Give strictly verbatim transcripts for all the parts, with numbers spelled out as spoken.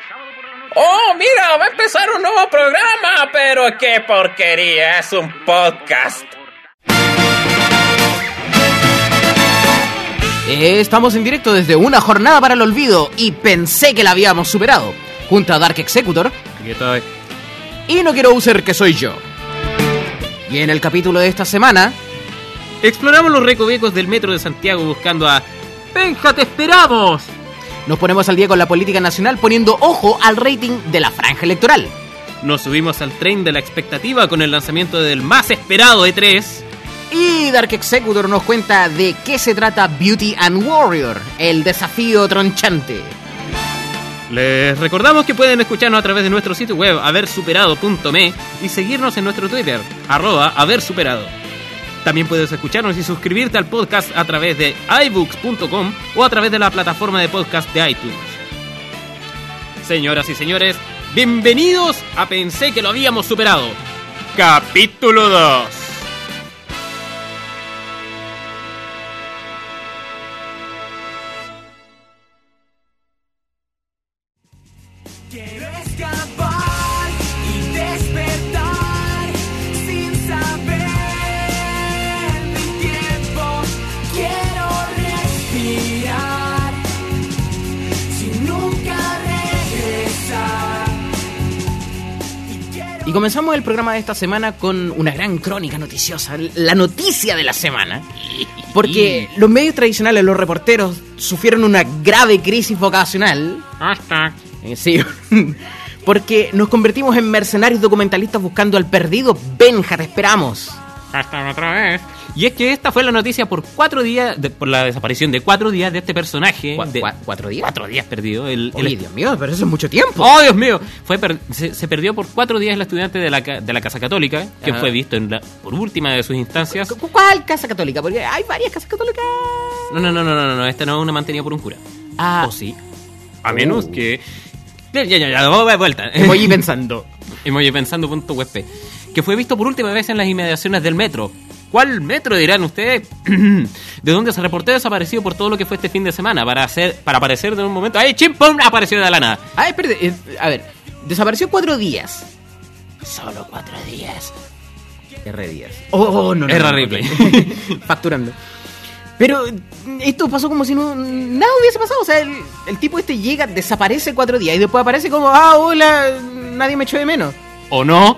¡Oh, mira! Va a empezar un nuevo programa, pero qué porquería, es un podcast. Estamos en directo desde Una Jornada para el Olvido y pensé que la habíamos superado, junto a Dark Executor. Aquí estoy. Y No Quiero User, que soy yo. Y en el capítulo de esta semana exploramos los recovecos del metro de Santiago buscando a ¡Benja, te esperamos! Nos ponemos al día con la política nacional poniendo ojo al rating de la franja electoral. Nos subimos al tren de la expectativa con el lanzamiento del más esperado E tres. Y Dark Executor nos cuenta de qué se trata Beauty and Warrior, el desafío tronchante. Les recordamos que pueden escucharnos a través de nuestro sitio web habersuperado punto me y seguirnos en nuestro Twitter, arroba habersuperado. También puedes escucharnos y suscribirte al podcast a través de ibooks punto com o a través de la plataforma de podcast de iTunes. Señoras y señores, bienvenidos a Pensé que lo habíamos superado, capítulo dos. Quiero escapar y despertar sin saber mi tiempo. Quiero respirar sin nunca regresar. Y, quiero... y comenzamos el programa de esta semana con una gran crónica noticiosa, la noticia de la semana. Porque los medios tradicionales, los reporteros, sufrieron una grave crisis vocacional. Hasta... Sí, porque nos convertimos en mercenarios documentalistas buscando al perdido Benja, te esperamos. Hasta otra vez. Y es que esta fue la noticia por cuatro días, de, por la desaparición de cuatro días de este personaje. ¿Cu- de, cu- ¿Cuatro días? Cuatro días perdido. El, Oye, el, Dios mío, pero eso es mucho tiempo. ¡Oh, Dios mío! Fue per, se, se perdió por cuatro días el estudiante de la, de la Casa Católica, que Ajá. fue visto en la, por última de sus instancias. ¿Cu- ¿Cuál casa católica? Porque hay varias casas católicas. No, no, no, no, no, no, esta no es una mantenida por un cura. Ah, ¿O sí? A menos que... Ya, ya, ya, ya, vamos de vuelta. voy pensando. Emoji pensando punto U S P. Que fue visto por última vez en las inmediaciones del metro. ¿Cuál metro, dirán ustedes? De donde se reportó desaparecido por todo lo que fue este fin de semana. Para hacer, para aparecer de un momento... ¡Ay, chimpón! Apareció de la nada. Ah, espérate, eh, a ver, desapareció cuatro días. Solo cuatro días. R días. Oh, oh no, no. R no, Ripley. ok. Facturando. Pero esto pasó como si no nada hubiese pasado. O sea, el, el tipo este llega, desaparece cuatro días y después aparece como, ah, hola, nadie me echó de menos. ¿O no?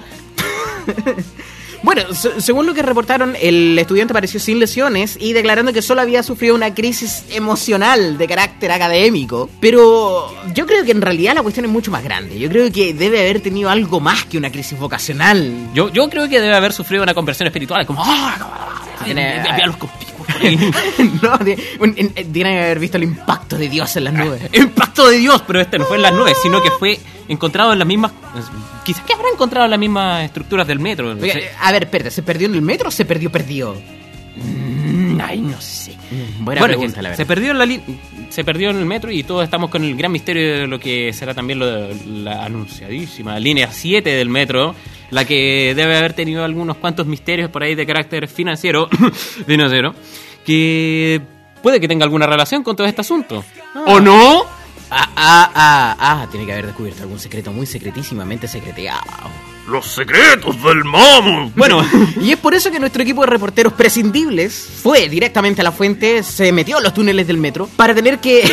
Bueno, se- según lo que reportaron, el estudiante apareció sin lesiones y declarando que solo había sufrido una crisis emocional de carácter académico. Pero yo creo que en realidad la cuestión es mucho más grande. Yo creo que debe haber tenido algo más que una crisis vocacional. Yo, yo creo que debe haber sufrido una conversión espiritual. Como... ¡Ah! Tiene- Ve a los conspicuos por ahí. No, tiene, un- en- en- tiene que haber visto el impacto de Dios en las nubes. Impacto de Dios, pero este no fue en las nubes, sino que fue encontrado en las mismas... Quizás que habrá encontrado en las mismas estructuras del metro. No Oiga, sé. a ver, espérate, ¿se perdió en el metro o se perdió perdió? Mm, Ay, no sé. Buena Bueno, pregunta, que la verdad. se perdió en la li- se perdió en el metro y todos estamos con el gran misterio de lo que será también lo- la anunciadísima línea siete del metro, la que debe haber tenido algunos cuantos misterios por ahí de carácter financiero, financiero, que puede que tenga alguna relación con todo este asunto. ¿O no? Ah, ah, ah, ah, tiene que haber descubierto algún secreto muy secretísimamente secreteado. Los secretos del mamo. Bueno, Y es por eso que nuestro equipo de reporteros prescindibles fue directamente a la fuente, se metió en los túneles del metro para tener que...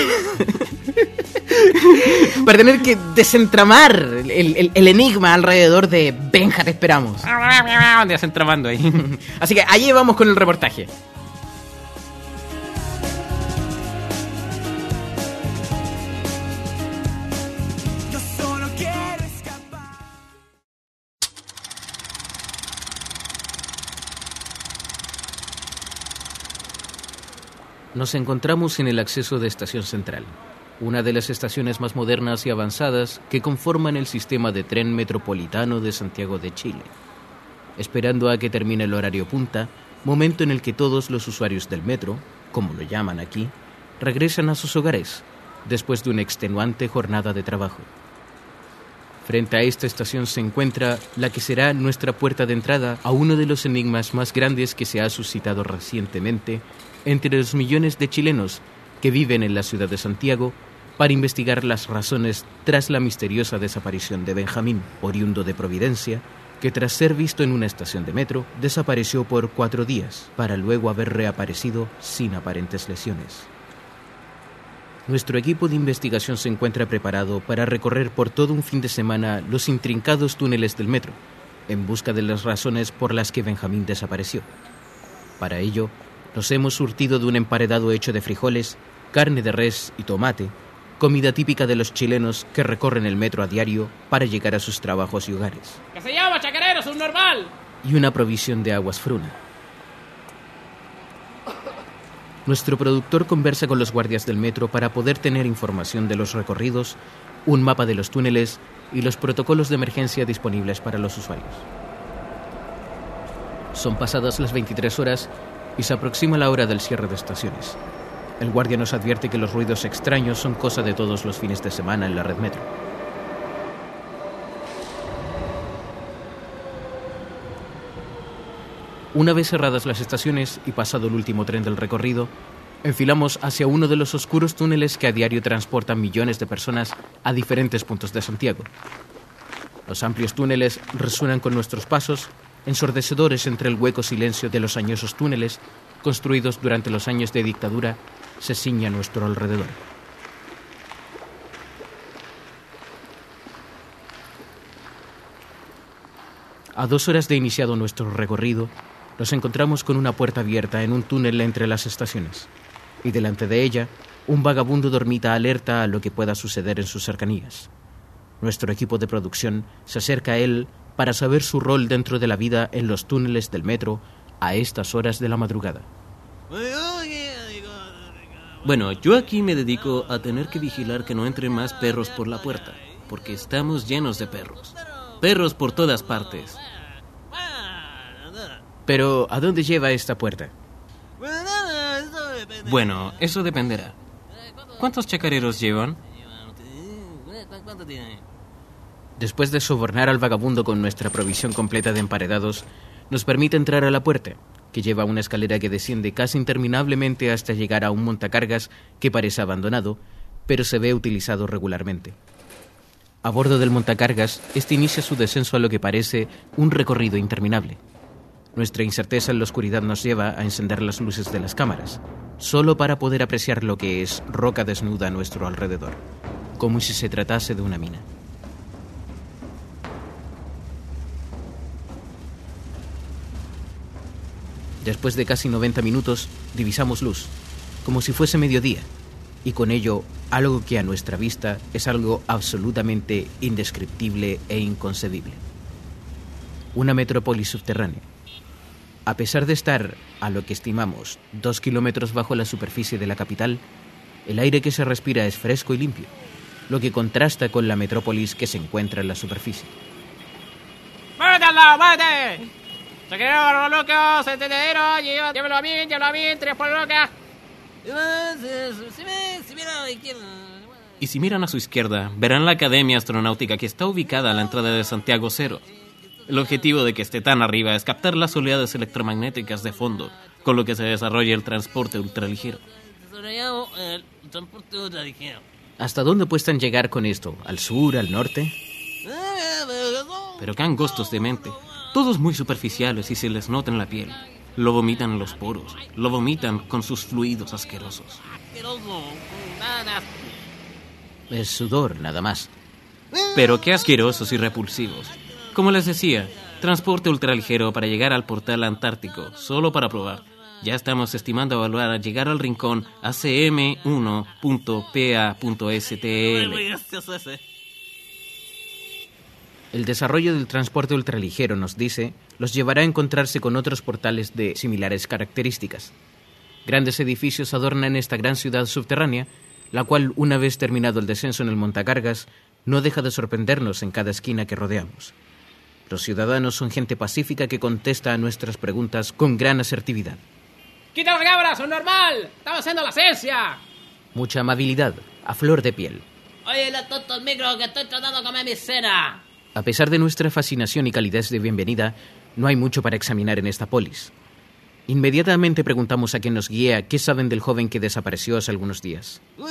para tener que desentramar el, el- el enigma alrededor de Benja, te esperamos. te hacen tramando ahí. Así que allí vamos con el reportaje. Yo solo quiero escapar. Nos encontramos en el acceso de Estación Central, una de las estaciones más modernas y avanzadas que conforman el sistema de tren metropolitano de Santiago de Chile. Esperando a que termine el horario punta, momento en el que todos los usuarios del metro, como lo llaman aquí, regresan a sus hogares después de una extenuante jornada de trabajo. Frente a esta estación se encuentra la que será nuestra puerta de entrada a uno de los enigmas más grandes que se ha suscitado recientemente entre los millones de chilenos que viven en la ciudad de Santiago para investigar las razones tras la misteriosa desaparición de Benjamín, oriundo de Providencia, que tras ser visto en una estación de metro, desapareció por cuatro días, para luego haber reaparecido sin aparentes lesiones. Nuestro equipo de investigación se encuentra preparado para recorrer por todo un fin de semana los intrincados túneles del metro, en busca de las razones por las que Benjamín desapareció. Para ello, nos hemos surtido de un emparedado hecho de frijoles, carne de res y tomate, comida típica de los chilenos que recorren el metro a diario para llegar a sus trabajos y hogares. ¡Que se llama, chacarero, subnormal! Y una provisión de aguas fruna. Nuestro productor conversa con los guardias del metro para poder tener información de los recorridos, un mapa de los túneles y los protocolos de emergencia disponibles para los usuarios. Son pasadas las veintitrés horas y se aproxima la hora del cierre de estaciones. El guardia nos advierte que los ruidos extraños son cosa de todos los fines de semana en la red metro. Una vez cerradas las estaciones y pasado el último tren del recorrido, enfilamos hacia uno de los oscuros túneles que a diario transportan millones de personas a diferentes puntos de Santiago. Los amplios túneles resuenan con nuestros pasos, ensordecedores entre el hueco silencio de los añosos túneles construidos durante los años de dictadura se ciñe a nuestro alrededor. A dos horas de iniciado nuestro recorrido, nos encontramos con una puerta abierta en un túnel entre las estaciones, y delante de ella, un vagabundo dormita alerta a lo que pueda suceder en sus cercanías. Nuestro equipo de producción se acerca a él para saber su rol dentro de la vida en los túneles del metro a estas horas de la madrugada. Bueno, yo aquí me dedico a tener que vigilar que no entren más perros por la puerta, porque estamos llenos de perros. Perros por todas partes. Pero, ¿a dónde lleva esta puerta? Bueno, eso dependerá. ¿Cuántos chacareros llevan? Después de sobornar al vagabundo con nuestra provisión completa de emparedados, nos permite entrar a la puerta, que lleva una escalera que desciende casi interminablemente hasta llegar a un montacargas que parece abandonado, pero se ve utilizado regularmente. A bordo del montacargas, este inicia su descenso a lo que parece un recorrido interminable. Nuestra incerteza en la oscuridad nos lleva a encender las luces de las cámaras, solo para poder apreciar lo que es roca desnuda a nuestro alrededor, como si se tratase de una mina. Después de casi noventa minutos, divisamos luz, como si fuese mediodía, y con ello algo que a nuestra vista es algo absolutamente indescriptible e inconcebible. Una metrópoli subterránea. A pesar de estar, a lo que estimamos, dos kilómetros bajo la superficie de la capital, el aire que se respira es fresco y limpio, lo que contrasta con la metrópolis que se encuentra en la superficie. ¡Muévete al lado, muévete! ¡Chacarero, loco! ¡Centenero! ¡Llévalo a mí, llévalo a mí! ¡Tres por loca! Y si miran a su izquierda, verán la Academia Astronáutica que está ubicada a la entrada de Santiago Cero. El objetivo de que esté tan arriba es captar las oleadas electromagnéticas de fondo, con lo que se desarrolla el transporte ultraligero. ¿Hasta dónde pueden llegar con esto? ¿Al sur, al norte? Pero qué angostos de mente. Todos muy superficiales y se les nota en la piel. Lo vomitan en los poros. Lo vomitan con sus fluidos asquerosos. Es sudor, nada más. Pero qué asquerosos y repulsivos. Como les decía, transporte ultraligero para llegar al portal antártico, solo para probar. Ya estamos estimando evaluar a llegar al rincón A C M uno punto P A punto S T L. El desarrollo del transporte ultraligero, nos dice, los llevará a encontrarse con otros portales de similares características. Grandes edificios adornan esta gran ciudad subterránea, la cual, una vez terminado el descenso en el montacargas, no deja de sorprendernos en cada esquina que rodeamos. Los ciudadanos son gente pacífica que contesta a nuestras preguntas con gran asertividad. ¡Quita las cabras, son normal! ¡Estamos haciendo la ciencia! Mucha amabilidad, a flor de piel. Oye, los tontos micros que estoy tratando de comer mi cena. A pesar de nuestra fascinación y calidez de bienvenida, no hay mucho para examinar en esta polis. Inmediatamente preguntamos a quien nos guía qué saben del joven que desapareció hace algunos días.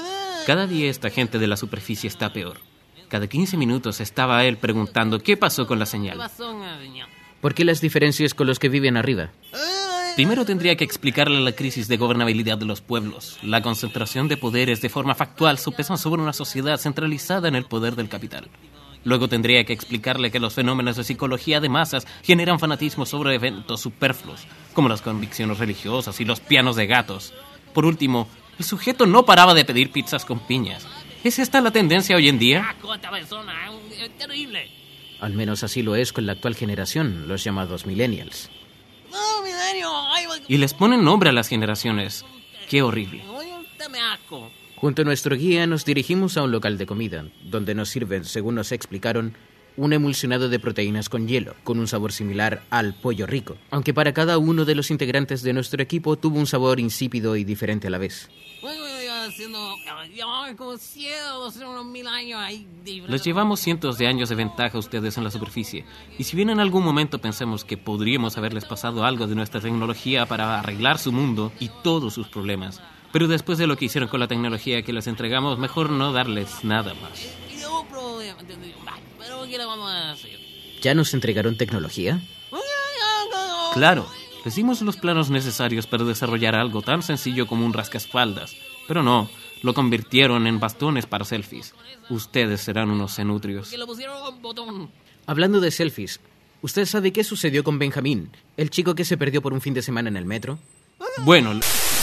Cada día esta gente de la superficie está peor. Cada quince minutos estaba él preguntando qué pasó con la ¿Qué señal. pasó, niño? ¿Por qué las diferencias con los que viven arriba? Primero tendría que explicarle la crisis de gobernabilidad de los pueblos. La concentración de poderes de forma factual sopesan sobre una sociedad centralizada en el poder del capital. Luego tendría que explicarle que los fenómenos de psicología de masas generan fanatismo sobre eventos superfluos, como las convicciones religiosas y los pianos de gatos. Por último, el sujeto no paraba de pedir pizzas con piñas. ¿Es esta la tendencia hoy en día? Asco, esta persona, es, es terrible. Al menos así lo es con la actual generación, los llamados millennials. No, mi daño, ay, Y les ponen nombre a las generaciones. ¡Qué horrible! ay, dame asco. Junto a nuestro guía nos dirigimos a un local de comida, donde nos sirven, según nos explicaron, un emulsionado de proteínas con hielo, con un sabor similar al pollo rico, aunque para cada uno de los integrantes de nuestro equipo tuvo un sabor insípido y diferente a la vez. Bueno, yo iba haciendo, yo, como cien, unos mil años ahí. de- Les llevamos cientos de años de ventaja a ustedes en la superficie. Y si bien en algún momento pensemos que podríamos haberles pasado algo de nuestra tecnología para arreglar su mundo y todos sus problemas, pero después de lo que hicieron con la tecnología que les entregamos, mejor no darles nada más. Y de un problema, ¿entendés? Vale, pero ¿qué le vamos a hacer? ¿Ya nos entregaron tecnología? Claro, les dimos los planos necesarios para desarrollar algo tan sencillo como un rascaespaldas. Pero no, lo convirtieron en bastones para selfies. Ustedes serán unos cenutrios. Que le pusieron un botón. Hablando de selfies, ¿usted sabe qué sucedió con Benjamín, el chico que se perdió por un fin de semana en el metro? Bueno,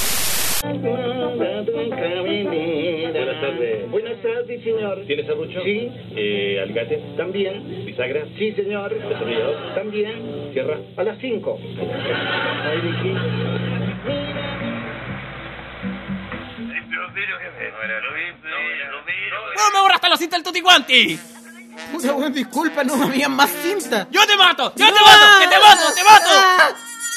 Buenas tardes. Buenas tardes, señor. ¿Tiene serrucho? Sí. Eh, ¿Alicate? También. ¿Bisagra? Sí, señor. ¿Desarrollador? También. ¿Cierra? A las cinco. Ahí dije. ¡No me borraste la cinta del Tutti Quanti! Puta, bueno, disculpa, no había más cinta. ¡Yo te mato! ¡Yo te mato! ¡Que te mato! ¡Te mato!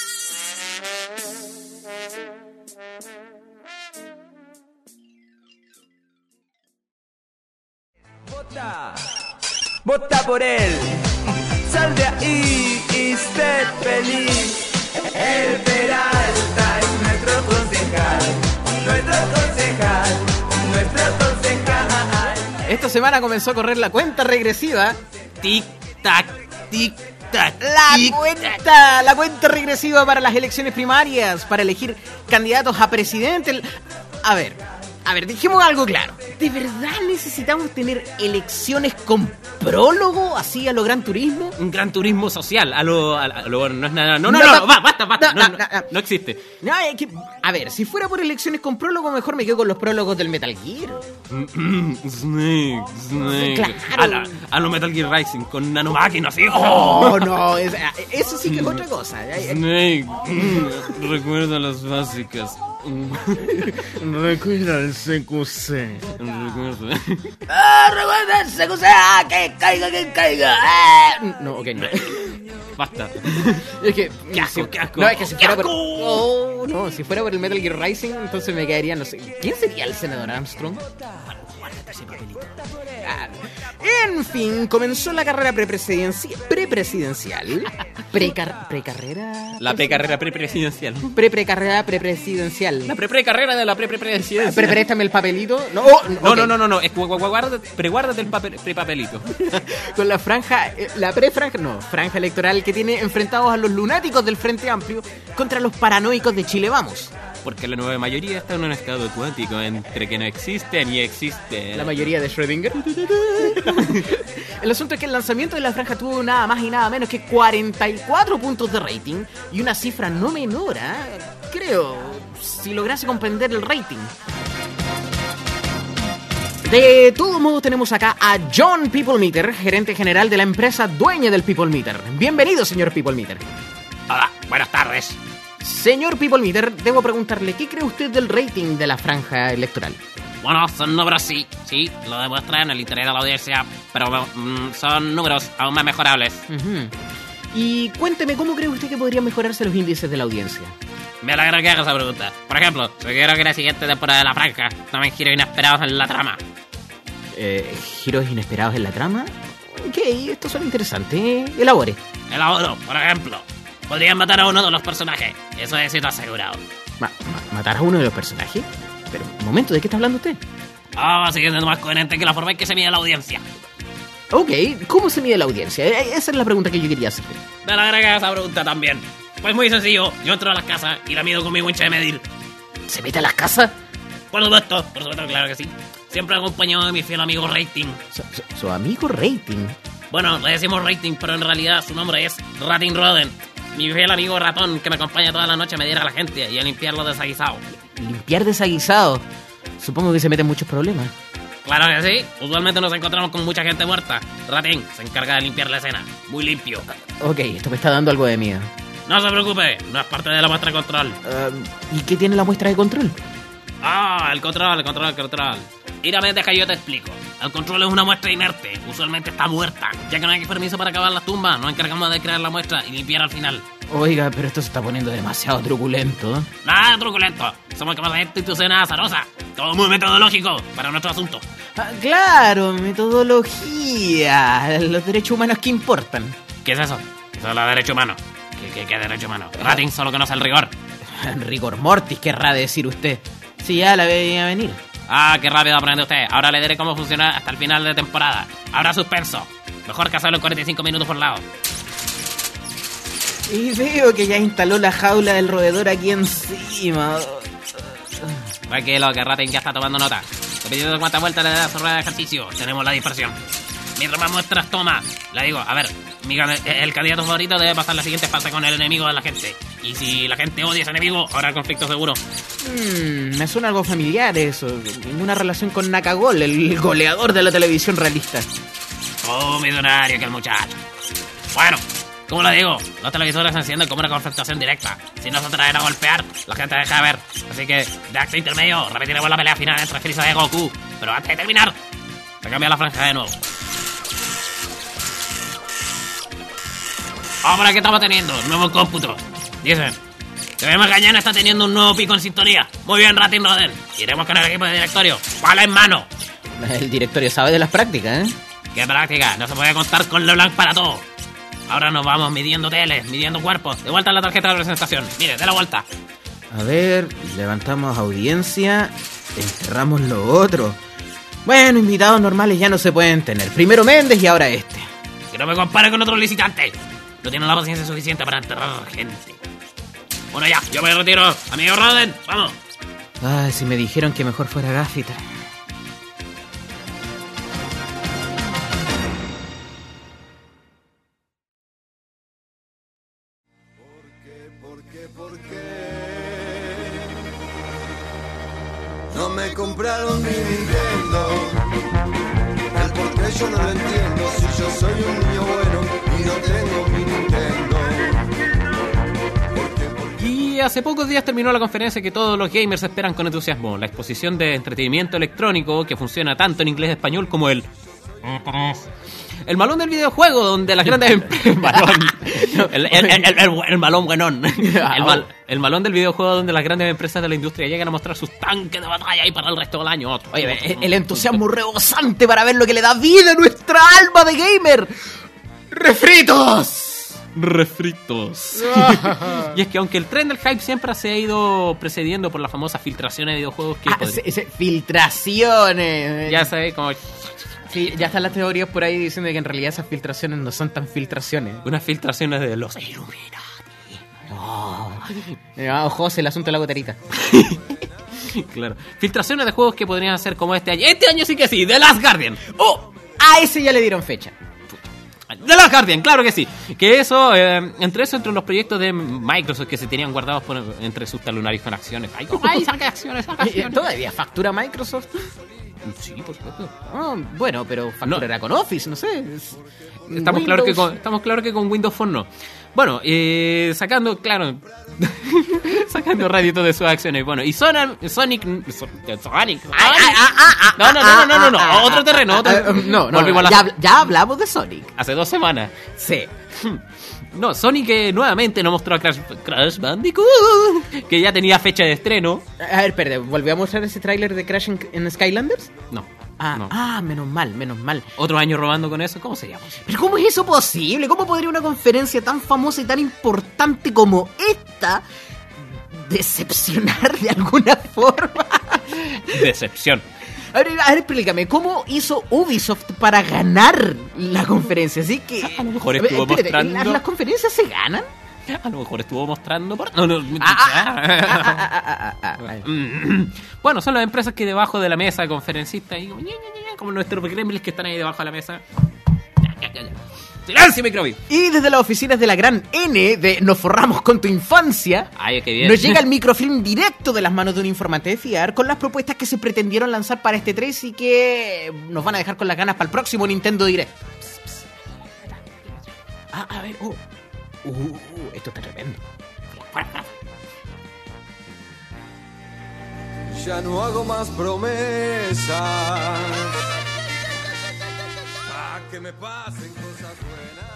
Vota, vota por él. Sal de ahí y sé feliz. El Peralta es nuestro concejal, nuestro concejal, nuestro concejal. Esta semana comenzó a correr la cuenta regresiva. tic, tac, tic, tac. La tic, cuenta, la cuenta regresiva para las elecciones primarias, para elegir candidatos a presidente. A ver, a ver, dijimos algo claro. ¿De verdad necesitamos tener elecciones con prólogo, así a lo Gran Turismo? Un gran turismo social, a lo, a, a lo- no es nada, no, no, No, no, no, no, va, basta, basta, no, no, no, no, no. no existe. No, es que, a ver, si fuera por elecciones con prólogo, mejor me quedo con los prólogos del Metal Gear. Snake, Snake, Claro. a, la, a lo Metal Gear Rising con nanomáquinas, hijo. Oh, no, es- eso sí que es otra cosa. Snake, mm, recuerda las básicas. Recuerda el C Q C. Recuerda. ¡Ah, recuerda el C Q C! ¡Ah, que caiga, que caiga! ¡Ah! No, ok, no. Basta. Es que... Qué asco, si- qué asco. No, es que si ¡Qué fuera por... asco! Oh, no, si fuera por el Metal Gear Rising, entonces me quedaría, no sé... ¿Quién sería el senador Armstrong? Ah, en fin, comenzó la carrera prepresidencial... ¿Prepresidencial? Precar- ¿Precarrera? La precarrera prepresidencial. Pre-precarrera prepresidencial. La pre-precarrera de la pre-presidencia. Pre- Préstame el papelito. No, oh, No, ok. no, no, no, no, es gu- gu- guárdate- preguárdate el papel, prepapelito. Con la franja, eh, la pre-franja, no, franja electoral que tiene enfrentados a los lunáticos del Frente Amplio contra los paranoicos de Chile Vamos. Porque la nueva mayoría está en un estado cuántico entre que no existen y existen. La mayoría de Schrödinger. El asunto es que el lanzamiento de la franja tuvo nada más y nada menos que cuarenta y cuatro puntos de rating y una cifra no menor, ¿ah? Creo, si lograse comprender el rating. De todos modos tenemos acá a John People Meter, gerente general de la empresa dueña del People Meter. Bienvenido, señor People Meter. Hola, buenas tardes. Señor People Meter, debo preguntarle, ¿qué cree usted del rating de la franja electoral? Bueno, son números sí, sí, lo demuestran en el interés de la audiencia, pero mm, son números aún más mejorables. Ujú. Y cuénteme, ¿cómo cree usted que podrían mejorarse los índices de la audiencia? Me alegra que hagas esa pregunta. Por ejemplo, yo quiero que la siguiente temporada de La Franja tomen giros inesperados en la trama. Eh, ¿Giros inesperados en la trama? Ok, esto suena interesante. Elabore. Elaboro, por ejemplo, podrían matar a uno de los personajes. Eso es éxito asegurado. Ma- ma- ¿Matar a uno de los personajes? Pero, un momento, ¿de qué está hablando usted? Ah, sigue siendo más coherente que la forma en que se mide la audiencia. Ok, ¿cómo se mide la audiencia? Eh, Esa es la pregunta que yo quería hacer. Te la agrega esa pregunta también. Pues muy sencillo, yo entro a las casas y la mido con mi wincha de medir. ¿Se mete a las casas? Por supuesto, por supuesto, claro que sí. Siempre acompañado de mi fiel amigo Rating. Su, su- su amigo Rating. Bueno, le decimos Rating, pero en realidad su nombre es Rating Rodent. Mi fiel amigo ratón que me acompaña toda la noche a medir a la gente y a limpiar los desaguisados. Limpiar desaguisado. Supongo que se meten muchos problemas. Claro que sí, usualmente nos encontramos con mucha gente muerta. Rating se encarga de limpiar la escena, muy limpio. Ok, esto me está dando algo de miedo. No se preocupe, no es parte de la muestra de control. Uh, ¿Y qué tiene la muestra de control? Ah, el control, el control, el control. Mírame, deja yo te explico. El control es una muestra inerte, usualmente está muerta. Ya que no hay permiso para acabar las tumbas, nos encargamos de crear la muestra y limpiar al final. Oiga, pero esto se está poniendo demasiado truculento. Nada truculento, somos como una institución azarosa. Todo muy metodológico para nuestro asunto. Ah, claro, metodología. Los derechos humanos que importan. ¿Qué es eso? Eso es la derecho humano. ¿Qué, qué, qué derecho humano? Rating solo conoce el rigor. Rigor mortis, querrá decir usted. Sí, ya la veía venir. Ah, qué rápido aprende usted. Ahora le diré cómo funciona hasta el final de temporada. Habrá suspenso. Mejor que hacerlo en cuarenta y cinco minutos por lado. Y veo que ya instaló la jaula del roedor aquí encima. Tranquilo, que Rating ya está tomando nota. Dependiendo de cuántas vueltas le da a su rueda de ejercicio, tenemos la dispersión. Mientras más muestras toma, le digo, a ver, mi, el candidato favorito debe pasar la siguiente fase con el enemigo de la gente. Y si la gente odia a ese enemigo, habrá conflicto seguro. Hmm, me suena algo familiar eso. Ninguna relación con Nakagol, el goleador de la televisión realista. Oh, millonario que el muchacho. Bueno, como le digo, los televisores se encienden como una confrontación directa. Si no se traen a golpear, la gente deja de ver. Así que, de acto intermedio, repetiremos la pelea final entre Frieza y Goku. Pero antes de terminar, se cambia la franja de nuevo. Ahora que estamos teniendo un nuevo cómputo. Dicen, se ve Magallanes está teniendo un nuevo pico en sintonía. Muy bien, Rating Rodent. Iremos con el equipo de directorio. Pala en mano. El directorio sabe de las prácticas, ¿eh? ¿Qué práctica? No se puede contar con LeBlanc para todo. Ahora nos vamos midiendo teles, midiendo cuerpos. De vuelta a la tarjeta de presentación. Mire, de la vuelta. A ver, levantamos audiencia, encerramos lo otro. Bueno, invitados normales ya no se pueden tener. Primero Méndez y ahora este. Que no me compare con otros licitantes. No tienen la paciencia suficiente para enterrar gente. Bueno, ya, yo me retiro. Amigo Rodent, vamos. Ay, si me dijeron que mejor fuera Gaffiter. No me compraron mi Nintendo. El por qué yo no lo entiendo. Si yo soy un niño bueno y no tengo mi Nintendo. ¿Por qué? ¿Por qué? Y hace pocos días terminó la conferencia que todos los gamers esperan con entusiasmo. La exposición de entretenimiento electrónico que funciona tanto en inglés y español como el... El malón del videojuego, donde las grandes empresas... malón. El, el, el, el, el, el malón buenón. El, mal, el malón del videojuego donde las grandes empresas de la industria llegan a mostrar sus tanques de batalla y para el resto del año otro. Oye, el, el entusiasmo rebosante para ver lo que le da vida a nuestra alma de gamer. ¡Refritos! Refritos. Y es que aunque el tren del hype siempre se ha ido precediendo por las famosas filtraciones de videojuegos que... Ah, pod- ese, ese, filtraciones. ya sabes, como... Sí, ya están las teorías por ahí diciendo que en realidad esas filtraciones no son tan filtraciones. Unas filtraciones de los Illuminati. Oh. Ah, José, el asunto de la goterita. Claro. Filtraciones de juegos que podrían ser como este año. Este año sí que sí, The Last Guardian. Oh, a ese ya le dieron fecha. The Last Guardian, claro que sí. Que eso, eh, entre eso, entre los proyectos de Microsoft que se tenían guardados por, entre sus talonarios con acciones. Ay, ay, saca acciones, saca acciones. ¿Todavía factura Microsoft? Sí, por supuesto. Oh, bueno, pero facturará con Office, no sé. Es- Estamos Windows. claros que con, estamos claro que con Windows Phone no. Bueno, eh, sacando, claro, sacando rédito de sus acciones. Bueno, y Sonic, Sonic, Sonic, Ay, ay, ah, ah, ah, no, no, ah, no, no, no, no, ah, otro ah, terreno, ah, otro. ah, No, no, Volvimos a la- ya, habl- ya hablamos de Sonic. hace dos semanas. Sí. No, Sonic eh, nuevamente nos mostró a Crash, Crash Bandicoot, que ya tenía fecha de estreno. A ver, espérate, ¿volvió a mostrar ese tráiler de Crash en, en Skylanders? No, Ah, no. ah, menos mal, menos mal. Otro año robando con eso, ¿cómo sería posible? Pero ¿cómo es eso posible? ¿Cómo podría una conferencia tan famosa y tan importante como esta decepcionar de alguna forma? Decepción. A ver, a ver, explícame, ¿cómo hizo Ubisoft para ganar la conferencia? Así que... A lo mejor a ver, estuvo espérate, mostrando... ¿las, ¿Las conferencias se ganan? A lo mejor estuvo mostrando... Por... No, no, Ah, ah, ah, ah, ah, ah, ah. Bueno, son las empresas que debajo de la mesa, conferencistas, y como, ña, ña, ña, como nuestros gremlins que están ahí debajo de la mesa. Ya, ya, ya, ya. ¡Silencio, Microbi! Y desde las oficinas de la gran N de Nos forramos con tu infancia, Ay, qué bien. nos llega el microfilm directo de las manos de un informante de fiar con las propuestas que se pretendieron lanzar para este tres y que nos van a dejar con las ganas para el próximo Nintendo Direct. Pss, pss. Ah, a ver, oh. Uh, uh, esto está tremendo. Ya no hago más promesas. Pa' que me pasen cosas buenas.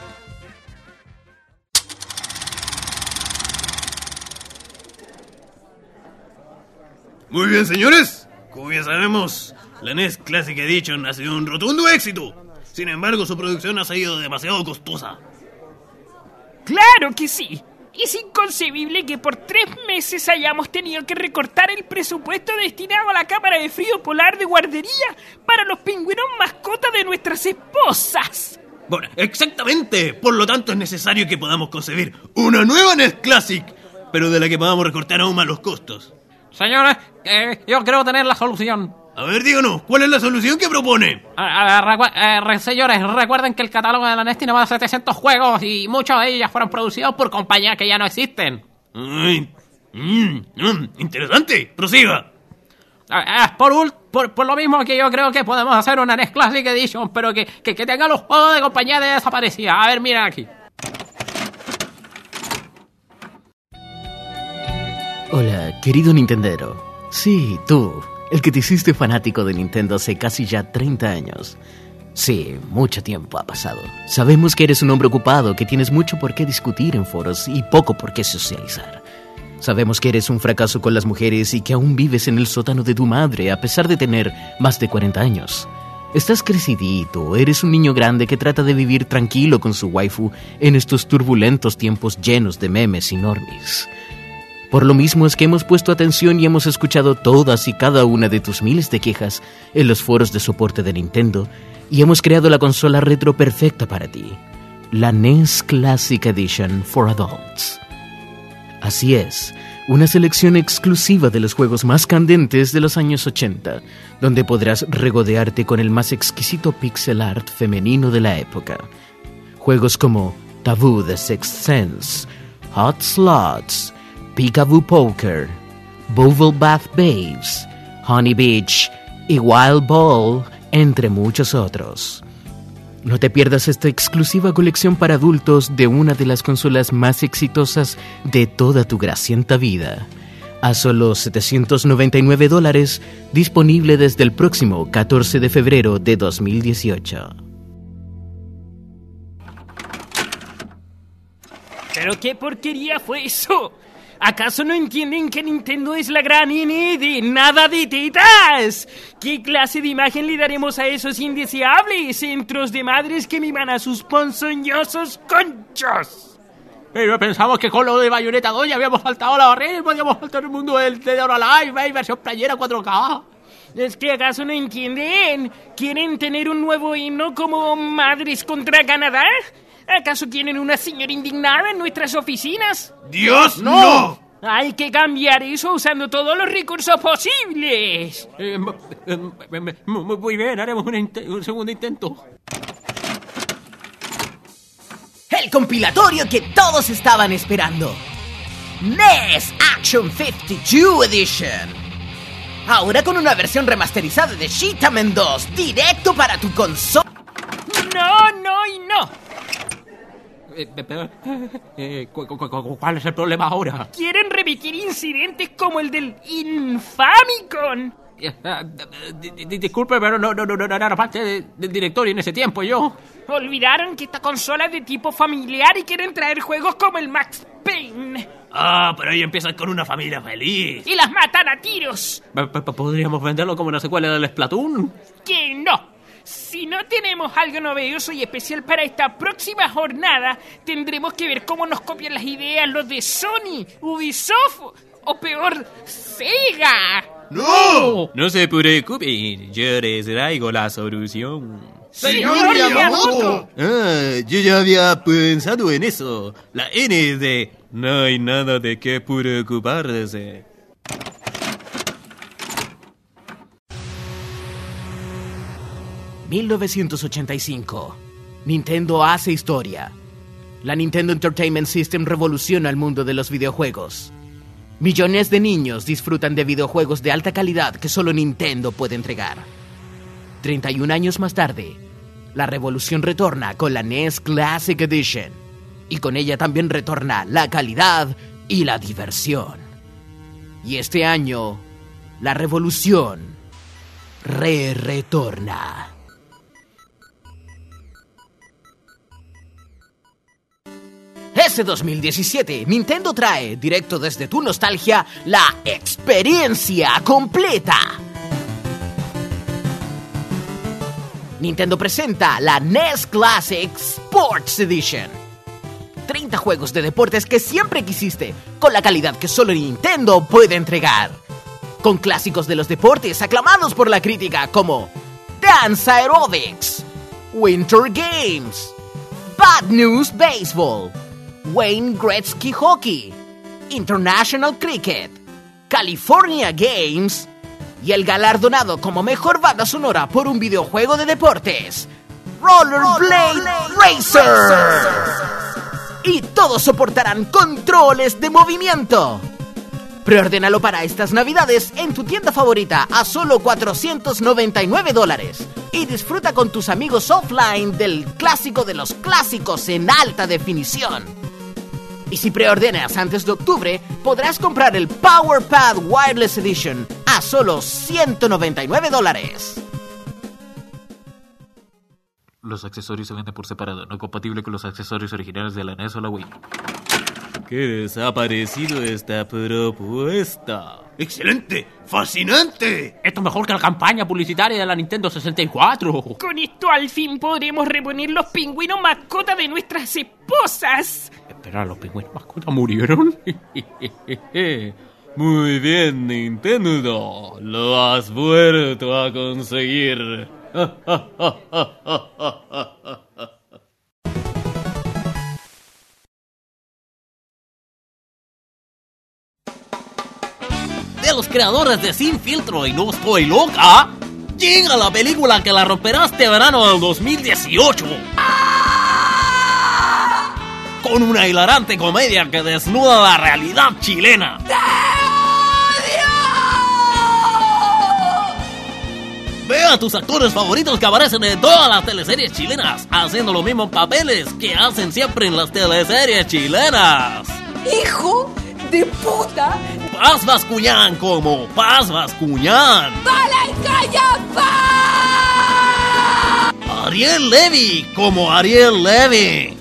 Muy bien, señores. Como ya sabemos, la N E S Classic Edition ha sido un rotundo éxito. Sin embargo, su producción ha sido demasiado costosa. ¡Claro que sí! Es inconcebible que por tres meses hayamos tenido que recortar el presupuesto destinado a la cámara de frío polar de guardería para los pingüinos mascotas de nuestras esposas. Bueno, exactamente. Por lo tanto, es necesario que podamos concebir una nueva N E S Classic, pero de la que podamos recortar aún más los costos. Señores, eh, yo creo tener la solución. A ver, díganos, ¿cuál es la solución que propone? Ah, ah, recu- eh, re- señores, recuerden que el catálogo de la N E S tiene más de setecientos juegos y muchos de ellos fueron producidos por compañías que ya no existen. Ay, mm, mm, interesante, prosiga. Ah, ah, por, ul- por, por lo mismo que yo creo que podemos hacer una N E S Classic Edition, pero que, que, que tenga los juegos de compañía de desaparecida. A ver, mira aquí. Hola, querido Nintendero. Sí, tú, el que te hiciste fanático de Nintendo hace casi ya treinta años. Sí, mucho tiempo ha pasado. Sabemos que eres un hombre ocupado, que tienes mucho por qué discutir en foros y poco por qué socializar. Sabemos que eres un fracaso con las mujeres y que aún vives en el sótano de tu madre a pesar de tener más de cuarenta años. Estás crecidito, eres un niño grande que trata de vivir tranquilo con su waifu en estos turbulentos tiempos llenos de memes y normis. Por lo mismo es que hemos puesto atención y hemos escuchado todas y cada una de tus miles de quejas en los foros de soporte de Nintendo y hemos creado la consola retro perfecta para ti, la N E S Classic Edition for Adults. Así es, una selección exclusiva de los juegos más candentes de los años ochenta, donde podrás regodearte con el más exquisito pixel art femenino de la época. Juegos como Taboo The Sixth Sense, Hot Slots, Peekaboo Poker, Boville Bath Babes, Honey Beach y Wild Ball, entre muchos otros. No te pierdas esta exclusiva colección para adultos de una de las consolas más exitosas de toda tu grasienta vida. A solo setecientos noventa y nueve dólares, disponible desde el próximo catorce de febrero de dos mil dieciocho. ¿Pero qué porquería fue eso? ¿Acaso no entienden que Nintendo es la gran N de nada de tetas? ¿Qué clase de imagen le daremos a esos indeseables centros de madres que miman a sus ponzoñosos conchos? Pero pensamos que con lo de Bayonetta dos ya habíamos saltado la barrera y podíamos saltar el mundo del de Dora Live, versión playera cuatro K. ¿Es que acaso no entienden? ¿Quieren tener un nuevo himno como Madres contra Canadá? ¿Acaso quieren una señora indignada en nuestras oficinas? ¡Dios, no! Hay que cambiar eso usando todos los recursos posibles. Eh, eh, eh, muy bien, haremos un, int- un segundo intento. El compilatorio que todos estaban esperando. N E S Action cincuenta y dos Edition. Ahora con una versión remasterizada de Shitamen dos, directo para tu consola. No, no y no. Eh, eh, eh, cu- cu- cu- ¿Cuál es el problema ahora? Quieren repetir incidentes como el del Infamicon. Eh, eh, di- di- Disculpe, pero no, no, no, no era parte de- del directorio en ese tiempo, yo. Olvidaron que esta consola es de tipo familiar y quieren traer juegos como el Max Payne. Ah, pero ahí empiezan con una familia feliz. Y las matan a tiros. P- p- ¿Podríamos venderlo como una secuela del Splatoon? Que no. Si no tenemos algo novedoso y especial para esta próxima jornada, tendremos que ver cómo nos copian las ideas los de Sony, Ubisoft o peor, Sega. ¡No! No se preocupe, yo les traigo la solución. ¡Señor Miyamoto! Ah, yo ya había pensado en eso. La N es de no hay nada de qué preocuparse. mil novecientos ochenta y cinco. Nintendo hace historia. La Nintendo Entertainment System revoluciona el mundo de los videojuegos. Millones de niños disfrutan de videojuegos de alta calidad que solo Nintendo puede entregar. treinta y un años más tarde, la revolución retorna con la N E S Classic Edition. Y con ella también retorna la calidad y la diversión. Y este año, la revolución re-retorna. Este dos mil diecisiete, Nintendo trae, directo desde tu nostalgia, la experiencia completa. Nintendo presenta la N E S Classic Sports Edition. treinta juegos de deportes que siempre quisiste, con la calidad que solo Nintendo puede entregar. Con clásicos de los deportes aclamados por la crítica como Dance Aerobics, Winter Games, Bad News Baseball, Wayne Gretzky Hockey, International Cricket, California Games y el galardonado como mejor banda sonora por un videojuego de deportes, Rollerblade Racer. Y todos soportarán controles de movimiento. Preordénalo para estas navidades en tu tienda favorita a solo cuatrocientos noventa y nueve dólares. Y disfruta con tus amigos offline del clásico de los clásicos en alta definición. Y si preordenas antes de octubre, podrás comprar el Power Pad Wireless Edition a solo ciento noventa y nueve dólares. Los accesorios se venden por separado, no compatible con los accesorios originales de la N E S o la Wii. ¡Qué desaparecido esta propuesta! ¡Excelente! ¡Fascinante! Esto es mejor que la campaña publicitaria de la Nintendo sesenta y cuatro. Con esto al fin podremos reponer los pingüinos mascota de nuestras esposas. Espera, ¿los pingüinos mascota murieron? Muy bien, Nintendo. Lo has vuelto a conseguir. De los creadores de Sin Filtro y No Estoy Loca, llega la película que la romperá este verano del dos mil dieciocho. Con una hilarante comedia que desnuda la realidad chilena. Ve a tus actores favoritos que aparecen en todas las teleseries chilenas, haciendo los mismos papeles que hacen siempre en las teleseries chilenas. ¡Hijo de puta! Paz Bascuñán como Paz Bascuñán. ¡Bala y Callafa! Ariel Levy como Ariel Levy.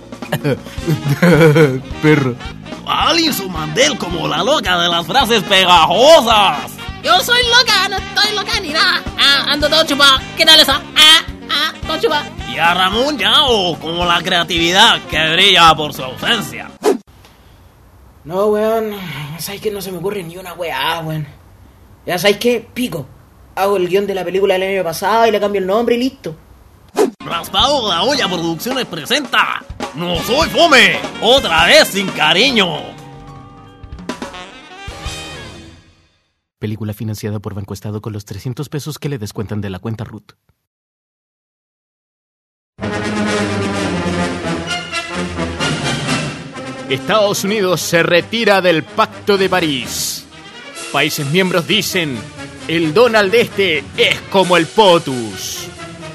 Perro. Alin Sumandel como la loca de las frases pegajosas. Yo soy loca, no estoy loca ni nada. Ah, ando todo chupado. ¿Qué tal esa? Ah, ah, todo chupado. Y a Ramón Yao como la creatividad que brilla por su ausencia. No, weón, ¿sabes qué? No se me ocurre ni una weá, weón. Ya, ¿sabes qué? Pico. Hago el guión de la película del año pasado y le cambio el nombre y listo. Raspado la Olla Producciones presenta No Soy Fome, otra vez sin cariño. Película financiada por Banco Estado con los trescientos pesos que le descuentan de la cuenta R U T. Estados Unidos se retira del Pacto de París. Países miembros dicen, el Donald este es como el POTUS.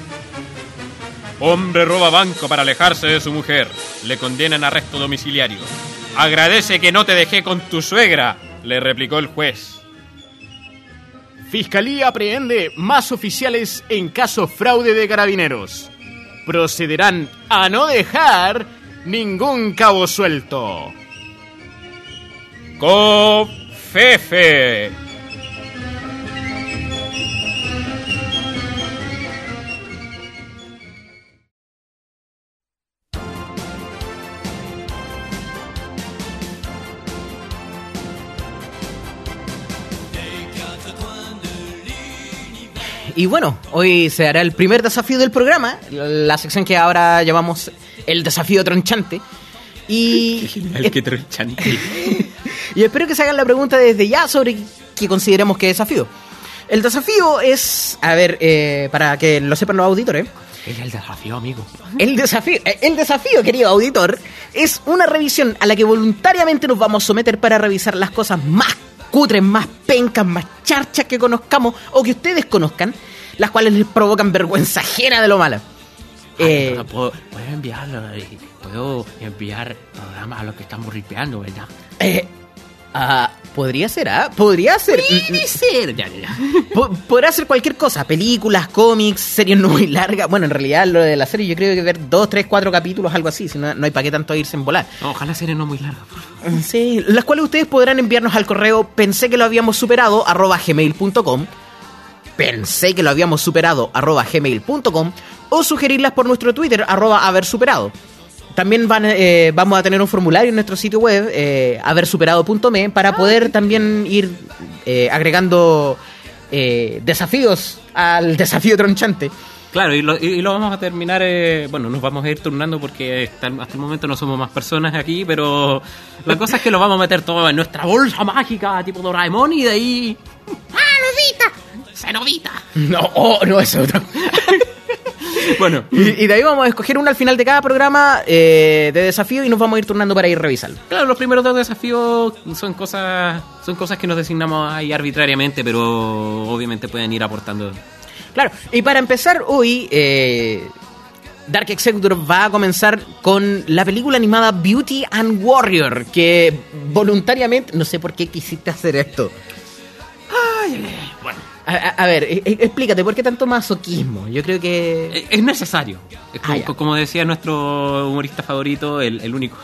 Hombre roba banco para alejarse de su mujer. Le condenan a arresto domiciliario. Agradece que no te dejé con tu suegra, le replicó el juez. Fiscalía aprehende más oficiales en caso fraude de carabineros. Procederán a no dejar ningún cabo suelto. Cofefe. y bueno, hoy se hará el primer desafío del programa, la sección que ahora llamamos el desafío tronchante. Y, el que tronchante. Y espero que se hagan la pregunta desde ya sobre qué consideremos que desafío. El desafío es, a ver, eh, para que lo sepan los auditores. Es el desafío, amigo. El desafío, el desafío, querido auditor, es una revisión a la que voluntariamente nos vamos a someter para revisar las cosas más cutres, más pencas, más charchas que conozcamos o que ustedes conozcan, las cuales les provocan vergüenza ajena de lo mala. Ay, Eh, pero puedo, puedo enviarlo, eh, puedo enviar programas a los que estamos ripeando, ¿verdad? eh, ah, podría ser, ¿ah? Podría ser. Puede ser, ya, ya. Po- Podrá ser cualquier cosa, películas, cómics, series no muy largas. Bueno, en realidad lo de la serie yo creo que ver dos, tres, cuatro capítulos, algo así, si no, no hay para qué tanto irse en volar. No, ojalá serie no muy larga, por favor. Sí, las cuales ustedes podrán enviarnos al correo pensé que lo habíamos superado arroba gmail punto com, pensé que lo habíamos superado arroba gmail punto com, o sugerirlas por nuestro Twitter arroba haber superado. También van, eh, vamos a tener un formulario en nuestro sitio web eh, haber superado punto me para poder también ir eh, agregando eh, desafíos al desafío tronchante. Claro, y lo, y, y lo vamos a terminar, eh, bueno, nos vamos a ir turnando porque hasta, hasta el momento no somos más personas aquí, pero la cosa es que lo vamos a meter todo en nuestra bolsa mágica tipo Doraemon y de ahí... ¡Ah, Novita! ¡Cenovita! No, oh, no, eso es otro. Bueno, y, y de ahí vamos a escoger uno al final de cada programa eh, de desafío y nos vamos a ir turnando para ir revisando. claro, los primeros dos desafíos son cosas son cosas que nos designamos ahí arbitrariamente, pero obviamente pueden ir aportando. Claro, y para empezar hoy, eh, Dark Executor va a comenzar con la película animada Beauty and Warrior, que voluntariamente, no sé por qué quisiste hacer esto. Ay, bueno, A, a- a ver, e- e- explícate, ¿por qué tanto masoquismo? Yo creo que... es es necesario. Es como, Ah, ya. como decía nuestro humorista favorito, el, el único.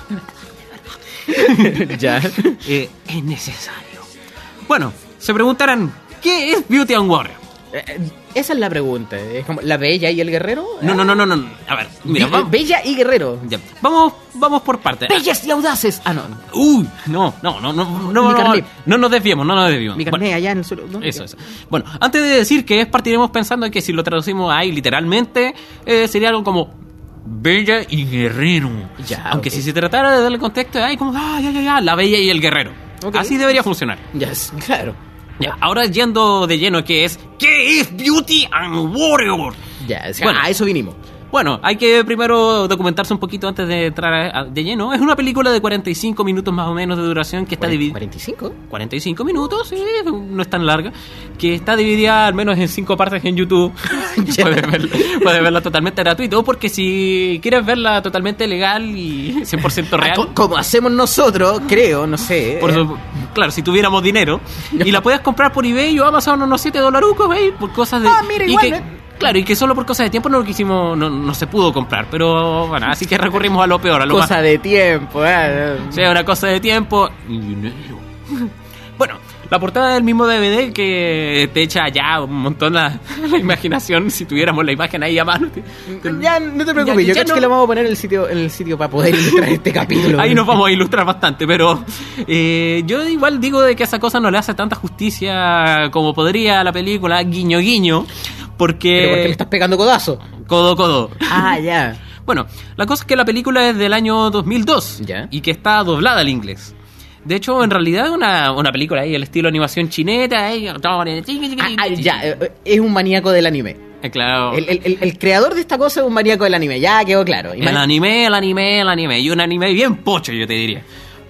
ya. Eh, es necesario. Bueno, se preguntarán, ¿qué es Beauty and Warrior? Eh, Esa es la pregunta. ¿Es como la bella y el guerrero? No, no, no, no, no. A ver, mira, Be- vamos, Bella y guerrero. ya, vamos, vamos por partes. Bellas y audaces. Ah, no. Uy, no, no, no, no, no, Mi no, carnet. no nos desviemos, no nos desviemos. Mi Bueno, carnet allá en el suelo. ¿no? Eso, eso. Bueno, antes de decir que es, partiremos pensando en que si lo traducimos ahí literalmente, eh, sería algo como Bella y Guerrero. Ya, Aunque ok. si se tratara de darle contexto, ay, como, ah, ya, ya, ya, la Bella y el Guerrero. Ok. Así debería funcionar. Ya, es- claro. Ya, ahora yendo de lleno, ¿qué es? ¿Qué es Beauty and Warrior? Ya, es- Bueno. a eso vinimos. Bueno, hay que primero documentarse un poquito antes de entrar a- a- de lleno. Es una película de cuarenta y cinco minutos más o menos de duración que está dividida... ¿cuarenta y cinco? cuarenta y cinco minutos, sí, no es tan larga. Que está dividida al menos en cinco partes en YouTube. puedes, verla, puedes verla totalmente gratuito. Porque si quieres verla totalmente legal y cien por ciento real... Co- Como hacemos nosotros, creo, no sé. Por eh, su- claro, si tuviéramos dinero y la puedes comprar por eBay o Amazon unos siete dolarucos, ¿veis? Por cosas de... Ah, mira, y igual, que- ¿eh? Claro, y que solo por cosas de tiempo no lo quisimos, no, no se pudo comprar, pero bueno, así que recurrimos a lo peor, a lo cosa más... de tiempo. eh. O sea, una cosa de tiempo y dinero. Bueno, la portada del mismo D V D que te echa ya un montón la, la imaginación, si tuviéramos la imagen ahí a mano. te- te- Ya, no te preocupes, Ya, yo ya creo no- que lo vamos a poner en el sitio, en el sitio para poder ilustrar este capítulo. Ahí nos vamos a ilustrar bastante, pero eh, yo igual digo de que esa cosa no le hace tanta justicia como podría a la película, guiño guiño, porque... ¿Pero por qué le estás pegando codazo? Codo codo. Ah, ya. Bueno, la cosa es que la película es del año dos mil dos Ya. y que está doblada al inglés. De hecho, en realidad es una, una película ahí, el estilo animación chineta. Ahí, Ah, ah, ya, eh, es un maníaco del anime. Eh, claro. El, el- el- el creador de esta cosa es un maníaco del anime, ya quedó claro. Y El man- anime, el anime, el anime. Y un anime bien pocho, yo te diría.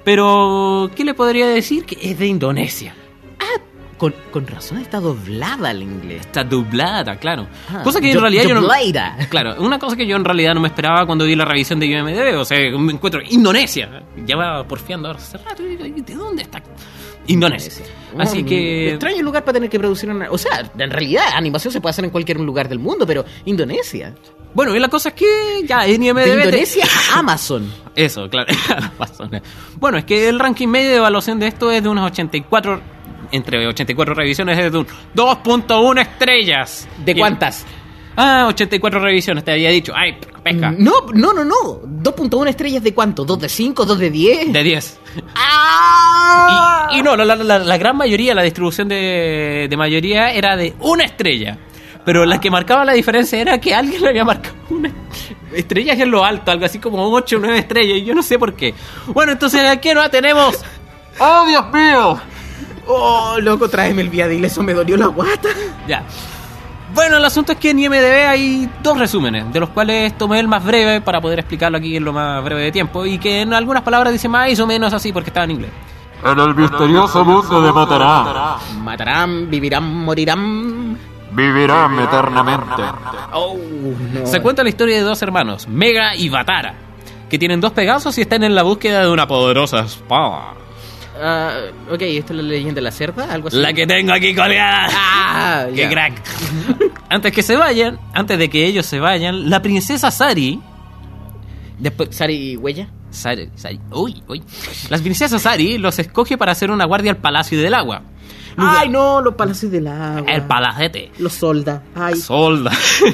Pero, ¿qué le podría decir? Que es de Indonesia. con, con razón está doblada al inglés. Está doblada, claro. Ah, cosa que en do- realidad yo no... doblada. Claro, una cosa que yo en realidad no me esperaba cuando vi la revisión de I M D B. O sea, me encuentro Indonesia. Ya va porfiando ahora hace rato. ¿De dónde está? Indonesia. Así Mm, que... extraño lugar para tener que producir una... O sea, en realidad, animación se puede hacer en cualquier lugar del mundo, pero Indonesia. Bueno, y la cosa es que ya en I M D B... De te- Indonesia a Amazon. Eso, claro. Amazon. Bueno, es que el ranking medio de evaluación de esto es de unas ochenta y cuatro... Entre ochenta y cuatro revisiones es de un dos punto uno estrellas. ¿De Y- cuántas? Ah, ochenta y cuatro revisiones, te había dicho. Ay, pesca. No, no, no, no. dos punto uno estrellas de cuánto? ¿dos de cinco? ¿dos de diez? De diez. ¡Ah! Y, y no, la, la, la, la gran mayoría, la distribución de, de mayoría era de una estrella. Pero la que marcaba la diferencia era que alguien le había marcado una estrella en lo alto, algo así como ocho o nueve estrellas, y yo no sé por qué. Bueno, entonces aquí no tenemos... ¡Oh, Dios mío! Oh, loco, tráeme el Viadil, eso me dolió la guata. Ya. Bueno, el asunto es que en I M D B hay dos resúmenes, de los cuales tomé el más breve para poder explicarlo aquí en lo más breve de tiempo, y que en algunas palabras dice más o menos así porque estaba en inglés. En el misterioso mundo de Matará. Matarán, vivirán, morirán. Vivirán eternamente. Oh, no. Se cuenta la historia de dos hermanos, Mega y Batara, que tienen dos Pegasos y están en la búsqueda de una poderosa espada. Uh, ok, ¿esto es la leyenda de la cerda? ¿Algo así? La que tengo aquí colgada. ¡Ah! ¡Qué Ya. crack! Antes que se vayan, antes de que ellos se vayan, la princesa Sari... Después... ¿Sari huella? Sari, Sari... Uy, uy. La princesa Sari los escoge para hacer una guardia al Palacio del Agua. Lugar- Ay, no, los palacios del agua. El palacete. Los solda. Ay. Solda.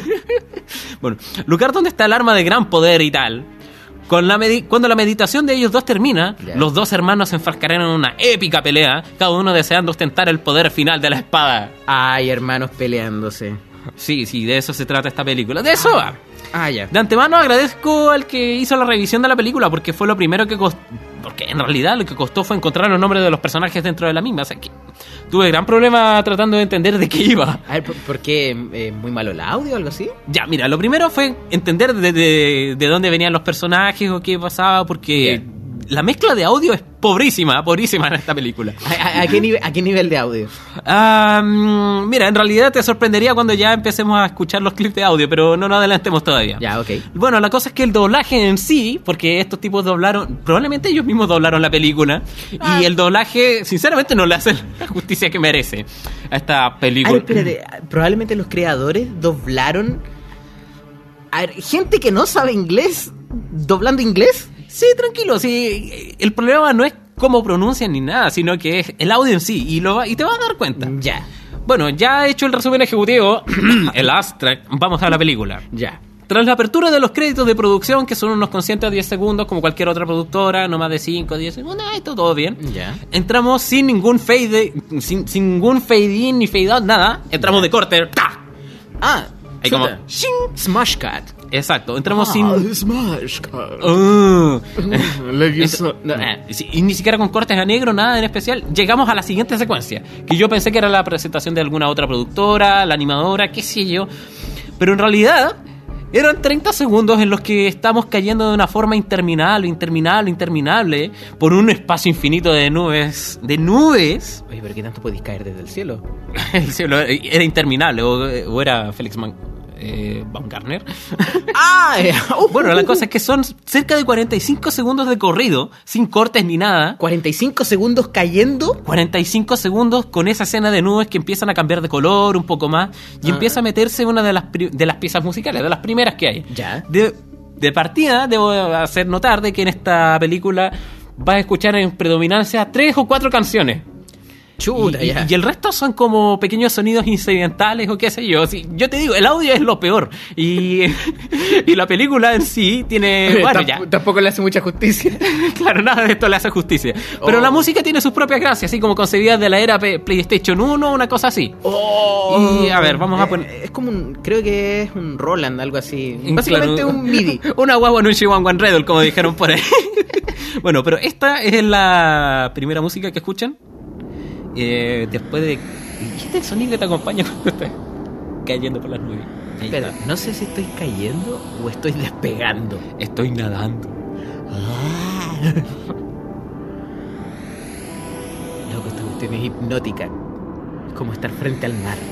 Bueno, lugar donde está el arma de gran poder y tal. Con la medi- cuando la meditación de ellos dos termina, Ya. los dos hermanos se enfrascarán en una épica pelea, cada uno deseando ostentar el poder final de la espada. Ay, hermanos peleándose. Sí, sí, de eso se trata esta película. De eso va. Ah, ya. De antemano agradezco al que hizo la revisión de la película, porque fue lo primero que costó. Porque en realidad lo que costó fue encontrar los nombres de los personajes dentro de la misma. O sea que tuve gran problema tratando de entender de qué iba. A ver, ¿por, por qué? Eh, ¿Muy malo el audio o algo así? Ya, mira, lo primero fue entender de, de, de dónde venían los personajes o qué pasaba, porque la mezcla de audio es pobrísima, pobrísima en esta película. ¿A, a- a qué, nivel, ¿A qué nivel de audio? Ah, mm, mira, en realidad te sorprendería cuando ya empecemos a escuchar los clips de audio, pero no nos adelantemos todavía. Ya, ok. Bueno, la cosa es que el doblaje en sí, porque estos tipos doblaron, probablemente ellos mismos doblaron la película, Ah. y el doblaje, sinceramente, no le hace la justicia que merece a esta Ay, película. espérate, probablemente los creadores doblaron... A ver, gente que no sabe inglés, doblando inglés. Sí, tranquilo, sí. El problema no es cómo pronuncian ni nada, sino que es el audio en sí, y, lo, va- y te vas a dar cuenta. Ya, Bueno, ya he hecho el resumen ejecutivo, el abstract, vamos a la película. ya. Tras la apertura de los créditos de producción, que son unos conscientes de diez segundos, como cualquier otra productora, no más de cinco, diez segundos, esto todo bien. Ya. Entramos sin ningún fade, sin, sin ningún fade in ni fade out, nada. Entramos de corte, ¡ta! Ah, Ahí como, chuta. Smash Cut. exacto, entramos Ah, sin... Smash Cut. Uh, Like you Esto- saw- no. eh, sí, y ni siquiera con cortes a negro, nada en especial. Llegamos a la siguiente secuencia, que yo pensé que era la presentación de alguna otra productora, la animadora, qué sé yo. Pero en realidad eran treinta segundos en los que estamos cayendo de una forma interminable, interminable, interminable, por un espacio infinito de nubes. De nubes. Oye, pero ¿qué tanto podéis caer desde el cielo? El cielo era interminable, o, o era Félix Man, eh, Baumgartner. ¡Ah! Bueno, la cosa es que son cerca de cuarenta y cinco segundos de corrido, sin cortes ni nada. cuarenta y cinco segundos cayendo. cuarenta y cinco segundos con esa escena de nubes que empiezan a cambiar de color un poco más y Ah. empieza a meterse una de las, pri- de las piezas musicales, de las primeras que hay. Ya. De, de partida, debo hacer notar de que en esta película vas a escuchar en predominancia tres o cuatro canciones. Chuta, y, ya. y- y el resto son como pequeños sonidos incidentales o qué sé yo. Sí, yo te digo, el audio es lo peor. Y, y la película en sí tiene... Bueno, Tamp- ya. Tampoco le hace mucha justicia. Claro, nada de esto le hace justicia. Pero Oh. la música tiene sus propias gracias, así como concebidas de la era P- PlayStation uno, una cosa así. Y a ver, vamos a poner... Eh, Es como un. Creo que es un Roland, algo así. Claro, Básicamente un MIDI. Una guagua en un Chihuahua Redol, como dijeron por ahí. Bueno, pero esta es la primera música que escuchan. Eh, después de... ¿Qué es el sonido que te acompaña cuando estás cayendo por las nubes? Ahí Pero está. no sé si estoy cayendo o estoy despegando. Estoy nadando. Loco, esta cuestión es hipnótica. Es como estar frente al mar.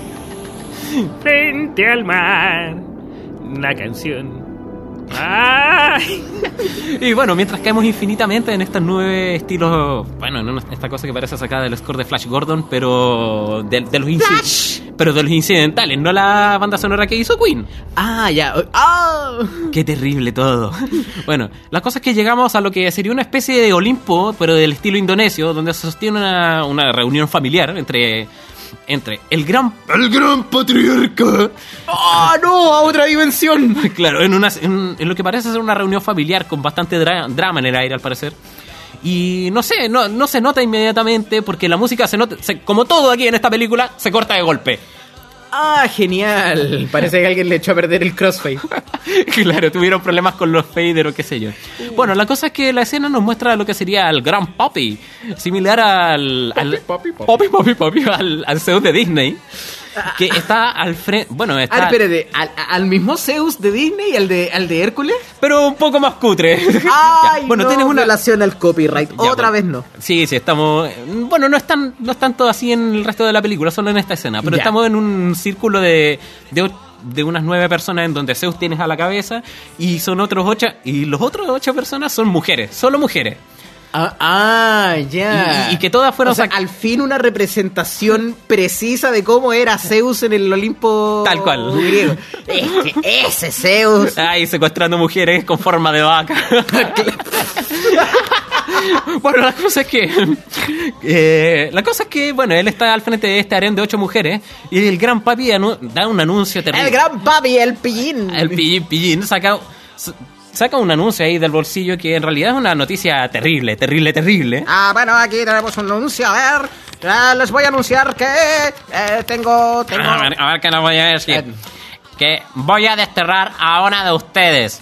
Frente al mar. Una canción. ¡Ay! Y bueno, mientras caemos infinitamente en estos nueve estilos, bueno, en una- esta cosa que parece sacada del score de Flash Gordon, pero de, de los inci- pero de los incidentales, no la banda sonora que hizo Queen. Ah, ya. ¡Ah! Qué terrible todo. Bueno, la cosa es que llegamos a lo que sería una especie de Olimpo, pero del estilo indonesio, donde se sostiene una, una reunión familiar entre, entre el gran... ¡El gran patriarca! ¡Ah, no! ¡A otra dimensión! Claro, en, una, en, en lo que parece ser una reunión familiar con bastante dra- drama en el aire, al parecer. Y no sé, no, no se nota inmediatamente porque la música se nota, se- como todo aquí en esta película, se corta de golpe. Ah, genial. Parece que alguien le echó a perder el crossfade. Claro, tuvieron problemas con los fader o qué sé yo. Bueno, la cosa es que la escena nos muestra lo que sería el Gran Papi, similar al... al Papi, papi, papi, papi, papi, al, al Zeus de Disney, que está al frente... Bueno, está... Ah, espérate, ¿al, al mismo Zeus de Disney y al de, al de Hércules? Pero un poco más cutre. Ay, bueno, no, tienes una relación al copyright. Ya, Otra bueno. vez no. Sí, sí, estamos... Bueno, no es, tan, no es tanto así en el resto de la película, solo en esta escena. Pero Ya. estamos en un círculo de, de, de unas nueve personas en donde Zeus tienes a la cabeza y son otros ocho... Y los otros ocho personas son mujeres, solo mujeres. Ah, ah, ya. Y, y que todas fueron... O sea, al fin una representación precisa de cómo era Zeus en el Olimpo Tal cual. griego. Es que ese Zeus... Ay, secuestrando mujeres con forma de vaca. Bueno, la cosa es que... eh, la cosa es que, bueno, él está al frente de este harén de ocho mujeres y el Gran Papi anu- da un anuncio terrible. El Gran Papi, el pillín. El pillín, pillín, saca... Saca un anuncio ahí del bolsillo que en realidad es una noticia terrible, terrible, terrible. Ah, bueno, aquí tenemos un anuncio. A ver, eh, les voy a anunciar que eh, tengo... tengo... A ver, a ver qué les voy a decir. Eh. Que voy a desterrar a una de ustedes.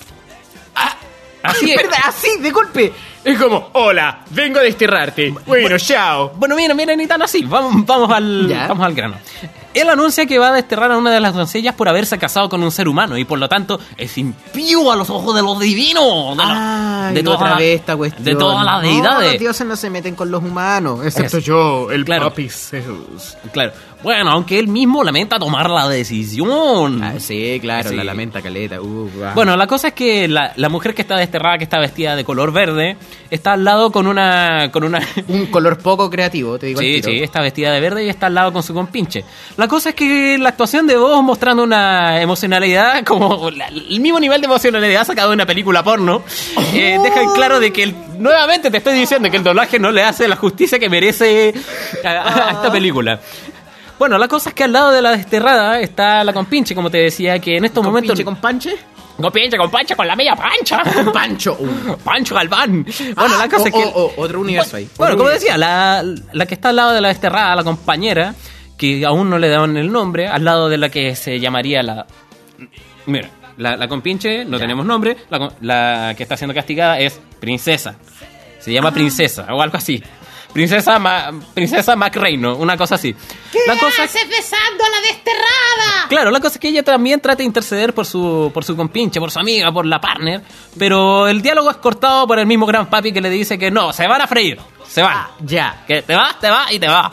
Así es. ¿Verdad? Así, de golpe. Es como, hola, vengo a desterrarte. Bueno, chao. Bueno, mira, mira, ni tan así. Vamos, vamos, al, ¿Ya? vamos al grano. Él anuncia que va a desterrar a una de las doncellas por haberse casado con un ser humano y por lo tanto es impío a los ojos de los divinos. De, la- Ay, de toda otra la- vez esta cuestión. de todas las No, deidades. los dioses no se meten con los humanos, excepto Es- yo, el claro. papi Zeus. Claro. Bueno, aunque él mismo lamenta tomar la decisión. Ah, sí, claro, Sí. la lamenta caleta. Uh, ah. Bueno, la cosa es que la, la mujer que está desterrada, que está vestida de color verde, está al lado con una... Con una un color poco creativo, te digo al Sí, tiro. sí, está vestida de verde y está al lado con su compinche. La cosa es que la actuación de voz mostrando una emocionalidad, como la- el mismo nivel de emocionalidad sacado de una película porno, eh, deja en claro de que, el- nuevamente te estoy diciendo que el doblaje no le hace la justicia que merece a, a- a esta película. Bueno, la cosa es que al lado de la desterrada está la compinche, como te decía, que en estos ¿Con momentos... pinche con panche? Compinche, con Pancha, con la media pancha. Pancho. Uh. Pancho Galván. Bueno, Ah, la cosa oh, es que... oh, oh, otro universo ahí. Bueno, Otro como universo. decía, la, la que está al lado de la desterrada, la compañera, que aún no le dan el nombre, al lado de la que se llamaría la... Mira, la, la compinche, no Ya. tenemos nombre, la, con- la que está siendo castigada es Princesa. Se llama Princesa, o algo así. Princesa Ma, Princesa MacReino, una cosa así. ¿Qué La cosa es- haces besando a la desterrada? Claro, la cosa es que ella también trata de interceder por su, por su compinche, por su amiga, por la partner, pero el diálogo es cortado por el mismo Gran Papi que le dice que no, se van a freír, se van. Ya. Que te vas, te vas y te vas.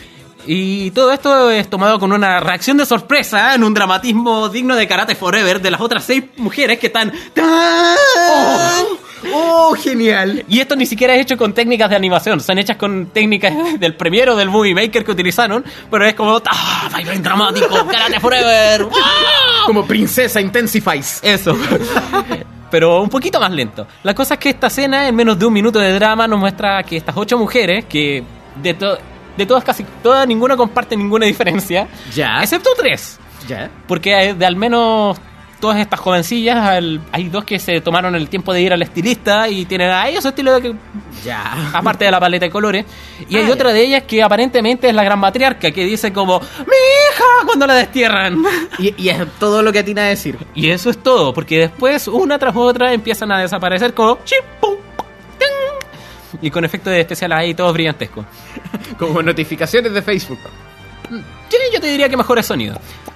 Y todo esto es tomado con una reacción de sorpresa, ¿eh? En un dramatismo digno de Karate Forever de las otras seis mujeres que están... Oh, oh, genial. Y esto ni siquiera es hecho con técnicas de animación, son hechas con técnicas del Premiere o del Movie Maker que utilizaron, pero es como... ¡Ah! ¡Baile dramático! ¡Karate Forever! ¡Wow! Como princesa intensifies. Eso. Pero un poquito más lento. La cosa es que esta escena, en menos de un minuto de drama, nos muestra que estas ocho mujeres, que de, to- de todas, casi todas, ninguna comparte ninguna diferencia, Ya. excepto tres. Ya. Porque hay- de al menos todas estas jovencillas, al- hay dos que se tomaron el tiempo de ir al estilista y tienen ahí su estilo de que, Ya. aparte de la paleta de colores. Y hay Ah, otra de ellas que aparentemente es la gran matriarca, que dice como ¡mi hija! Cuando la destierran. Y, y es todo lo que atina a decir. Y eso es todo, porque después una tras otra empiezan a desaparecer como chip, pum, ting, y con efectos especiales ahí todos brillantescos. Como notificaciones de Facebook. Yo, yo te diría que mejor es sonido.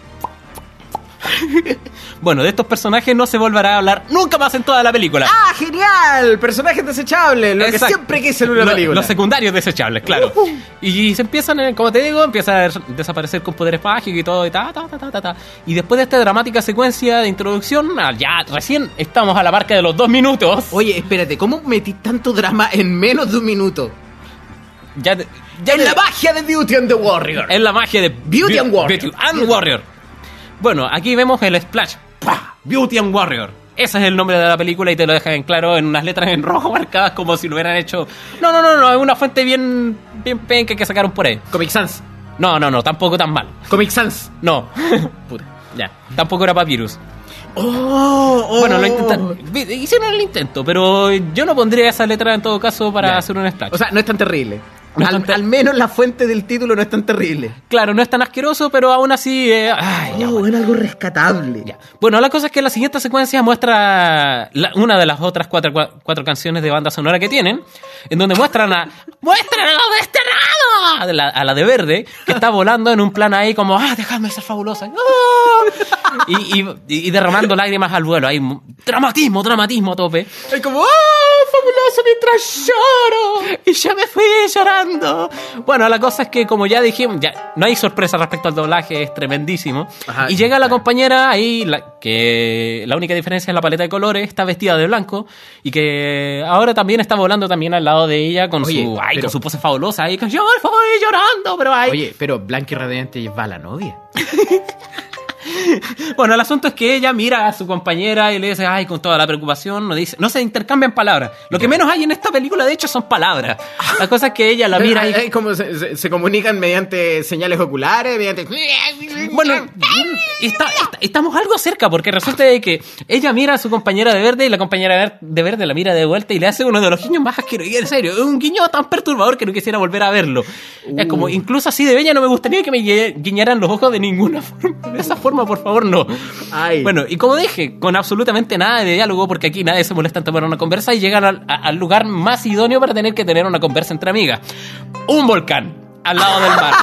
Bueno, de estos personajes no se volverá a hablar nunca más en toda la película. ¡Ah, genial! Personajes desechables, lo Exacto. que siempre quise en una Lo- película. Los secundarios desechables, claro. Y se empiezan, eh, como te digo, empiezan a des- desaparecer con poderes mágicos y todo, y ta, ta, ta, ta, ta, ta. Y después de esta dramática secuencia de introducción, ah, ya recién estamos a la marca de los dos minutos. Oye, espérate, ¿cómo metí tanto drama en menos de un minuto? Ya, te- ya En te- la magia de Beauty and the Warrior. Es la magia de Beauty and Warrior. Beauty and Warrior. Bueno, aquí vemos el splash. ¡Pah! Beauty and Warrior. Ese es el nombre de la película y te lo dejan en claro en unas letras en rojo marcadas como si lo hubieran hecho. No, no, no, no, es una fuente bien, bien penca que sacaron por ahí. Comic Sans. No, no, no, tampoco tan mal. Comic Sans. No. Puta, ya. Tampoco era Papyrus. Oh, oh. Bueno, lo intentaron. Vi- Hicieron el intento, pero yo no pondría esa letra en todo caso para Ya. hacer un splash. O sea, no es tan terrible. No al, tan, al menos la fuente del título no es tan terrible. Claro, no es tan asqueroso, pero aún así... Eh, ay, oh, ya, bueno. es algo rescatable. Ya. Bueno, la cosa es que la siguiente secuencia muestra la, una de las otras cuatro, cuatro, cuatro canciones de banda sonora que tienen, en donde muestran a... ¡Muestran a los desterrados! A la, a la de Verde, que está volando en un plan ahí como... ¡Ah, déjame ser fabulosa! ¡Ah! Y, y, y derramando lágrimas al vuelo. Hay dramatismo, dramatismo a tope. Es como... ¡Ah, fabuloso mientras lloro! Y ya me fui llorando. Bueno, la cosa es que, como ya dijimos, ya no hay sorpresa respecto al doblaje, es tremendísimo. Ajá, y llega la claro. compañera ahí, la, que la única diferencia es la paleta de colores, está vestida de blanco y que ahora también está volando también al lado de ella con Oye, su ay, pero- con su pose fabulosa ahí, con yo voy llorando, pero ay. Oye, pero Blanca y Radiante va a la novia. Bueno, el asunto es que ella mira a su compañera y le dice, ay, con toda la preocupación, no dice, no se intercambian palabras. Lo que menos hay en esta película, de hecho, son palabras. La cosa es que ella la mira y... Es como se, se- se comunican mediante señales oculares, mediante... Bueno, está- está- estamos algo cerca porque resulta de que ella mira a su compañera de verde y la compañera de ver- de verde la mira de vuelta y le hace uno de los guiños más asquerosos. En serio, es un guiño tan perturbador que no quisiera volver a verlo. Es como, incluso así de bella no me gustaría que me gui- guiñaran los ojos de ninguna forma. De esa forma, por favor, no. Ay. Bueno, y como dije, con absolutamente nada de diálogo porque aquí nadie se molesta en tomar una conversa y llegan al, a- al lugar más idóneo para tener que tener una conversa entre amigas. Un volcán al lado del mar.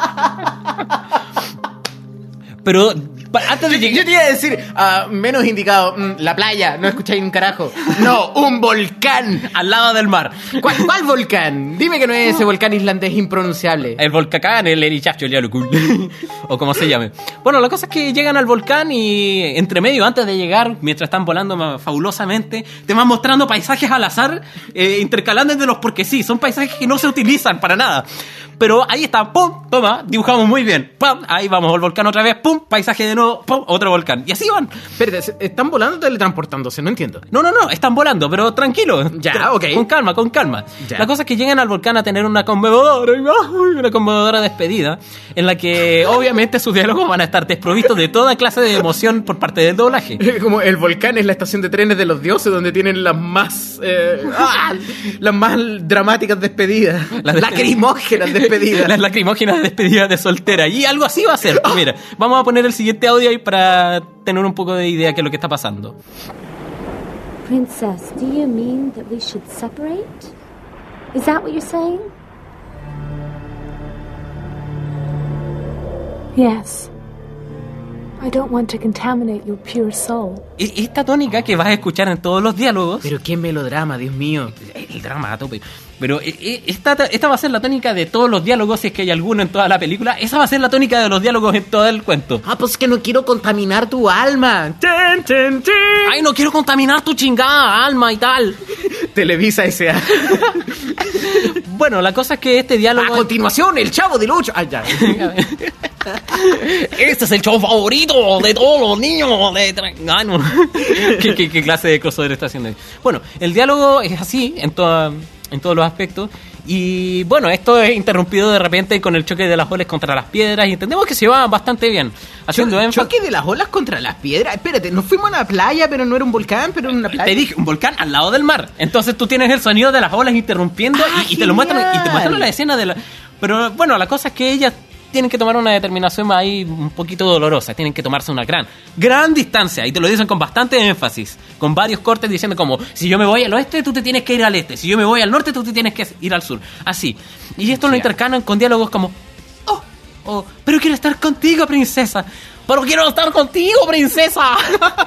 Pero pa- antes de Yo, llegar... yo te iba a decir, ah, menos indicado, mm, la playa, no escucháis un carajo. No, un volcán. Al lado del mar. ¿Cuál, cuál volcán? Dime que no es ese volcán islandés impronunciable. El volcán, el Erichacho, el Yalukul. O como se llame. Bueno, la cosa es que llegan al volcán y entre medio, antes de llegar, mientras están volando ma- fabulosamente, te van mostrando paisajes al azar, eh, intercalando entre los porque sí, son paisajes que no se utilizan para nada. Pero ahí está, pum, toma, dibujamos muy bien. Pum, ahí vamos al volcán otra vez, pum, paisaje de nuevo, pum, otro volcán. Y así van. Espérate, ¿se- ¿están volando o teletransportándose? No entiendo. No, no, no, están volando, pero tranquilo. Ya, Tra- ok. Con calma, con calma. Ya. La cosa es que llegan al volcán a tener una conmovedora, una conmovedora despedida, en la que obviamente sus diálogos van a estar desprovistos de toda clase de emoción por parte del doblaje. Como el volcán es la estación de trenes de los dioses donde tienen las más eh, ah, las más dramáticas despedidas, Las despe- lacrimógenas despedidas. Las lacrimógenas de despedida de soltera. Y algo así va a ser. Mira, vamos a poner el siguiente audio ahí para tener un poco de idea de qué es lo que está pasando. Princess, do you mean that we should separate? Is that what you're saying? Yes. I don't want to contaminate your pure soul. E- Esta tónica que vas a escuchar en todos los diálogos. Pero qué melodrama, Dios mío. El drama a tope. Pero eh, eh, esta, esta va a ser la tónica de todos los diálogos, si es que hay alguno en toda la película. Esa va a ser la tónica de los diálogos en todo el cuento. Ah, pues que no quiero contaminar tu alma. Ay, no quiero contaminar tu chingada alma y tal. Televisa S A. Bueno, la cosa es que este diálogo... A continuación, el Chavo del Ocho. Ah, ya. Este es el show favorito de todos los niños de... tra- Ah, no. ¿Qué, qué, qué clase de crossover está haciendo ahí? Bueno, el diálogo es así en, toda, en todos los aspectos. Y bueno, esto es interrumpido de repente con el choque de las olas contra las piedras. Y entendemos que se va bastante bien. Haciendo Cho- énfasis... Choque de las olas contra las piedras. Espérate, nos fuimos a una playa, pero no era un volcán, pero era una playa. Te dije, un volcán al lado del mar. Entonces tú tienes el sonido de las olas interrumpiendo Ah, y, y te lo muestran y te genial. muestran la escena de la... Pero bueno, la cosa es que ellas tienen que tomar una determinación ahí un poquito dolorosa. Tienen que tomarse una gran, gran distancia. Y te lo dicen con bastante énfasis. Con varios cortes diciendo como, si yo me voy al oeste, tú te tienes que ir al este. Si yo me voy al norte, tú te tienes que ir al sur. Así. Y esto lo intercalan con diálogos como, oh, oh, pero quiero estar contigo, princesa. Pero quiero estar contigo, princesa.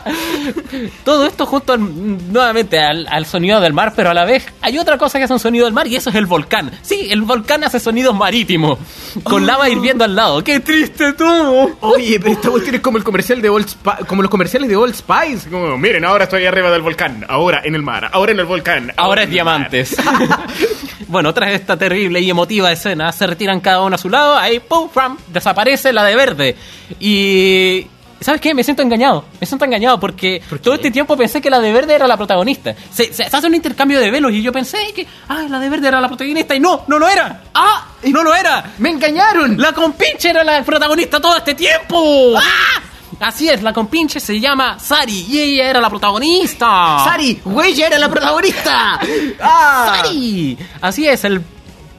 Todo esto junto al- nuevamente al, al sonido del mar, pero a la vez hay otra cosa que hace un sonido del mar y eso es el volcán. Sí, el volcán hace sonidos marítimos, con lava hirviendo al lado. ¡Qué triste tú! Oye, pero esta cuestión es como el comercial de Old Spi- como los comerciales de Old Spice. Como, miren, ahora estoy arriba del volcán, ahora en el mar, ahora en el volcán. Ahora es en el diamantes. Bueno, tras esta terrible y emotiva escena, se retiran cada uno a su lado, ahí pum, pam, desaparece la de verde. Y ¿sabes qué? Me siento engañado. Me siento engañado porque todo este tiempo pensé que la de verde era la protagonista. Se, se, se hace un intercambio de velos y yo pensé que, ah, la de verde era la protagonista y no, no lo era. ¡Ah! ¡No lo era! ¡Me engañaron! ¡La compinche era la protagonista todo este tiempo! ¡Ah! Así es, la compinche se llama Sari y ella era la protagonista. ¡Sari! ¡Güey, ya era la protagonista! ¡Ah! ¡Sari! Así es, el...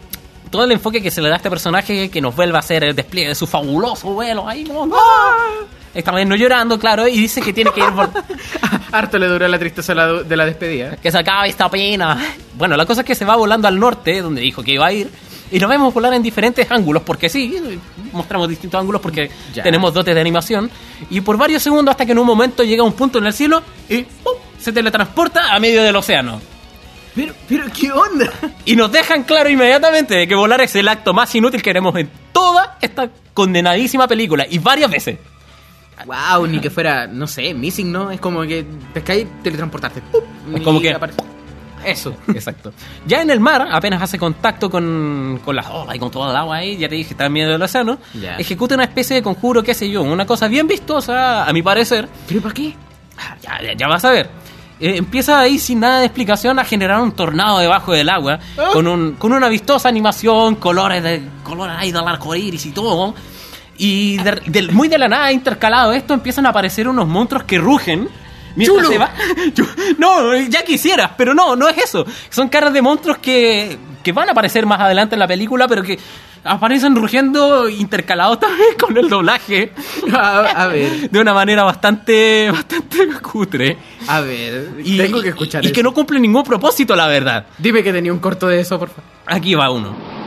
todo el enfoque que se le da a este personaje, que nos vuelve a hacer el despliegue de su fabuloso vuelo. Ahí no, no. Esta vez no llorando, claro, y dice que tiene que ir por... Harto le duró la tristeza de la, de la despedida. Que se acaba esta pena. Bueno, la cosa es que se va volando al norte, donde dijo que iba a ir, y nos vemos volar en diferentes ángulos, porque sí, mostramos distintos ángulos porque ya. tenemos dotes de animación, y por varios segundos hasta que en un momento llega a un punto en el cielo y ¡pum!, se teletransporta a medio del océano. Pero, pero, ¿qué onda? Y nos dejan claro inmediatamente de que volar es el acto más inútil que haremos en toda esta condenadísima película, y varias veces. Wow, ni que fuera, no sé, missing, ¿no? Es como que pescáis, teletransportaste. ¡Pum! Es como que... Apare- Eso, exacto. Ya en el mar, apenas hace contacto con, con las olas y con todo el agua ahí, ya te dije, está en medio del océano, ya. ejecuta una especie de conjuro, qué sé yo, una cosa bien vistosa, a mi parecer. ¿Pero para qué? Ya, ya, ya vas a ver. Eh, empieza ahí sin nada de explicación a generar un tornado debajo del agua, ¿Ah? con, un, con una vistosa animación, colores de colores ahí del arco iris y todo. Y de, de, muy de la nada, intercalado esto, empiezan a aparecer unos monstruos que rugen. Mientras se va... No, ya quisieras, pero no, no es eso. Son caras de monstruos que, que van a aparecer más adelante en la película, pero que aparecen rugiendo intercalados también con el doblaje. A, a ver. De una manera bastante, bastante cutre. A ver, y, tengo que escuchar y, eso. Y que no cumple ningún propósito, la verdad. Dime que tenía un corto de eso, por favor. Aquí va uno.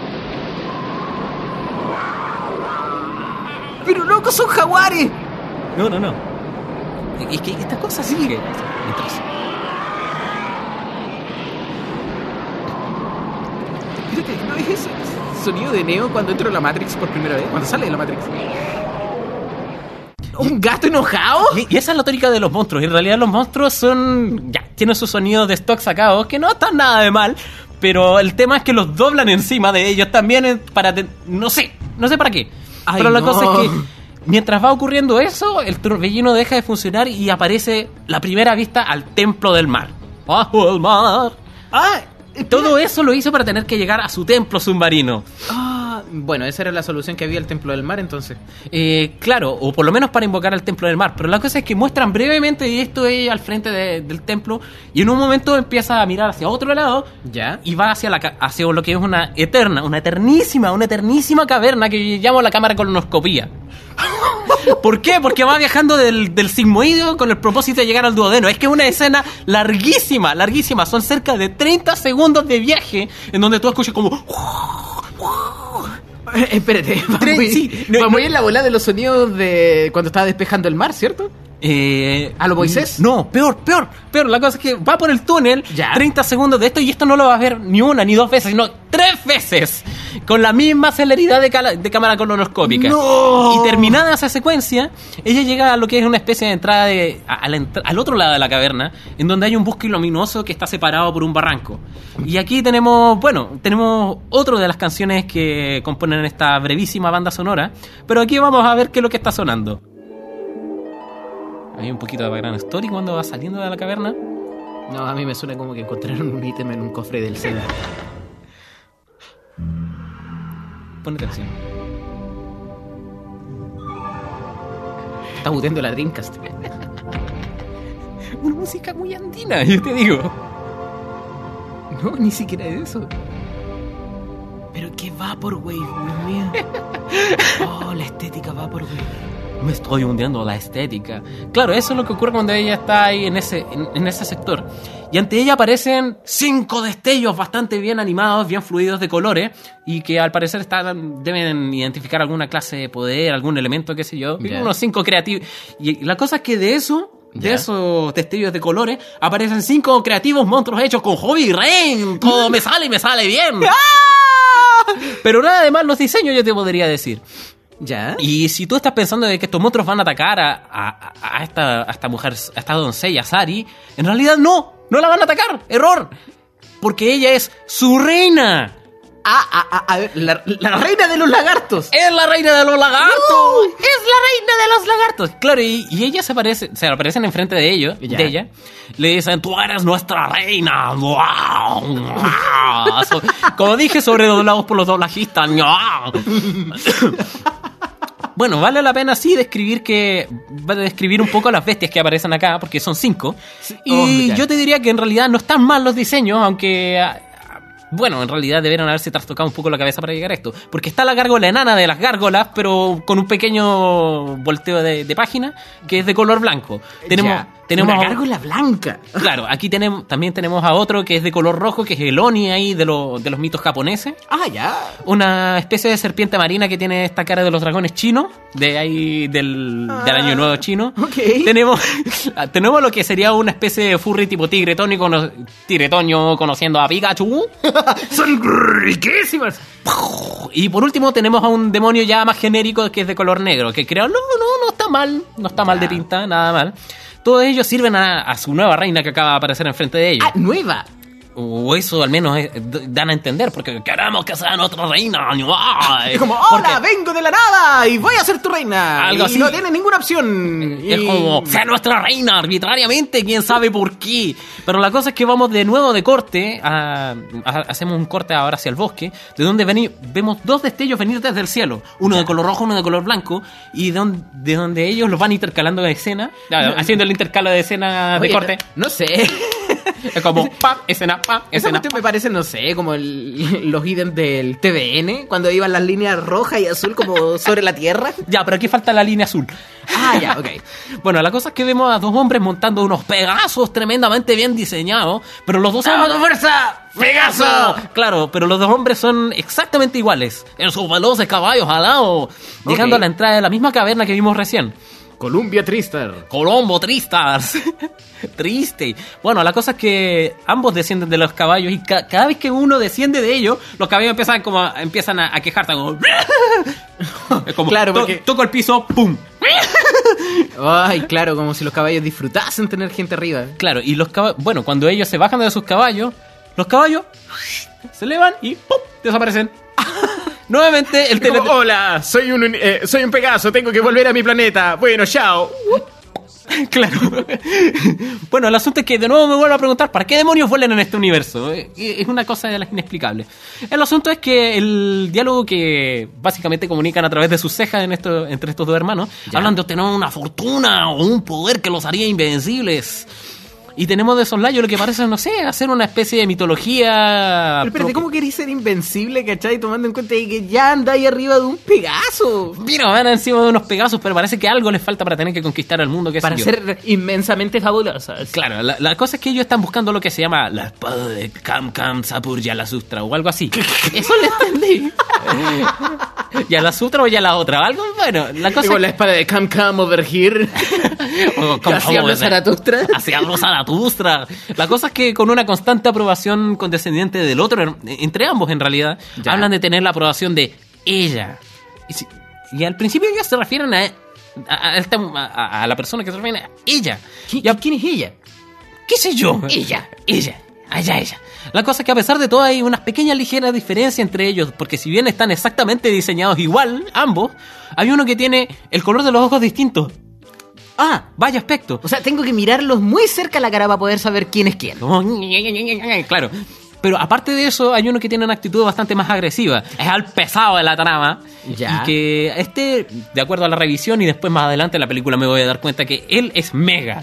¡Pero loco, son jaguares! No, no, no. Es que esta cosa sigue. Mientras... ¿No es ese sonido de Neo cuando entra en la Matrix por primera vez? Cuando sale de la Matrix. ¿Un gato enojado? Y, y esa es la tónica de los monstruos. En realidad los monstruos son... Ya, tienen sus sonidos de stock sacados, que no están nada de mal, pero el tema es que los doblan encima de ellos también para... Te, no sé, no sé para qué. Ay, pero la no. cosa es que mientras va ocurriendo eso, el torbellino deja de funcionar y aparece la primera vista al templo del mar. ¡Bajo el mar! ¡Ah! Todo eso lo hizo para tener que llegar a su templo submarino. Ah, bueno, esa era la solución que había al templo del mar, entonces. Eh, claro, o por lo menos para invocar al templo del mar. Pero la cosa es que muestran brevemente esto ella al frente de, del templo, y en un momento empieza a mirar hacia otro lado, ya, y va hacia la hacia lo que es una eterna, una eternísima, una eternísima caverna que llamo la cámara colonoscopía. ¿Por qué? Porque va viajando del, del sigmoideo con el propósito de llegar al duodeno. Es que es una escena larguísima, larguísima. Son cerca de treinta segundos de viaje en donde tú escuchas como... Eh, espérate, va Tre- muy, sí, no, va no, muy en la bola de los sonidos de cuando estaba despejando el mar, ¿cierto? Eh, ¿A lo Moisés? No, peor, peor, peor. La cosa es que va por el túnel, ya, treinta segundos de esto, y esto no lo vas a ver ni una ni dos veces, sino tres veces, con la misma celeridad de, cala, de cámara colonoscópica. ¡No! Y terminada esa secuencia, ella llega a lo que es una especie de entrada de, a, a la entra, al otro lado de la caverna, en donde hay un bosque luminoso que está separado por un barranco. Y aquí tenemos, bueno, tenemos otro de las canciones que componen esta brevísima banda sonora, pero aquí vamos a ver qué es lo que está sonando. Hay un poquito de background story cuando va saliendo de la caverna. No, a mí me suena como que encontraron un ítem en un cofre del Zelda. Pon atención. Está buteando la Dreamcast. Una música muy andina, yo te digo. No, ni siquiera eso. Pero qué Vaporwave, Dios mío. Oh, la estética Vaporwave. Me estoy hundiendo la estética. Claro, eso es lo que ocurre cuando ella está ahí en ese, en, en ese sector. Y ante ella aparecen cinco destellos bastante bien animados, bien fluidos de colores, y que al parecer están, deben identificar alguna clase de poder, algún elemento, qué sé yo. Yeah. Unos cinco creativos. Y la cosa es que de eso... De yeah. esos destellos de colores aparecen cinco creativos monstruos hechos con Hobby Rain. Todo me sale y me sale bien. Pero nada de mal los diseños, yo te podría decir. ¿Ya? Y si tú estás pensando de que estos monstruos van a atacar a, a, a, esta, a esta mujer, a esta doncella, Sari, en realidad no, no la van a atacar. Error. Porque ella es su reina. Ah, ah, ah, a ver, la, la reina de los lagartos. Es la reina de los lagartos. No, es la reina de los lagartos. Claro, y, y ella se aparece, se aparecen enfrente de ellos, de ella. Le dicen, tú eres nuestra reina. Wow, wow. So, como dije, sobredoblados por los doblajistas. Bueno, vale la pena sí describir que va a describir un poco las bestias que aparecen acá, porque son cinco. Y oh, yo te diría que en realidad no están mal los diseños, aunque Bueno, en realidad debieron haberse trastocado un poco la cabeza para llegar a esto. Porque está la gárgola enana de las gárgolas, pero con un pequeño volteo de, de página, que es de color blanco. Tenemos, Ya, tenemos una a- gárgola blanca. Claro, aquí tenemos, también tenemos a otro que es de color rojo, que es el Oni ahí de, lo- de los mitos japoneses. Ah, ya. Una especie de serpiente marina que tiene esta cara de los dragones chinos, de ahí del, del año nuevo chino. Ok. Tenemos, tenemos lo que sería una especie de furry tipo tigretón, cono, tigretón conociendo a Pikachu. Son riquísimas. Y por último tenemos a un demonio ya más genérico que es de color negro, que creo, no, no, no está mal, no está mal de pinta, nada mal. Todos ellos sirven a, a su nueva reina que acaba de aparecer enfrente de ellos. Ah, nueva. O eso al menos eh, d- dan a entender, porque queremos que sea nuestra reina. ¡Ay! Es como, Porque hola, vengo de la nada y voy a ser tu reina. Algo y así. no tienes ninguna opción. Es Y- como, sea nuestra reina arbitrariamente, quién sabe por qué. Pero la cosa es que vamos de nuevo de corte, a, a- hacemos un corte ahora hacia el bosque, de donde veni- vemos dos destellos venir desde el cielo, uno de color rojo, uno de color blanco, y de, don- de donde ellos los van intercalando de escena, ah, haciendo el intercalo de escena de Oye, corte. No, no sé. Es como, pam, escena, pam, Esa escena. cuestión me parece, no sé, como el- los ítems del T V N, cuando iban las líneas roja y azul como sobre la tierra. Ya, pero aquí falta la línea azul. Ah, ya, ok. Bueno, la cosa es que vemos a dos hombres montando unos Pegasos tremendamente bien diseñados, pero los dos son... ¡Vamos, fuerza! ¡Pegaso! Claro, pero los dos hombres son exactamente iguales, en sus veloces caballos alados, llegando Ok. a la entrada de la misma caverna que vimos recién. Columbia Tristar. Colombo, Tristas. Triste. Bueno, la cosa es que ambos descienden de los caballos y ca- cada vez que uno desciende de ellos, los caballos empiezan como a, empiezan a, a quejarse como... Es como, Claro, to- porque- toco el piso, ¡pum! Ay, claro, como si los caballos disfrutasen tener gente arriba. Claro, y los caballos, bueno, cuando ellos se bajan de sus caballos, los caballos se elevan y ¡pum! Desaparecen. Nuevamente el tele... Como, hola, soy un, eh, soy un Pegaso, tengo que volver a mi planeta. Bueno, chao. Claro. Bueno, el asunto es que de nuevo me vuelvo a preguntar, ¿para qué demonios vuelan en este universo? Eh, Es una cosa de las inexplicables. El asunto es que el diálogo que básicamente comunican a través de sus cejas en esto, entre estos dos hermanos, Ya. hablan de obtener una fortuna o un poder que los haría invencibles. Y tenemos de soslayo lo que parece, no sé, hacer una especie de mitología... Pero espérate, propia. ¿cómo querés ser invencible, cachai? Tomando en cuenta que ya anda ahí arriba de un Pegaso. Mira, van encima de unos Pegasos, pero parece que algo les falta para tener que conquistar al mundo. Que Para ser inmensamente fabulosas. Claro, la, la cosa es que ellos están buscando lo que se llama la espada de Kam Kam Sapur Yalasutra o algo así. Eso lo entendí. Yalasutra o Yala otra, algo bueno. La cosa Digo, es la espada de Cam Cam over here. o, como- Así habla como- Zaratustra. Así habla Zaratustra. La cosa es que con una constante aprobación condescendiente del otro, her- entre ambos en realidad, Ya. hablan de tener la aprobación de ella. Y, si- y al principio ellos se refieren a, a, a esta- a- a la persona que se refiere a ella. ¿Qui- Y a- ¿Quién es ella? ¿Qué sé yo? Ella. Ella. Allá ella. La cosa es que a pesar de todo hay unas pequeñas ligeras diferencias entre ellos, porque si bien están exactamente diseñados igual, ambos, hay uno que tiene el color de los ojos distinto. Ah, vaya aspecto. O sea, tengo que mirarlos muy cerca a la cara para poder saber quién es quién. Claro. Pero aparte de eso, hay uno que tiene una actitud bastante más agresiva. Es al pesado de la trama. Ya. Y que este, de acuerdo a la revisión y después más adelante en la película me voy a dar cuenta que él es Mega.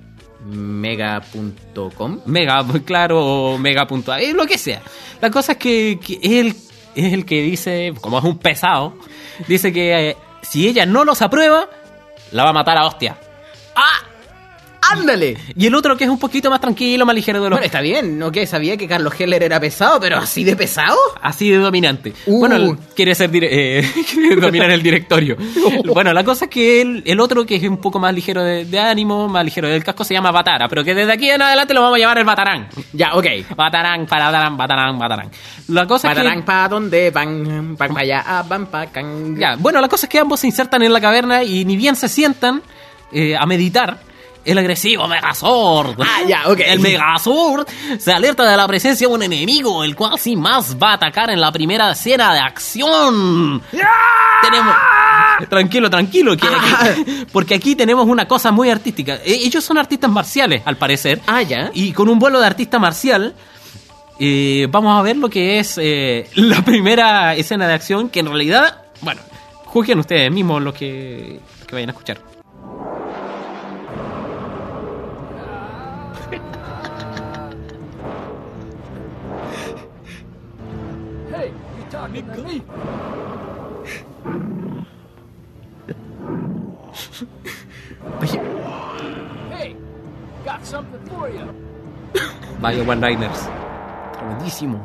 Mega punto com. Mega, claro, o Mega punto a, eh, lo que sea. La cosa es que, que él es el que dice, como es un pesado, dice que eh, si ella no los aprueba, la va a matar a hostia. ¡Ah! ¡Ándale! Y el otro que es un poquito más tranquilo, más ligero de los... Bueno, está bien, ¿no? Que sabía que Carlos Heller era pesado, pero así de pesado. Así de dominante. Uh. Bueno, él quiere ser dire- eh, quiere dominar el directorio. Bueno, la cosa es que él, el otro que es un poco más ligero de, de ánimo, más ligero del casco, se llama Batara, pero que desde aquí en adelante lo vamos a llamar el Batarán. Ya, ok. Batarán, Batarán, Batarán, Batarán. La cosa Patarán es que... pa' donde van, van pa' allá, ah, van pa' can. Ya, bueno, la cosa es que ambos se insertan en la caverna y ni bien se sientan eh, a meditar, el agresivo Megazord. Ah, ya, ok. El Megazord se alerta de la presencia de un enemigo, el cual sin más va a atacar en la primera escena de acción. Tenemos... Tranquilo, tranquilo, que aquí- porque aquí tenemos una cosa muy artística. E- Ellos son artistas marciales, al parecer. Ah, ya. Y con un vuelo de artista marcial, eh, vamos a ver lo que es eh, la primera escena de acción, que en realidad, bueno, juzguen ustedes mismos lo que, lo que vayan a escuchar. Hey, got something for you. Vaya one-liners. Tremendísimo.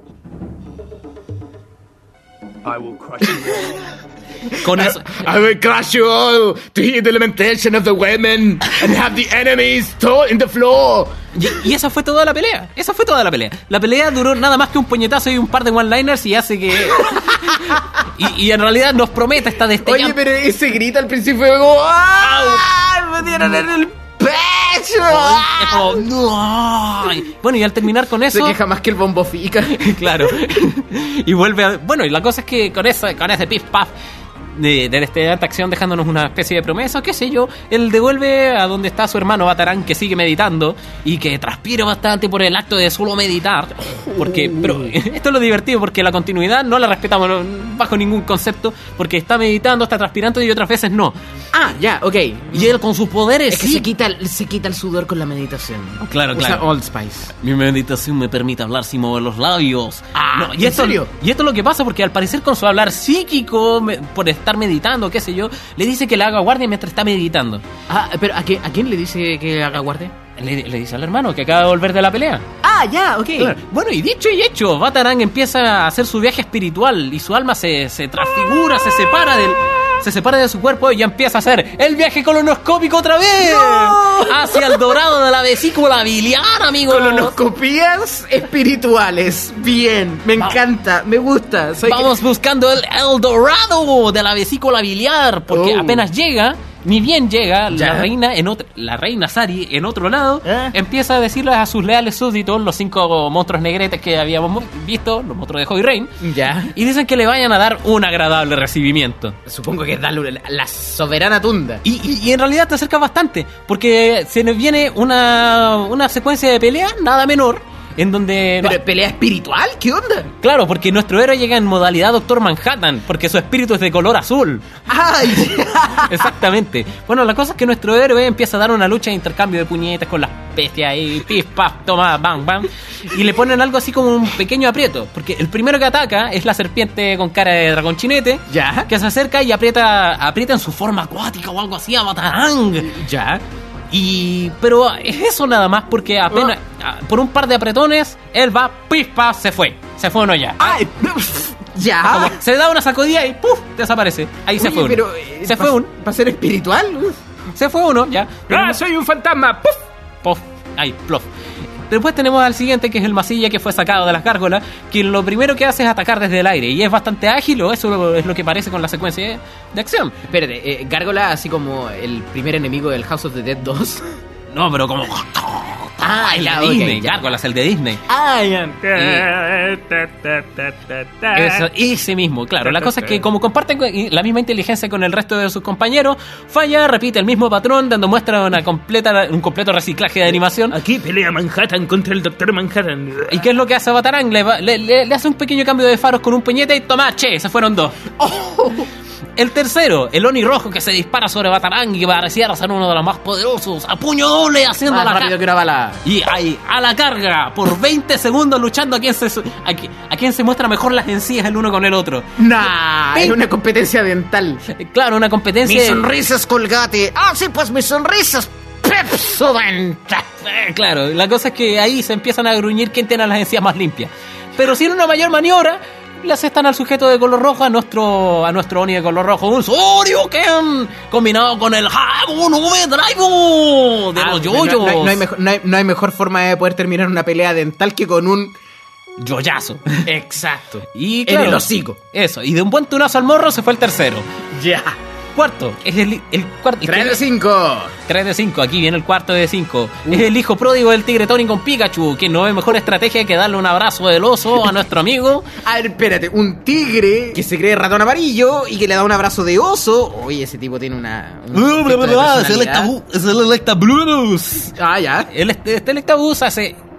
I will crush you. Con eso. I will crush you all to hear the lamentation of the women and have the enemies thrown in the floor. Y, y esa fue toda la pelea. Esa fue toda la pelea. La pelea duró nada más que un puñetazo y un par de one-liners y hace que... y, y en realidad nos promete esta destellante... Oye, pero ese grito al principio fue como... ¡ah! Me dieron en el pecho. Es como... no. Bueno, y al terminar con eso... Se queja más que el bombo fica. Claro. Y vuelve a... Bueno, y la cosa es que con, esa, con ese pif paf de, de esta acción dejándonos una especie de promesa, qué sé yo, él devuelve a donde está su hermano Batarang, que sigue meditando y que transpira bastante por el acto de solo meditar, porque pero esto es lo divertido, porque la continuidad no la respetamos bajo ningún concepto, porque está meditando, está transpirando y otras veces no. Ah, ya, ok. Y él con sus poderes es que sí. se quita, el, se quita el sudor con la meditación. Claro, Usa claro. Old Spice. Mi meditación me permite hablar sin mover los labios. Ah, no, y ¿en esto, serio? Y esto es lo que pasa, porque al parecer con su hablar psíquico, me, por estar meditando, qué sé yo, le dice que le haga guardia mientras está meditando. Ah, pero ¿a, qué, ¿a quién le dice que haga guardia? Le, le dice al hermano que acaba de volver de la pelea. Ah, ya, ok. Claro. Bueno, y dicho y hecho, Batarang empieza a hacer su viaje espiritual y su alma se, se transfigura, se separa del... Se separa de su cuerpo y ya empieza a hacer el viaje colonoscópico otra vez. ¡No! Hacia el dorado de la vesícula biliar, amigo. Colonoscopías espirituales. Bien, me encanta, me gusta. Soy Vamos que... buscando el, el dorado de la vesícula biliar. Porque oh. apenas llega, ni bien llega, ¿Ya? la reina en otra, la reina Sari en otro lado, ¿Eh? empieza a decirles a sus leales súbditos, los cinco monstruos negretes que habíamos visto, los monstruos de Hoy Rain, Ya. y dicen que le vayan a dar un agradable recibimiento. Supongo que es darle la, la soberana tunda. Y, y, y en realidad te acerca bastante, porque se nos viene una, una secuencia de pelea nada menor, en donde... ¿Pero pelea espiritual? ¿Qué onda? Claro, porque nuestro héroe llega en modalidad Doctor Manhattan, porque su espíritu es de color azul. ¡Ay! Exactamente. Bueno, la cosa es que nuestro héroe empieza a dar una lucha de intercambio de puñetas con las bestias y pif, paf, toma, bang, bang. Y le ponen algo así como un pequeño aprieto, porque el primero que ataca es la serpiente con cara de dragón chinete, Ya. que se acerca y aprieta, aprieta en su forma acuática o algo así a Batarang. Ya. Y... pero es eso nada más, porque apenas... Ah. por un par de apretones, él va, pispa, se fue. Se fue uno ya. ¡Ay! Ya. Como se da una sacudida y ¡puf! Desaparece. Ahí Oye, se fue uno. pero, eh, se fue ¿pa- uno. ¿Para ser espiritual? Se fue uno, ya. ¡Ah, soy un fantasma! ¡Puf! Puff. Ahí, plof. Después tenemos al siguiente, que es el masilla, que fue sacado de las gárgolas, que lo primero que hace es atacar desde el aire. Y es bastante ágil, o eso es lo que parece con la secuencia de, de acción. Espérate, eh, Gárgola, así como el primer enemigo del House of the Dead dos. No, pero como... Ah, el ya, de ok, Disney, ya. Gárgolas, el de Disney. Ah, ya. Eso, ese mismo, claro. La cosa es que como comparten la misma inteligencia con el resto de sus compañeros, falla, repite el mismo patrón, dando muestra de una completa, un completo reciclaje de animación. Aquí pelea Manhattan contra el Doctor Manhattan. ¿Y qué es lo que hace Batarang? Le, va- le, le- le hace un pequeño cambio de faros con un puñete y toma, che, se fueron dos. El tercero, el Oni rojo, que se dispara sobre Batarang y que pareciera ser uno de los más poderosos, a puño doble haciendo Más la rápido ca- que una bala. Y ahí, a la carga, por veinte segundos luchando a quien se, su- a, qui- a quien se muestra mejor las encías el uno con el otro. Nah, es una competencia dental. Claro, una competencia... Mi de- sonrisa es Colgate. Ah, sí, pues mi sonrisa es Pepsodent. Eh, Claro, la cosa es que ahí se empiezan a gruñir quién tiene las encías más limpias. Pero sin una mayor maniobra, le aceptan al sujeto de color rojo, a nuestro a nuestro Oni de color rojo, un Shoryuken combinado con el Habu no me Drive de Ah, los no, yoyos. no, no hay- no hay mejor, no, hay, no hay mejor forma de poder terminar una pelea dental que con un yoyazo. Exacto. Y En claro, el hocico. Eso, y de un buen tunazo al morro se fue el tercero. Ya. Cuarto, es el, el cuarto. tres de cinco. tres de cinco, aquí viene el cuarto de cinco. Es el hijo pródigo del tigre Tony con Pikachu, que no hay mejor estrategia que darle un abrazo del oso a nuestro amigo. A ver, espérate, un tigre que se cree ratón amarillo y que le da un abrazo de oso. Oye, ese tipo tiene una. un No, bla, conflicto bla, de bla, es el personalidad. Electabuzz. Es el Electabuzz. Ah, ya. El, este, este Electabuzz hace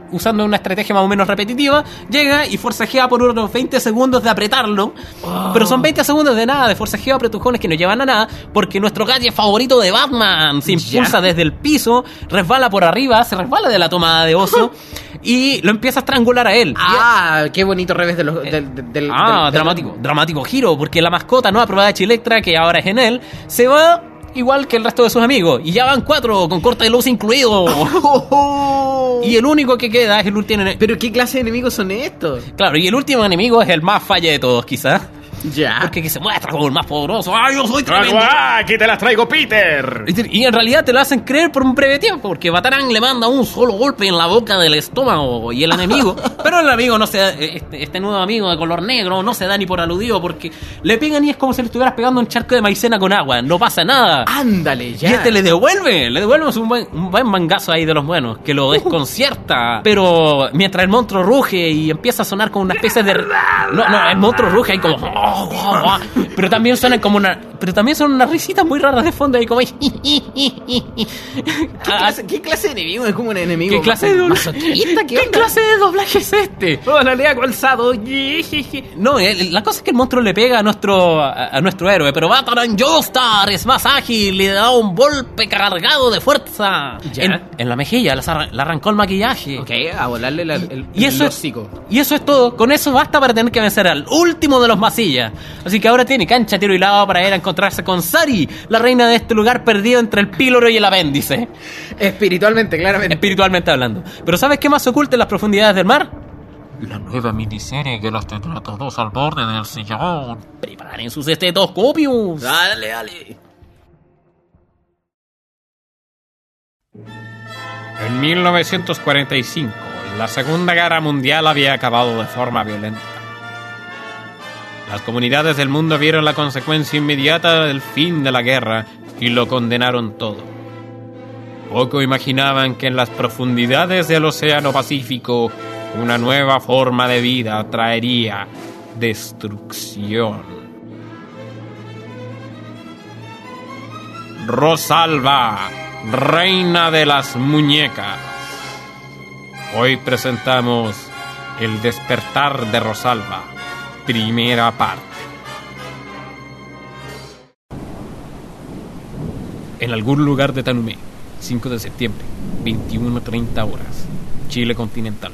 usando una estrategia más o menos repetitiva, llega y forcejea por unos veinte segundos de apretarlo. Oh. Pero son veinte segundos de nada, de forcejeo, apretujones que no llevan a nada, porque nuestro gadget favorito de Batman se impulsa ¿Ya? desde el piso, resbala por arriba, se resbala de la toma de oso y lo empieza a estrangular a él. Ah, qué bonito revés de los, del, del, del, Ah, del, dramático, del... dramático giro, porque la mascota no aprobada de Chilectra, que ahora es en él, se va igual que el resto de sus amigos. Y ya van cuatro, con corte de luz incluido. Y el único que queda es el último enemigo. ¿Pero qué clase de enemigos son estos? Claro, y el último enemigo es el más falla de todos, quizás. Ya. Porque que se muestra como el más poderoso. ¡Ay, yo soy tremendo! ¡Ah, aquí te las traigo, Peter! Y en realidad te lo hacen creer por un breve tiempo, porque Batarang le manda un solo golpe en la boca del estómago y el enemigo. Pero el amigo no se da, este, este nuevo amigo de color negro no se da ni por aludido, porque le pegan y es como si le estuvieras pegando un charco de maicena con agua. No pasa nada. ¡Ándale, ya! Y este le devuelve, le devuelve un buen, un buen mangazo ahí de los buenos, que lo desconcierta. Pero mientras el monstruo ruge y empieza a sonar como una especie de... No, no, el monstruo ruge ahí como... Oh, oh, oh. Pero también suenan como una... Pero también son unas risitas muy raras de fondo ahí como... ¿Qué clase, ¿Qué clase de enemigo? Es como un enemigo... ¿Qué clase de doblaje? ¿Qué, ¿Qué clase de doblaje es este? Hola, le hago alzado. No, la cosa es que el monstruo le pega a nuestro a, a nuestro héroe, pero Batarang Joestar es más ágil, le da un golpe cargado de fuerza en, en la mejilla, le arrancó el maquillaje. Ok, a volarle la, el, y, el eso hocico. Es, y eso es todo, con eso basta para tener que vencer al último de los masillas. Así que ahora tiene cancha, tiro y lado para ir a encontrarse con Sari, la reina de este lugar perdido entre el píloro y el apéndice. Espiritualmente, claramente. Espiritualmente hablando. Pero ¿sabes qué más se oculta en las profundidades del mar? La nueva miniserie que los tendrá todos al borde del sillón. Preparen sus estetoscopios. Dale, dale. En mil novecientos cuarenta y cinco, la Segunda Guerra Mundial había acabado de forma violenta. Las comunidades del mundo vieron la consecuencia inmediata del fin de la guerra y lo condenaron todo. Poco imaginaban que en las profundidades del Océano Pacífico una nueva forma de vida traería destrucción. Rosalba, reina de las muñecas. Hoy presentamos El despertar de Rosalba, primera parte. En algún lugar de Tanumé, cinco de septiembre, veintiuno treinta horas, Chile continental.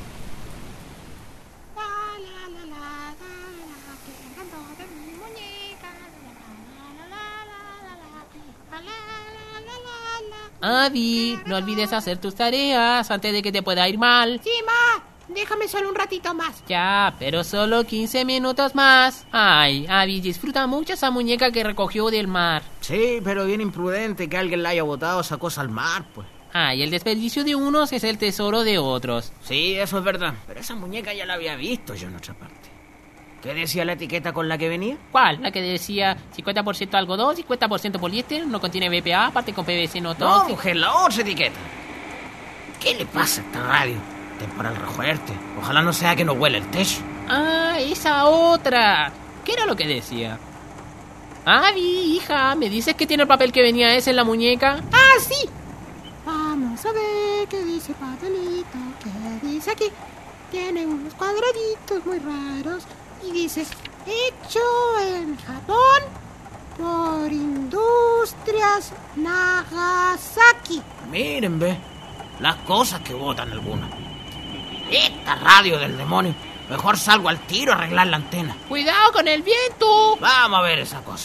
Abby, no olvides hacer tus tareas antes de que te pueda ir mal. Sí, ma. Déjame solo un ratito más. Ya, pero solo quince minutos más. Ay, Abby disfruta mucho esa muñeca que recogió del mar. Sí, pero bien imprudente que alguien la haya botado esa cosa al mar, pues. Ay, el desperdicio de unos es el tesoro de otros. Sí, eso es verdad. Pero esa muñeca ya la había visto yo en otra parte. ¿Qué decía la etiqueta con la que venía? ¿Cuál? La que decía cincuenta por ciento algodón, cincuenta por ciento poliéster, no contiene B P A, parte con P V C no tóxico. No, mujer, la otra etiqueta. ¿Qué le pasa a esta radio? Temporal refuerte. Ojalá no sea que no huele el techo. Ah, esa otra. ¿Qué era lo que decía? Abby, hija, ¿me dices que tiene el papel que venía ese en la muñeca? Ah, sí. Vamos a ver qué dice el papelito. ¿Qué dice aquí? Tiene unos cuadraditos muy raros. Y dice, hecho en Japón por Industrias Nagasaki. Miren, ve, las cosas que botan algunos. Esta radio del demonio. Mejor salgo al tiro a arreglar la antena. ¡Cuidado con el viento! Vamos a ver esa cosa.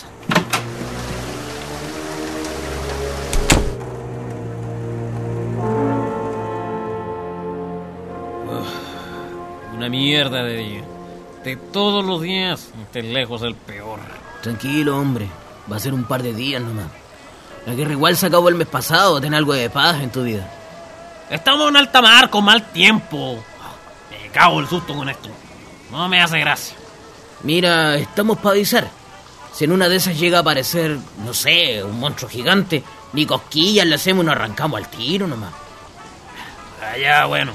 Uf, una mierda de día. De todos los días, esté lejos el peor. Tranquilo, hombre. Va a ser un par de días nomás. La guerra igual se acabó el mes pasado. Ten algo de paz en tu vida. Estamos en alta mar con mal tiempo. Me cago el susto con esto. No me hace gracia. Mira, estamos para avisar. Si en una de esas llega a aparecer, no sé, un monstruo gigante, ni cosquillas le hacemos y nos arrancamos al tiro nomás. Allá, bueno.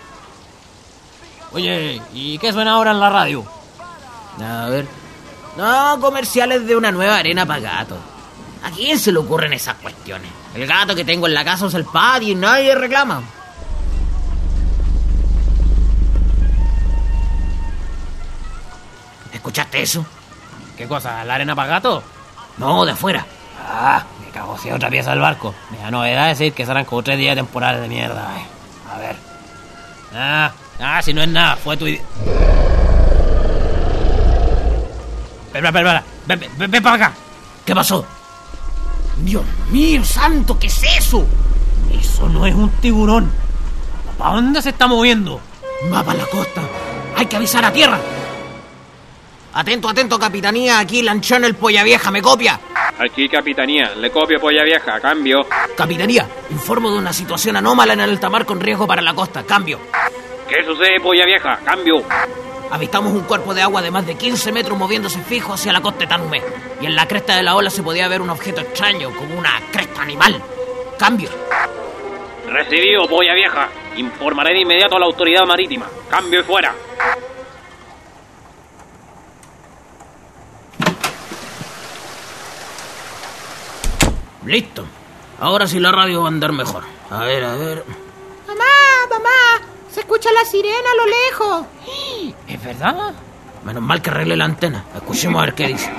Oye, ¿y qué suena ahora en la radio? A ver. No, comerciales de una nueva arena para gatos. ¿A quién se le ocurren esas cuestiones? El gato que tengo en la casa usa el patio y nadie reclama. ¿Escuchaste eso? ¿Qué cosa? ¿La arena para gato? No, de afuera. Ah, me cago si otra pieza del barco. Mira, novedad es decir que serán como tres días de temporales de mierda. Ay, a ver. Ah, ah, si no es nada, fue tu idea. Espera, espera, espera. Ven, ven, ven, ven para acá. ¿Qué pasó? Dios mío, santo, ¿qué es eso? Eso no es un tiburón. ¿Para dónde se está moviendo? Va para la costa. Hay que avisar a tierra. Atento, atento, capitanía. Aquí Lanchón el Polla Vieja, ¿me copia? Aquí, capitanía. Le copio, Polla Vieja. Cambio. Capitanía, informo de una situación anómala en el alta mar con riesgo para la costa. Cambio. ¿Qué sucede, Polla Vieja? Cambio. Avistamos un cuerpo de agua de más de quince metros moviéndose fijo hacia la costa de Tanumé. Y en la cresta de la ola se podía ver un objeto extraño, como una cresta animal. Cambio. Recibido, Polla Vieja. Informaré de inmediato a la autoridad marítima. Cambio y fuera. Listo. Ahora sí la radio va a andar mejor. A ver, a ver. Mamá, mamá, se escucha la sirena a lo lejos. ¿Es verdad? Menos mal que arregle la antena. Escuchemos a ver qué dice.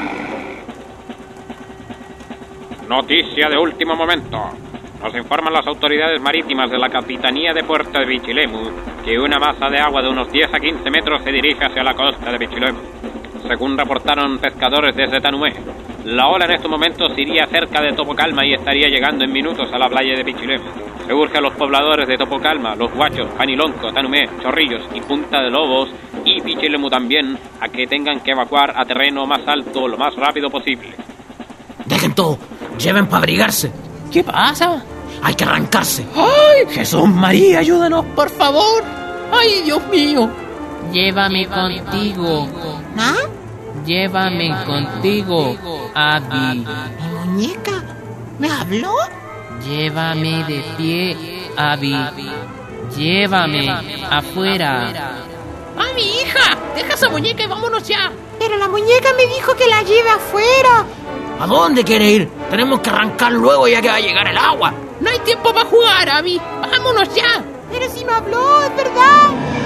Noticia de último momento. Nos informan las autoridades marítimas de la Capitanía de Puerto de Pichilemu que una masa de agua de unos diez a quince metros se dirige hacia la costa de Pichilemu. Según reportaron pescadores desde Tanumé, la ola en estos momentos iría cerca de Topocalma y estaría llegando en minutos a la playa de Pichilemu. Se urge a los pobladores de Topocalma, Los Guachos, Panilonco, Tanumé, Chorrillos y Punta de Lobos y Pichilemu también a que tengan que evacuar a terreno más alto lo más rápido posible. Dejen todo, lleven para abrigarse. ¿Qué pasa? Hay que arrancarse. ¡Ay, Jesús María, ayúdanos, por favor! ¡Ay, Dios mío! Llévame contigo. ¿Ah? Llévame contigo, Abby. ¿Mi muñeca? ¿Me habló? Llévame de pie, Abby. Llévame afuera. ¡Ay, mi hija! ¡Deja esa muñeca y vámonos ya! Pero la muñeca me dijo que la lleve afuera. ¿A dónde quiere ir? Tenemos que arrancar luego ya que va a llegar el agua. No hay tiempo para jugar, Abby. ¡Vámonos ya! Pero si me habló, es verdad.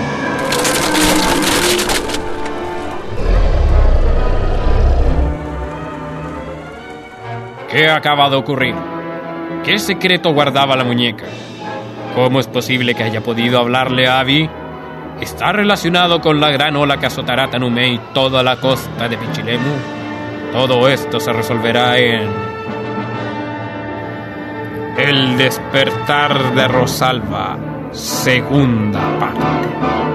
¿Qué acaba de ocurrir? ¿Qué secreto guardaba la muñeca? ¿Cómo es posible que haya podido hablarle a Abby? ¿Está relacionado con la gran ola que azotará Tanumé y toda la costa de Pichilemu? Todo esto se resolverá en... El despertar de Rosalba, segunda parte.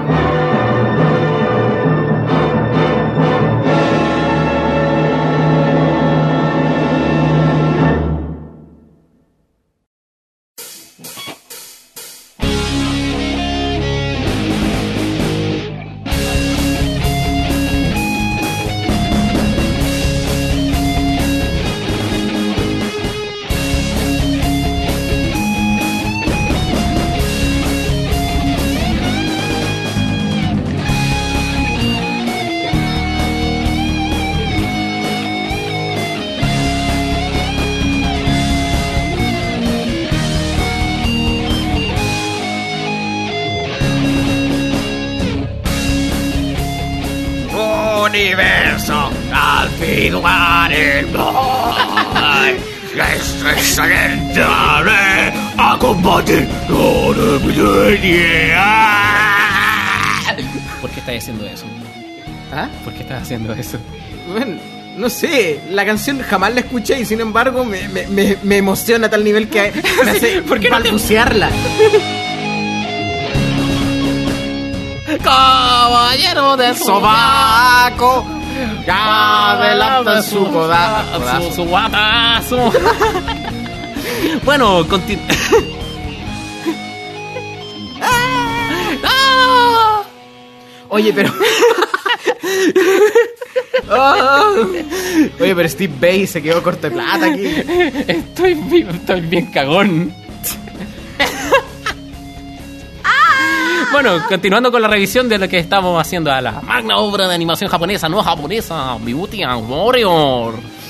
Universo Alfiduar el es excelente a combatir ¿Por qué estás haciendo eso? ¿Ah? ¿Por qué estás haciendo eso? Bueno, no sé, la canción jamás la escuché y sin embargo me, me, me, me emociona a tal nivel que me hace ¿por qué no te- balbucearla. Caballero de Sobaco, ya adelanta su codazo. Su, su guatazo. Bueno, continúa. Oye, pero... Oh. Oye, pero Steve Bay se quedó corto de plata aquí. Estoy bien, estoy bien cagón. Bueno, continuando con la revisión de lo que estamos haciendo a la magna obra de animación japonesa, no japonesa, Beauty and Warrior.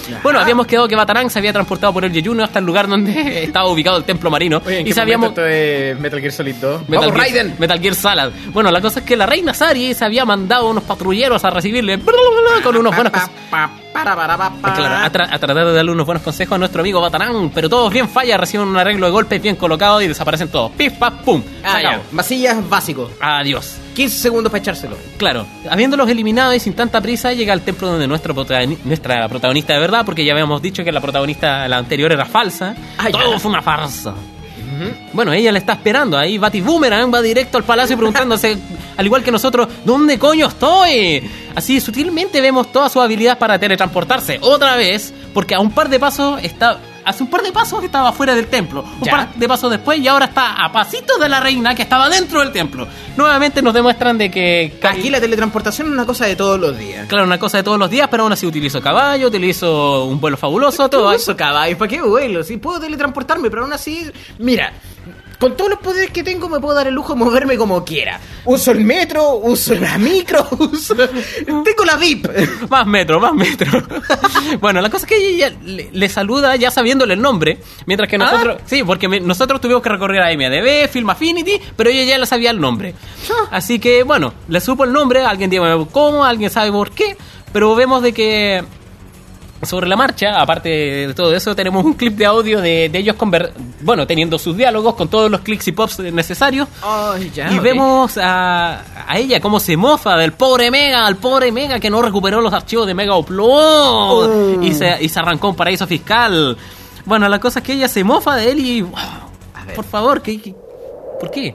Bueno, habíamos quedado que Batarang se había transportado por el Yeyuno hasta el lugar donde estaba ubicado el templo marino. Oye, ¿en y qué sabíamos momento esto es Metal Gear Solid dos? Metal ¡Vamos, Gear, Raiden! Metal Gear Salad. Bueno, la cosa es que la reina Sari se había mandado unos patrulleros a recibirle con unos buenos consejos. Claro, a, tra- a tratar de darle unos buenos consejos a nuestro amigo Batarang, pero todos bien falla, reciben un arreglo de golpes bien colocado y desaparecen todos. Pif, paf, pum. Ah, Se ya. acabó. Vasillas básico. Adiós. quince segundos para echárselo. Claro, habiéndolos eliminado y sin tanta prisa, llega al templo donde nuestro protagoni- nuestra protagonista de verdad, porque ya habíamos dicho que la protagonista, la anterior, era falsa. Ah, ya. Todo fue una farsa. Bueno, ella le está esperando. Ahí Bati Boomerang va directo al palacio preguntándose, al igual que nosotros, ¿dónde coño estoy? Así sutilmente vemos toda su habilidad para teletransportarse otra vez, porque a un par de pasos está... Hace un par de pasos estaba fuera del templo, un Ya. par de pasos después y ahora está a pasitos de la reina que estaba dentro del templo. Nuevamente nos demuestran de que... Aquí la teletransportación es una cosa de todos los días. Claro, una cosa de todos los días, pero aún así utilizo caballo, utilizo un vuelo fabuloso, todo eso. Caballos, ¿para qué vuelo? Si puedo teletransportarme, pero aún así... Mira, con todos los poderes que tengo me puedo dar el lujo de moverme como quiera. Uso el metro, uso la micro, uso... Tengo la V I P. Más metro, más metro. Bueno, la cosa es que ella le, le saluda ya sabiéndole el nombre, mientras que nosotros... ¿Ah? Sí, porque me- nosotros tuvimos que recorrer a I M D B, Film Affinity, pero ella ya le sabía el nombre. Así que, bueno, le supo el nombre, alguien dice cómo, alguien sabe por qué, pero vemos de que... Sobre la marcha, aparte de todo eso, tenemos un clip de audio de, de ellos conver- bueno, teniendo sus diálogos con todos los clics y pops necesarios. Ay, ya, y ok. vemos a, a ella cómo se mofa del pobre Mega, al pobre Mega que no recuperó los archivos de Mega Upload Oh. y, se, y se arrancó un paraíso fiscal. Bueno, la cosa es que ella se mofa de él y... wow, por favor, ¿qué, qué, ¿por qué?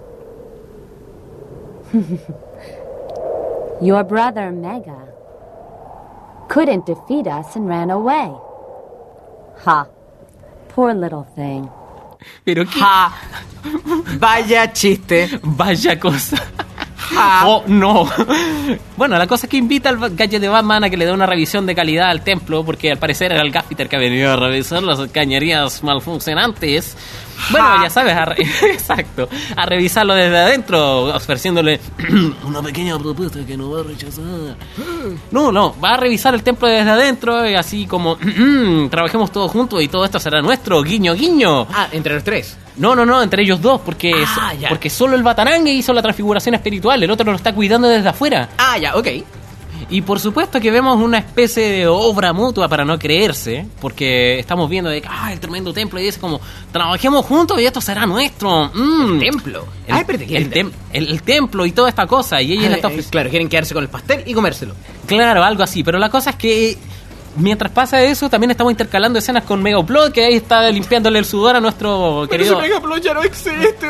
Your brother, Mega, couldn't defeat us and ran away. Ha. Poor little thing. Pero qué... Ja. Vaya chiste. Vaya cosa. Ja. Oh, no. Bueno, la cosa es que invita al gadget de Batman a que le dé una revisión de calidad al templo, porque al parecer era el gaffiter que ha venido a revisar las cañerías malfuncionantes. Bueno, Ja. ya sabes, a re- exacto, a revisarlo desde adentro, ofreciéndole una pequeña propuesta que no va a rechazar. No, no, va a revisar el templo desde adentro, y así como trabajemos todos juntos y todo esto será nuestro, guiño, guiño. Ah, entre los tres. No, no, no, entre ellos dos, porque, Ah, so- ya. porque solo el Batarangue hizo la transfiguración espiritual, el otro lo está cuidando desde afuera. Ah, ya, ok. Y por supuesto que vemos una especie de obra mutua para no creerse, porque estamos viendo de que, ah, el tremendo templo, y dice como, trabajemos juntos y esto será nuestro. Mm. El templo. El, Ay, pero te quieren- el, tem- el- el templo y toda esta cosa, y ella Ah, le está eh, ofreciendo... claro, quieren quedarse con el pastel y comérselo. Claro, algo así, pero la cosa es que mientras pasa eso, también estamos intercalando escenas con Mega Upload, que ahí está limpiándole el sudor a nuestro querido... Upload ya no existe.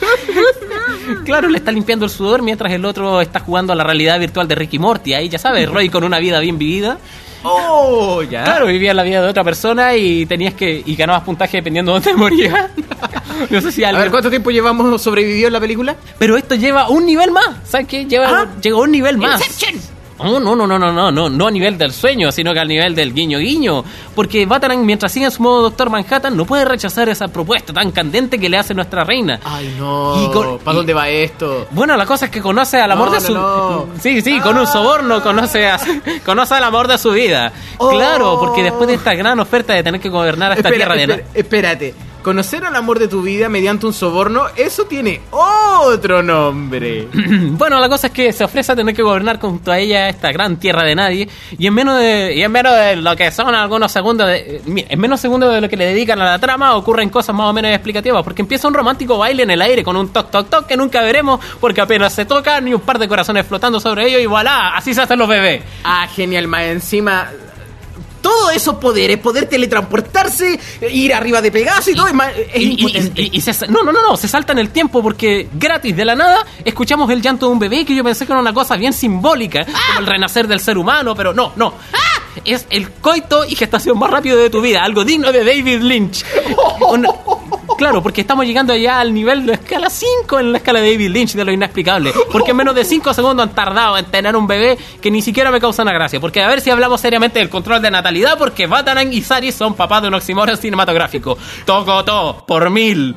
Claro, le está limpiando el sudor mientras el otro está jugando a la realidad virtual de Ricky Morty. Ahí ya sabes, Roy con una vida bien vivida. Oh, ya. Claro, vivía la vida de otra persona y tenías que y ganabas puntaje dependiendo de dónde morías. No sé si A alguien... ver, ¿cuánto tiempo llevamos sobrevivido en la película? Pero esto lleva un nivel más. ¿Sabes qué? Lleva Ah. llegó un nivel más. Inception. Oh, no, no, no, no, no, no, no a nivel del sueño, sino que al nivel del guiño guiño. Porque Batarang, mientras sigue en su modo Doctor Manhattan, no puede rechazar esa propuesta tan candente que le hace nuestra reina. Ay, no. Y con- ¿Para dónde va esto? Bueno, la cosa es que conoce al amor No, de no, su... no. Sí, sí, con un soborno conoce, a... conoce al amor de su vida. Oh. Claro, porque después de esta gran oferta de tener que gobernar esta Espera, tierra de... espera, espérate. Conocer al amor de tu vida mediante un soborno, eso tiene otro nombre. Bueno, la cosa es que se ofrece a tener que gobernar junto a ella esta gran tierra de nadie, y en menos de, y en menos de lo que son algunos segundos, de, mira, en menos segundos de lo que le dedican a la trama, ocurren cosas más o menos explicativas, porque empieza un romántico baile en el aire con un toc toc toc que nunca veremos, porque apenas se tocan y un par de corazones flotando sobre ellos y voilà, así se hacen los bebés. Ah, genial, más encima... Todos esos poderes, poder teletransportarse, ir arriba de Pegaso y todo, es, más- es Y, y- impotente. y- y se, no, no, no, no, se salta en el tiempo porque gratis de la nada escuchamos el llanto de un bebé que yo pensé que era una cosa bien simbólica, como el renacer del ser humano, pero no, no. Es el coito y gestación más rápido de tu vida, algo digno de David Lynch. Una- claro, porque estamos llegando ya al nivel de escala cinco en la escala de David Lynch de lo inexplicable. Porque en menos de cinco segundos han tardado en tener un bebé que ni siquiera me causa una gracia. Porque a ver si hablamos seriamente del control de natalidad, porque Batarang y Sari son papás de un oxímoron cinematográfico. Toco por mil.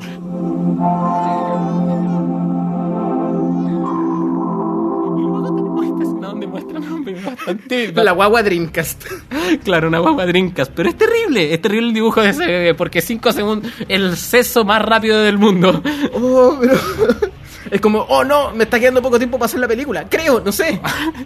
¿Dónde muestran a un bebé? La guagua Dreamcast. Claro, una guagua Dreamcast. Pero es terrible, es terrible el dibujo de ese bebé, porque cinco segundos, el seso más rápido del mundo. Oh, pero... Es como, oh no, me está quedando poco tiempo para hacer la película. Creo, no sé.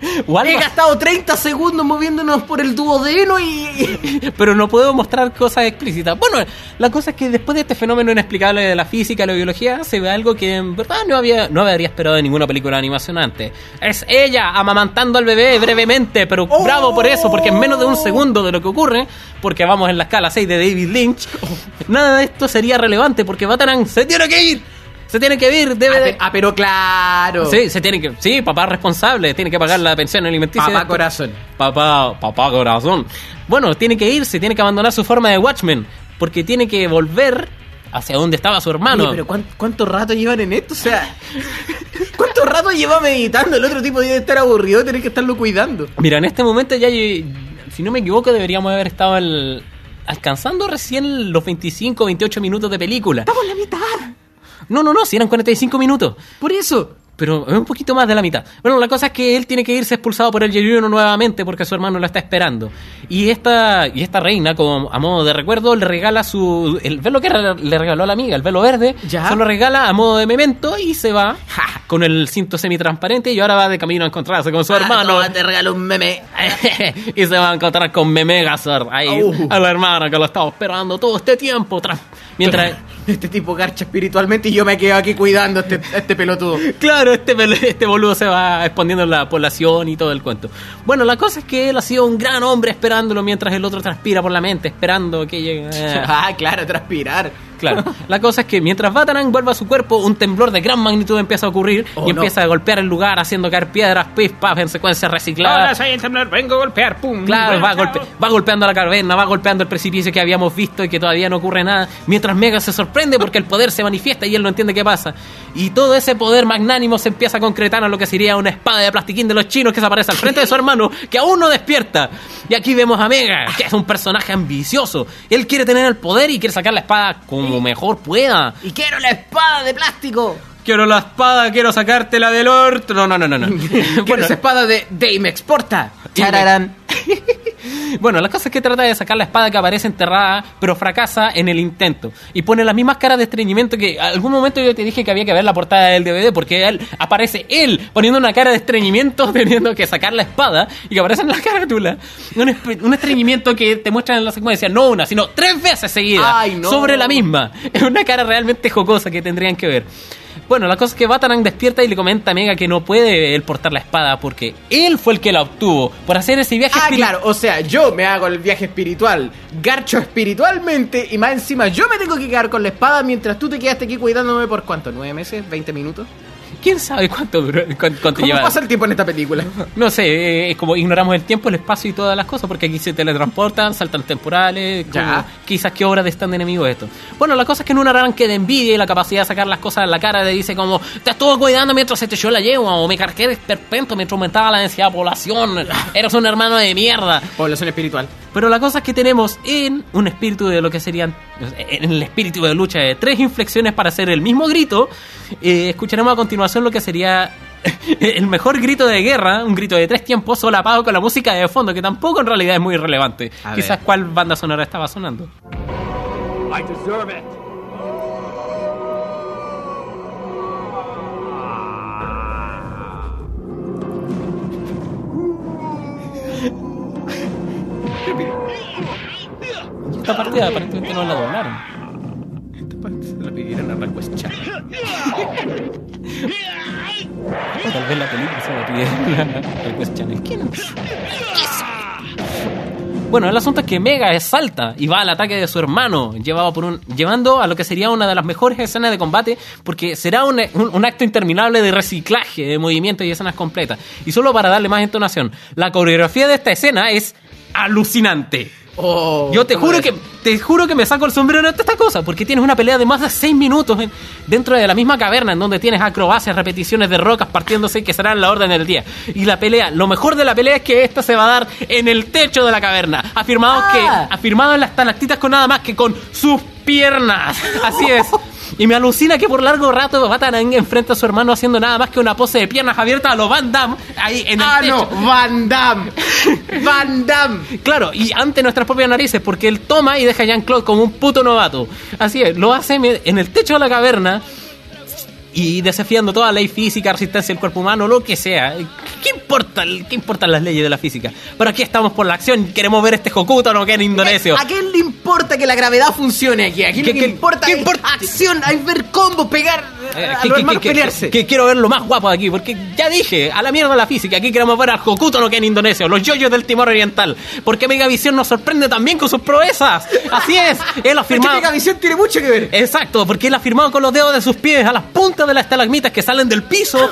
He gastado treinta segundos moviéndonos por el duodeno y... Pero no puedo mostrar cosas explícitas. Bueno, la cosa es que después de este fenómeno inexplicable de la física y la biología, se ve algo que en verdad no había no habría esperado de ninguna película de animación antes. Es ella amamantando al bebé brevemente, pero oh. bravo por eso, porque en menos de un segundo de lo que ocurre, porque vamos en la escala seis de David Lynch, oh. nada de esto sería relevante, porque Batarang se tiene que ir. Se tiene que ir, debe de... Ah, pero claro. Sí, se tiene que... Sí, papá responsable, tiene que pagar la pensión alimenticia. Papá corazón. Papá, papá corazón. Bueno, tiene que irse, tiene que abandonar su forma de Watchmen, porque tiene que volver hacia donde estaba su hermano. Oye, pero ¿cuánto, ¿cuánto rato llevan en esto? O sea, ¿cuánto rato lleva meditando? El otro tipo debe estar aburrido, tener que estarlo cuidando. Mira, en este momento ya, si no me equivoco, deberíamos haber estado el... alcanzando recién los veinticinco, veintiocho minutos de película. ¡Estamos en la mitad! No, no, no, si eran cuarenta y cinco minutos. Por eso. Pero es un poquito más de la mitad. Bueno, la cosa es que él tiene que irse expulsado por el Yeyuno nuevamente porque su hermano lo está esperando. Y esta y esta reina, como a modo de recuerdo, le regala su... el velo que le regaló a la amiga, el velo verde, ¿ya? Se lo regala a modo de memento y se va ja, con el cinto semitransparente y ahora va de camino a encontrarse con su ah, hermano. No, te regalo un meme. Y se va a encontrar con Memegazord, ahí, uh. a la hermana que lo estaba esperando todo este tiempo. Tras... Mientras... Este tipo garcha espiritualmente y yo me quedo aquí cuidando a este, este pelotudo. Claro, este, este boludo se va expandiendo en la población y todo el cuento. Bueno, la cosa es que él ha sido un gran hombre esperándolo mientras el otro transpira por la mente, esperando que llegue. Ah, claro, transpirar. Claro, la cosa es que mientras Batarang vuelve a su cuerpo, un temblor de gran magnitud empieza a ocurrir oh, y no. empieza a golpear el lugar, haciendo caer piedras, pif, paf, en secuencia reciclada. Ahora soy el temblor, vengo a golpear, pum. Claro, va, golpe, va golpeando la caverna, va golpeando el precipicio que habíamos visto y que todavía no ocurre nada, mientras Mega se sorprende porque el poder se manifiesta y él no entiende qué pasa. Y todo ese poder magnánimo se empieza a concretar en lo que sería una espada de plastiquín de los chinos que se aparece al frente de su hermano, que aún no despierta. Y aquí vemos a Mega, que es un personaje ambicioso. Él quiere tener el poder y quiere sacar la espada como mejor pueda. Y quiero la espada de plástico. Quiero la espada, quiero sacártela del orto. No, no, no, no. no. Quiero bueno, esa espada de Dame Exporta. Chararán. Bueno, la cosa es que trata de sacar la espada que aparece enterrada, pero fracasa en el intento. Y pone las mismas caras de estreñimiento que... En algún momento yo te dije que había que ver la portada del D V D, porque él aparece él poniendo una cara de estreñimiento teniendo que sacar la espada, y que aparece en la carátula un, un estreñimiento que te muestran en la secuencia, no una, sino tres veces seguidas. Ay, no. Sobre la misma. Es una cara realmente jocosa que tendrían que ver. Bueno, la cosa es que Batarang despierta y le comenta a Mega que no puede él portar la espada porque él fue el que la obtuvo por hacer ese viaje ah, espiritual. Claro, o sea, yo me hago el viaje espiritual, garcho espiritualmente y más encima yo me tengo que quedar con la espada mientras tú te quedaste aquí cuidándome por ¿cuánto? ¿Nueve meses? ¿Veinte minutos? ¿Quién sabe cuánto duró? Cuánto, cuánto ¿Cómo lleva? pasa el tiempo en esta película? No sé, es como ignoramos el tiempo, el espacio y todas las cosas, porque aquí se teletransportan, saltan temporales, como, quizás qué obra de stand de enemigo esto. Bueno, la cosa es que en un arranque de envidia y la capacidad de sacar las cosas en la cara le dice como, te estuvo cuidando mientras se te echó la yegua, o me cargué de esperpento mientras aumentaba la densidad de población, eres un hermano de mierda. Población espiritual. Pero la cosa es que tenemos en un espíritu de lo que serían, en el espíritu de lucha de tres inflexiones para hacer el mismo grito. Eh, escucharemos a continuación lo que sería el mejor grito de guerra, un grito de tres tiempos solapado con la música de fondo, que tampoco en realidad es muy relevante. A Quizás ver. Cuál banda sonora estaba sonando. I deserve it. Esta partida aparentemente no la doblaron. Esta parte se la pidieron a Request Channel. O tal vez la película se la pidieron a Request Channel. ¿Quién es? Bueno, el asunto es que Mega es salta y va al ataque de su hermano, llevado por un, llevando a lo que sería una de las mejores escenas de combate, porque será un, un, un acto interminable de reciclaje de movimientos y escenas completas. Y solo para darle más entonación, la coreografía de esta escena es alucinante. Oh, Yo te juro que te juro que me saco el sombrero ante esta cosa, porque tienes una pelea de más de seis minutos en, dentro de la misma caverna, en donde tienes acrobacias, repeticiones de rocas partiéndose que serán la orden del día. Y la pelea, lo mejor de la pelea es que esta se va a dar en el techo de la caverna, afirmado ah. que afirmado en las estalactitas con nada más que con sus piernas. Así es. Y me alucina que por largo rato Batarang enfrenta a su hermano haciendo nada más que una pose de piernas abiertas a los Van Damme ahí en el ah, techo. no, Van Damme. Van Damme. Claro, y ante nuestras propias narices, porque él toma y deja a Jean-Claude como un puto novato. Así es, lo hace en el techo de la caverna y desafiando toda ley física, resistencia del cuerpo humano, lo que sea. ¿Qué importa? ¿Qué importan las leyes de la física? Pero aquí estamos por la acción, queremos ver este Hokuto no que en indonesio. ¿A quién le importa que la gravedad funcione aquí? ¿A quién ¿Qué, le qué, importa? ¿qué Hay importa? acción, hay ver combos, pegar Eh, a que, los que, hermanos que, pelearse. que, que quiero ver lo más guapo de aquí, porque ya dije, a la mierda la física, aquí queremos ver al Hokuto no que en indonesio, los yoyos del Timor Oriental, porque Megavisión nos sorprende también con sus proezas. Así es, él ha firmado. Es que Megavisión tiene mucho que ver. Exacto, porque él ha firmado con los dedos de sus pies a las puntas de las estalagmitas que salen del piso.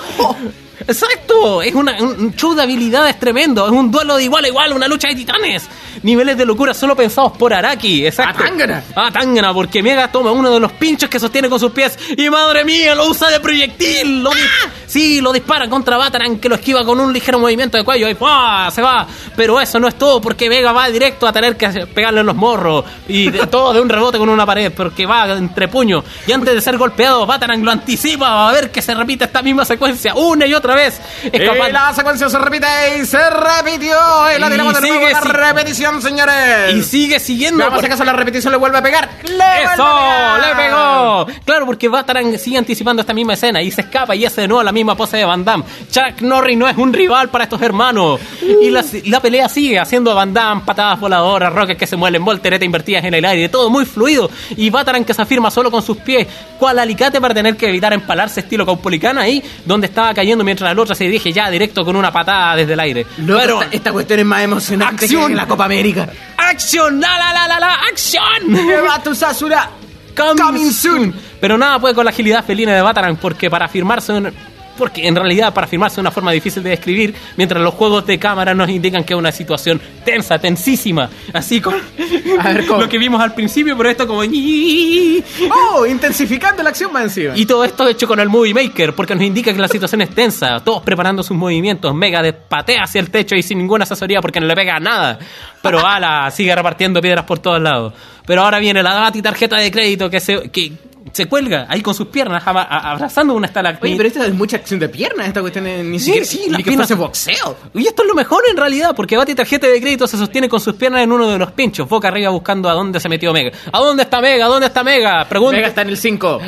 Exacto, es una, un show de habilidades tremendo, es un duelo de igual a igual, una lucha de titanes. Niveles de locura solo pensados por Araki, exacto. A Tangana. A Tangana, porque Mega toma uno de los pinchos que sostiene con sus pies y madre mía, lo usa de proyectil. Lo dis- sí, lo dispara contra Batarang, que lo esquiva con un ligero movimiento de cuello y ¡pua! Se va. Pero eso no es todo, porque Vega va directo a tener que pegarle en los morros y de, todo de un rebote con una pared, porque va entre puños. Y antes de ser golpeado, Batarang lo anticipa a ver que se repite esta misma secuencia una y otra vez. Es capaz- Y la secuencia se repite y se repitió. Y la Y tiramos de nuevo sigue, la sí. repetición, señores. Y sigue siguiendo. Vamos a caso la repetición le vuelve a pegar. ¡Le ¡Eso! vuelve a pegar! ¡Le pegó! Claro, porque Batarang sigue anticipando esta misma escena y se escapa y hace de nuevo la misma pose de Van Damme. Chuck Norris no es un rival para estos hermanos. Uh. Y la, la pelea sigue haciendo Van Damme, patadas voladoras, rockets que se mueven, volteretas invertidas en el aire, todo muy fluido. Y Batarang que se afirma solo con sus pies, cual alicate para tener que evitar empalarse estilo Caupolicán ahí, donde estaba cayendo mientras el otro se dirige ya directo con una patada desde el aire. Loco, Pero esta, esta cuestión es más emocionante ¡acción! que la Copa América. ¡Acción! ¡La, la, la, la, la! ¡Acción! ¡Lleva tu Sasura! Coming, Coming soon. Pero nada puede con la agilidad felina de Batarang, porque para afirmarse un, porque en realidad para afirmarse de una forma difícil de describir, mientras los juegos de cámara nos indican que es una situación tensa, tensísima, así con A ver, ¿cómo? lo que vimos al principio, pero esto como ¡Oh! Intensificando la acción más encima. y todo esto hecho con el Movie Maker, porque nos indica que la situación es tensa, todos preparando sus movimientos, Mega despatea hacia el techo y sin ninguna asesoría porque no le pega nada, pero Ala sigue repartiendo piedras por todos lados. Pero ahora viene la Bati tarjeta de crédito que se que se cuelga ahí con sus piernas a- a- abrazando una estalactita. Oye, pero esta es mucha acción de piernas. Esta cuestión es ni Sí, siquiera sí, ni las que piernas- fuese boxeo. Y esto es lo mejor en realidad, porque Bati tarjeta de crédito se sostiene con sus piernas en uno de los pinchos, boca arriba buscando a dónde se metió Mega. ¿A dónde está Mega? ¿A dónde está Mega? Pregunta. Mega está en el cinco.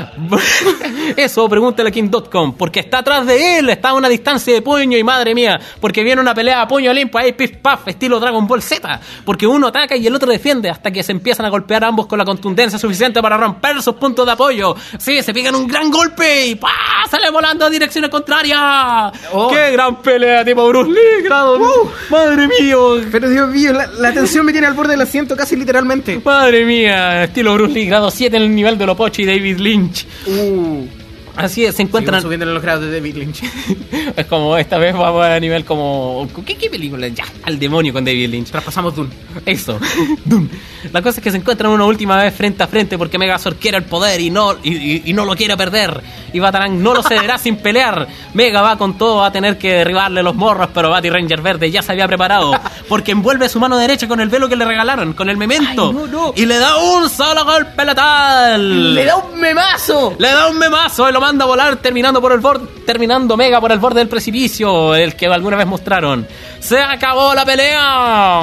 Eso, pregúntale a King punto com, porque está atrás de él, está a una distancia de puño y madre mía, porque viene una pelea a puño limpio ahí, pif paf, estilo Dragon Ball Z, porque uno ataca y el otro defiende hasta que se empiezan a golpear ambos con la contundencia suficiente para romper sus puntos de apoyo. Sí, se pegan un gran golpe y ¡pah! Sale volando a direcciones contrarias. Oh. ¡Qué gran pelea tipo Bruce Lee, grado! Uh. ¡Madre mía! Pero Dios mío, la, la tensión me tiene al borde del asiento casi literalmente. ¡Madre mía! Estilo Bruce Lee, grado siete en el nivel de Lopochi y David Lynch. Uh. Así es, se encuentran... Seguimos subiendo en los grados de David Lynch. Es como esta vez vamos a nivel como... ¿Qué, qué película? Ya, al demonio con David Lynch. Traspasamos Dune. Eso, Dune. La cosa es que se encuentran una última vez frente a frente porque Megazord quiere el poder y no, y, y, y no lo quiere perder. Y Batarang no lo cederá sin pelear. Mega va con todo, va a tener que derribarle los morros, pero Bati Ranger Verde ya se había preparado. Porque envuelve su mano derecha con el velo que le regalaron, con el memento. Ay, no, no. Y le da un solo golpe letal. ¡Le da un memazo! Le da un memazo y lo manda a volar, terminando por el borde, terminando Mega por el borde del precipicio, el que alguna vez mostraron. ¡Se acabó la pelea!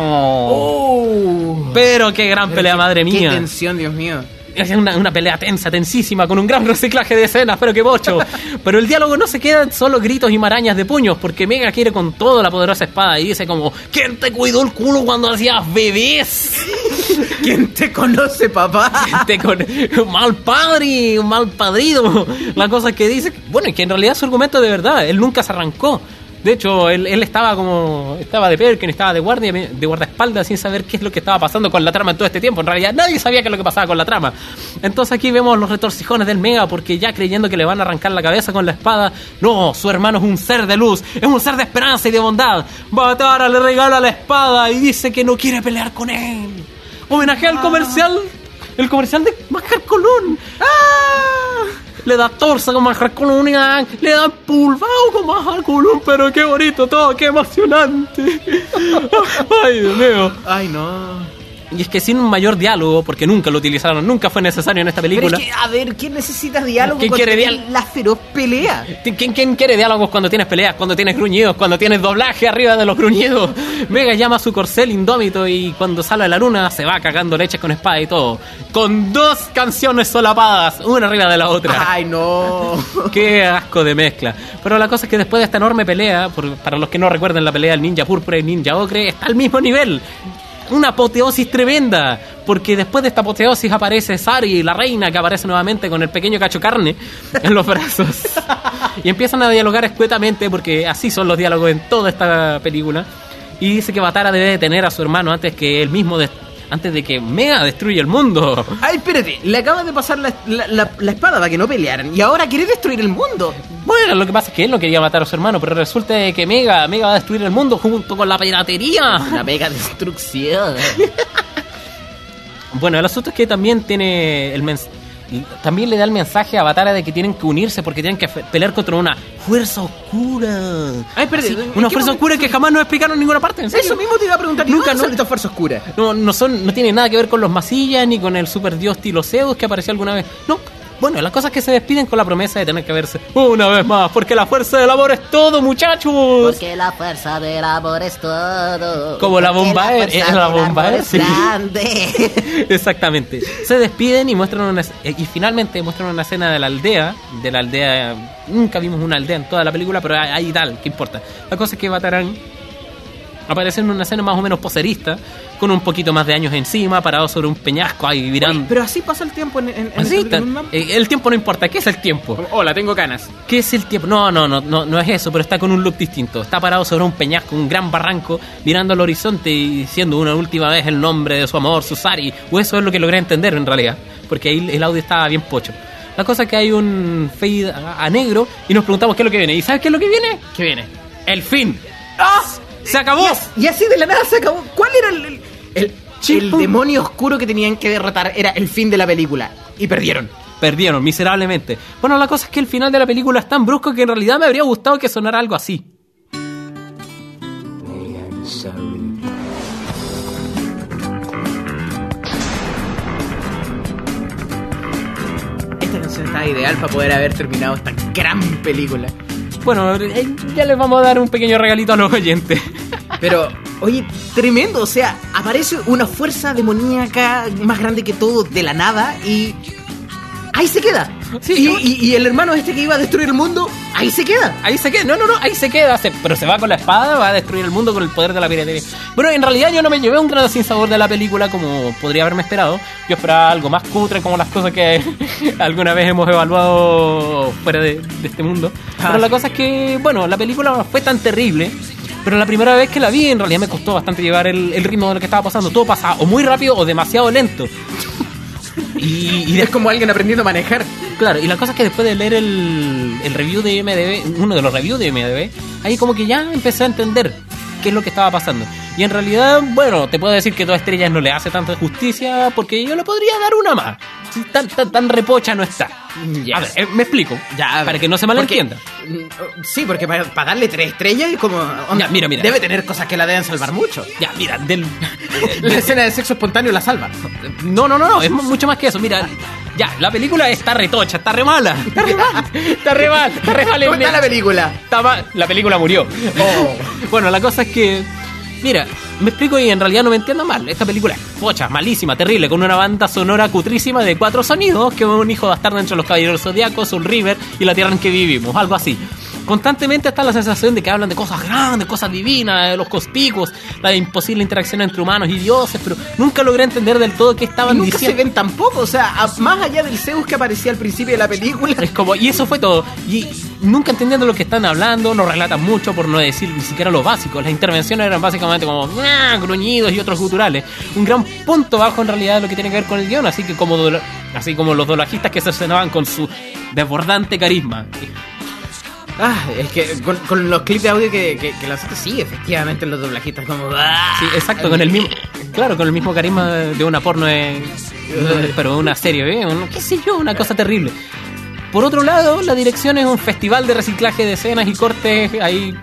Oh. Pero qué gran Pero pelea, qué- madre mía. Qué tensión, Dios mío. Es una, una pelea tensa, tensísima, con un gran reciclaje de escenas, pero qué bocho. Pero el diálogo no se queda en solo gritos y marañas de puños, porque Mega quiere con todo la poderosa espada y dice como: ¿quién te cuidó el culo cuando hacías bebés? ¿Quién te conoce, papá? Te con... Un mal padre, un mal padrino. La cosa es que dice, bueno, que en realidad su argumento es de verdad, él nunca se arrancó. De hecho, él, él estaba como... Estaba de Perkin, estaba de guardia, de guardaespaldas, sin saber qué es lo que estaba pasando con la trama en todo este tiempo. En realidad, nadie sabía qué es lo que pasaba con la trama. Entonces aquí vemos los retorcijones del Mega, porque ya creyendo que le van a arrancar la cabeza con la espada, no, su hermano es un ser de luz, es un ser de esperanza y de bondad. Batara le regala la espada y dice que no quiere pelear con él. Homenaje al comercial, el comercial de Manjar Colón. ¡Ah! Le da torsa con Manjar Colón, le da pulvao con Manjar Colón, pero qué bonito todo, qué emocionante. Ay, Dios mío. Ay, no. Y es que sin un mayor diálogo, porque nunca lo utilizaron, nunca fue necesario en esta película. Pero es que, a ver, ¿quién necesita diálogo ¿Quién cuando quiere tenés dial- la feroz pelea? ¿Quién, ¿Quién quiere diálogos cuando tienes peleas, cuando tienes gruñidos, cuando tienes doblaje arriba de los gruñidos? Mega llama a su corcel indómito y cuando sale a la luna se va cagando leche con espada y todo. Con dos canciones solapadas, una arriba de la otra. Ay, no. Qué asco de mezcla. Pero la cosa es que después de esta enorme pelea, por- para los que no recuerden la pelea del ninja púrpura y ninja ocre, está al mismo nivel. Una apoteosis tremenda, porque después de esta apoteosis aparece Sari, la reina, que aparece nuevamente con el pequeño cacho carne en los brazos. Y empiezan a dialogar escuetamente, porque así son los diálogos en toda esta película. Y dice que Batara debe detener a su hermano antes que él mismo, des- antes de que Mega destruya el mundo. Ay, espérate, le acabas de pasar la, la, la- la espada para que no pelearan y ahora quiere destruir el mundo. Bueno, lo que pasa es que él no quería matar a su hermano, pero resulta que Mega, Mega va a destruir el mundo junto con la piratería. La mega destrucción. Bueno, el asunto es que también tiene el mens- también le da el mensaje a Batara de que tienen que unirse porque tienen que fe- pelear contra una fuerza oscura. Ay, espérate, Así, ¿en una qué fuerza momento? oscura que jamás nos explicaron en ninguna parte. ¿En serio? Eso mismo te iba a preguntar. Nunca, ¿no? no. son estas fuerzas oscuras? No, no son, no tiene nada que ver con los masillas ni con el super dios Tiloseus que apareció alguna vez. No. Bueno, las cosas que se despiden con la promesa de tener que verse una vez más, porque la fuerza del amor es todo, muchachos. Porque la fuerza del amor es todo. Como la Porque bomba fuerza es la del bomba amor es, es sí. grande. Exactamente. Se despiden y muestran una eh, y finalmente muestran una escena de la aldea, de la aldea. Nunca vimos una aldea en toda la película, pero hay, hay tal, ¿qué importa? La cosa es que Batarán aparece en una escena más o menos poserista, con un poquito más de años encima, parado sobre un peñasco ahí virando. Pero así pasa el tiempo en, en, en Así el- está. en un- Eh, el tiempo no importa. ¿Qué es el tiempo? Hola, tengo canas. ¿Qué es el tiempo? No, no, no, no, no es eso, pero está con un look distinto. Está parado sobre un peñasco, un gran barranco, mirando al horizonte y diciendo una última vez el nombre de su amor, Susari. O eso es lo que logré entender en realidad, porque ahí el audio estaba bien pocho. La cosa es que hay un fade a, a negro y nos preguntamos qué es lo que viene. ¿Y sabes qué es lo que viene? ¿Qué viene? El fin. ¡Ah! ¡Se acabó! Y, y así de la nada se acabó. ¿Cuál era el, el, el, el demonio oscuro que tenían que derrotar? Era el fin de la película. Y perdieron. Perdieron miserablemente. Bueno, la cosa es que el final de la película es tan brusco que en realidad me habría gustado que sonara algo así. Esta canción estaba ideal para poder haber terminado esta gran película. Bueno, eh, ya les vamos a dar un pequeño regalito a los oyentes. Pero, oye, tremendo. O sea, aparece una fuerza demoníaca más grande que todo de la nada y ahí se queda. Sí, y, yo- y- y el hermano este que iba a destruir el mundo, ahí se queda. Ahí se queda, no, no, no, ahí se queda, se- pero se va con la espada, va a destruir el mundo con el poder de la piratería. Bueno, en realidad yo no me llevé un grado sin sabor de la película como podría haberme esperado. Yo esperaba algo más cutre como las cosas que alguna vez hemos evaluado fuera de, de este mundo. Ah, Pero la sí. cosa es que, bueno, la película no fue tan terrible. Pero la primera vez que la vi en realidad me costó bastante llevar el, el ritmo de lo que estaba pasando. Todo pasaba o muy rápido o demasiado lento. Y, y es como alguien aprendiendo a manejar. Claro, y la cosa es que después de leer el, el review de I M D B, uno de los reviews de I M D B, ahí como que ya empecé a entender qué es lo que estaba pasando. Y en realidad, bueno, te puedo decir que Dos Estrellas no le hace tanta justicia porque yo le podría dar una más. Si tan, tan, tan repocha no está. Ya. A ver, eh, me explico. Ya, a ver. Para que no se malentienda. Porque- Sí, porque para, para darle tres estrellas es como... onda, Ya, mira, mira. Debe tener cosas que la deben salvar mucho. Ya, mira, del... La escena de sexo espontáneo la salva. No, no, no, no, es mu- mucho más que eso. Mira, ya, la película está retocha, está re mala. Está re mala, está re mal, está re mal. ¿Cómo está la película? Está mal. La película murió. Oh. Bueno, la cosa es que, mira, me explico y en realidad no me entiendo mal. Esta película es pocha, malísima, terrible, con una banda sonora cutrísima de cuatro sonidos, que es un hijo bastardo entre los Caballeros Zodíacos, un River y la tierra en que vivimos, algo así. Constantemente está la sensación de que hablan de cosas grandes, cosas divinas, de los conspicuos, la imposible interacción entre humanos y dioses, pero nunca logré entender del todo qué estaban Y nunca diciendo. se ven tampoco, o sea, a- más allá del Zeus que aparecía al principio de la película. Es como, y eso fue todo. Y nunca entendiendo lo que están hablando, nos relatan mucho, por no decir ni siquiera lo básico. Las intervenciones eran básicamente como "Ah", gruñidos y otros guturales. Un gran punto bajo en realidad de lo que tiene que ver con el guión, así que como dola- así como los doblajistas que se escenaban con su desbordante carisma. Ah, es que con, con los clips de audio que, que, que lanzaste, sí, efectivamente los doblajistas como... ¡ah! Sí, exacto, con el mismo, claro, con el mismo carisma de una porno, eh, pero una serie, ¿eh? Un- qué sé yo, una cosa terrible. Por otro lado, la dirección es un festival de reciclaje de escenas y cortes ahí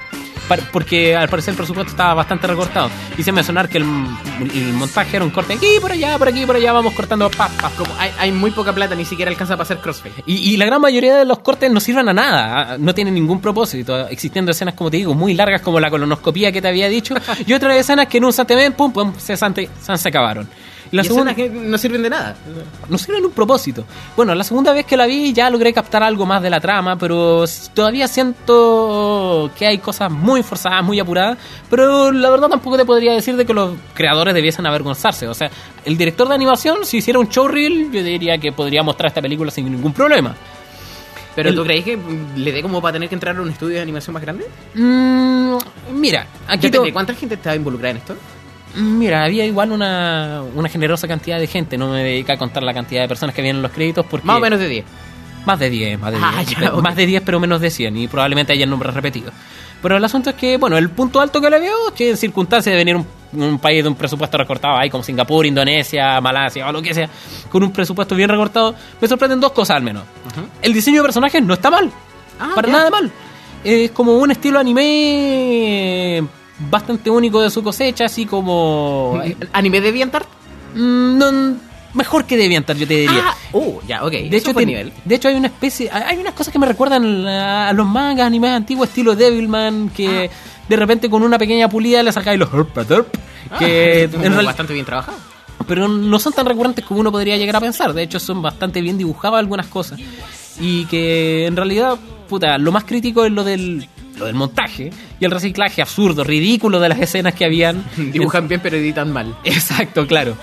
Par- porque al parecer el presupuesto estaba bastante recortado. Hice mencionar que el, el montaje era un corte aquí, por allá, por aquí, por allá, vamos cortando pa, pa. Como hay, hay muy poca plata, ni siquiera alcanza para hacer crossfit. Y, y la gran mayoría de los cortes no sirven a nada, no tienen ningún propósito, existiendo escenas, como te digo, muy largas como la colonoscopía que te había dicho, y otras escenas que en un santiamén, pum, pum, se, sante, se acabaron. La y segunda escenas que no sirven de nada. No sirven un propósito. Bueno, la segunda vez que la vi ya logré captar algo más de la trama, pero todavía siento que hay cosas muy forzadas, muy apuradas, pero la verdad tampoco te podría decir de que los creadores debiesen avergonzarse. O sea, el director de animación, si hiciera un showreel, yo diría que podría mostrar esta película sin ningún problema. ¿Pero El- tú crees que le dé como para tener que entrar a un estudio de animación más grande? Mm, mira, aquí Depende, to- ¿cuánta gente estaba involucrada en esto? Mira, había igual una, una generosa cantidad de gente. No me dedico a contar la cantidad de personas que vienen en los créditos porque... Más o menos de diez. Más de diez, más de Ah, diez. ya, ok. Más de diez, pero menos de cien. Y probablemente haya nombres repetidos. Pero el asunto es que, bueno, el punto alto que le veo es que en circunstancias de venir un, un país de un presupuesto recortado, ahí como Singapur, Indonesia, Malasia o lo que sea, con un presupuesto bien recortado, me sorprenden dos cosas al menos. El diseño de personajes no está mal. Ah, para ya. nada mal. Es como un estilo anime bastante único de su cosecha, así como... ¿Anime de DeviantArt? Mm, no, mejor que DeviantArt, yo te diría. Ah, oh, ya, ok. De Eso hecho, fue tiene- nivel. de hecho hay una especie, hay hay unas cosas que me recuerdan a, a los mangas, animes antiguos, estilo Devilman, que de repente con una pequeña pulida le sacáis los herp, herp, que Ah, en real- bastante bien trabajado. pero no son tan recurrentes como uno podría llegar a pensar. De hecho, son bastante bien dibujadas algunas cosas. Y que en realidad, puta, lo más crítico es lo del, lo del montaje y el reciclaje absurdo, ridículo de las escenas que habían. Dibujan bien pero editan mal. Exacto, claro.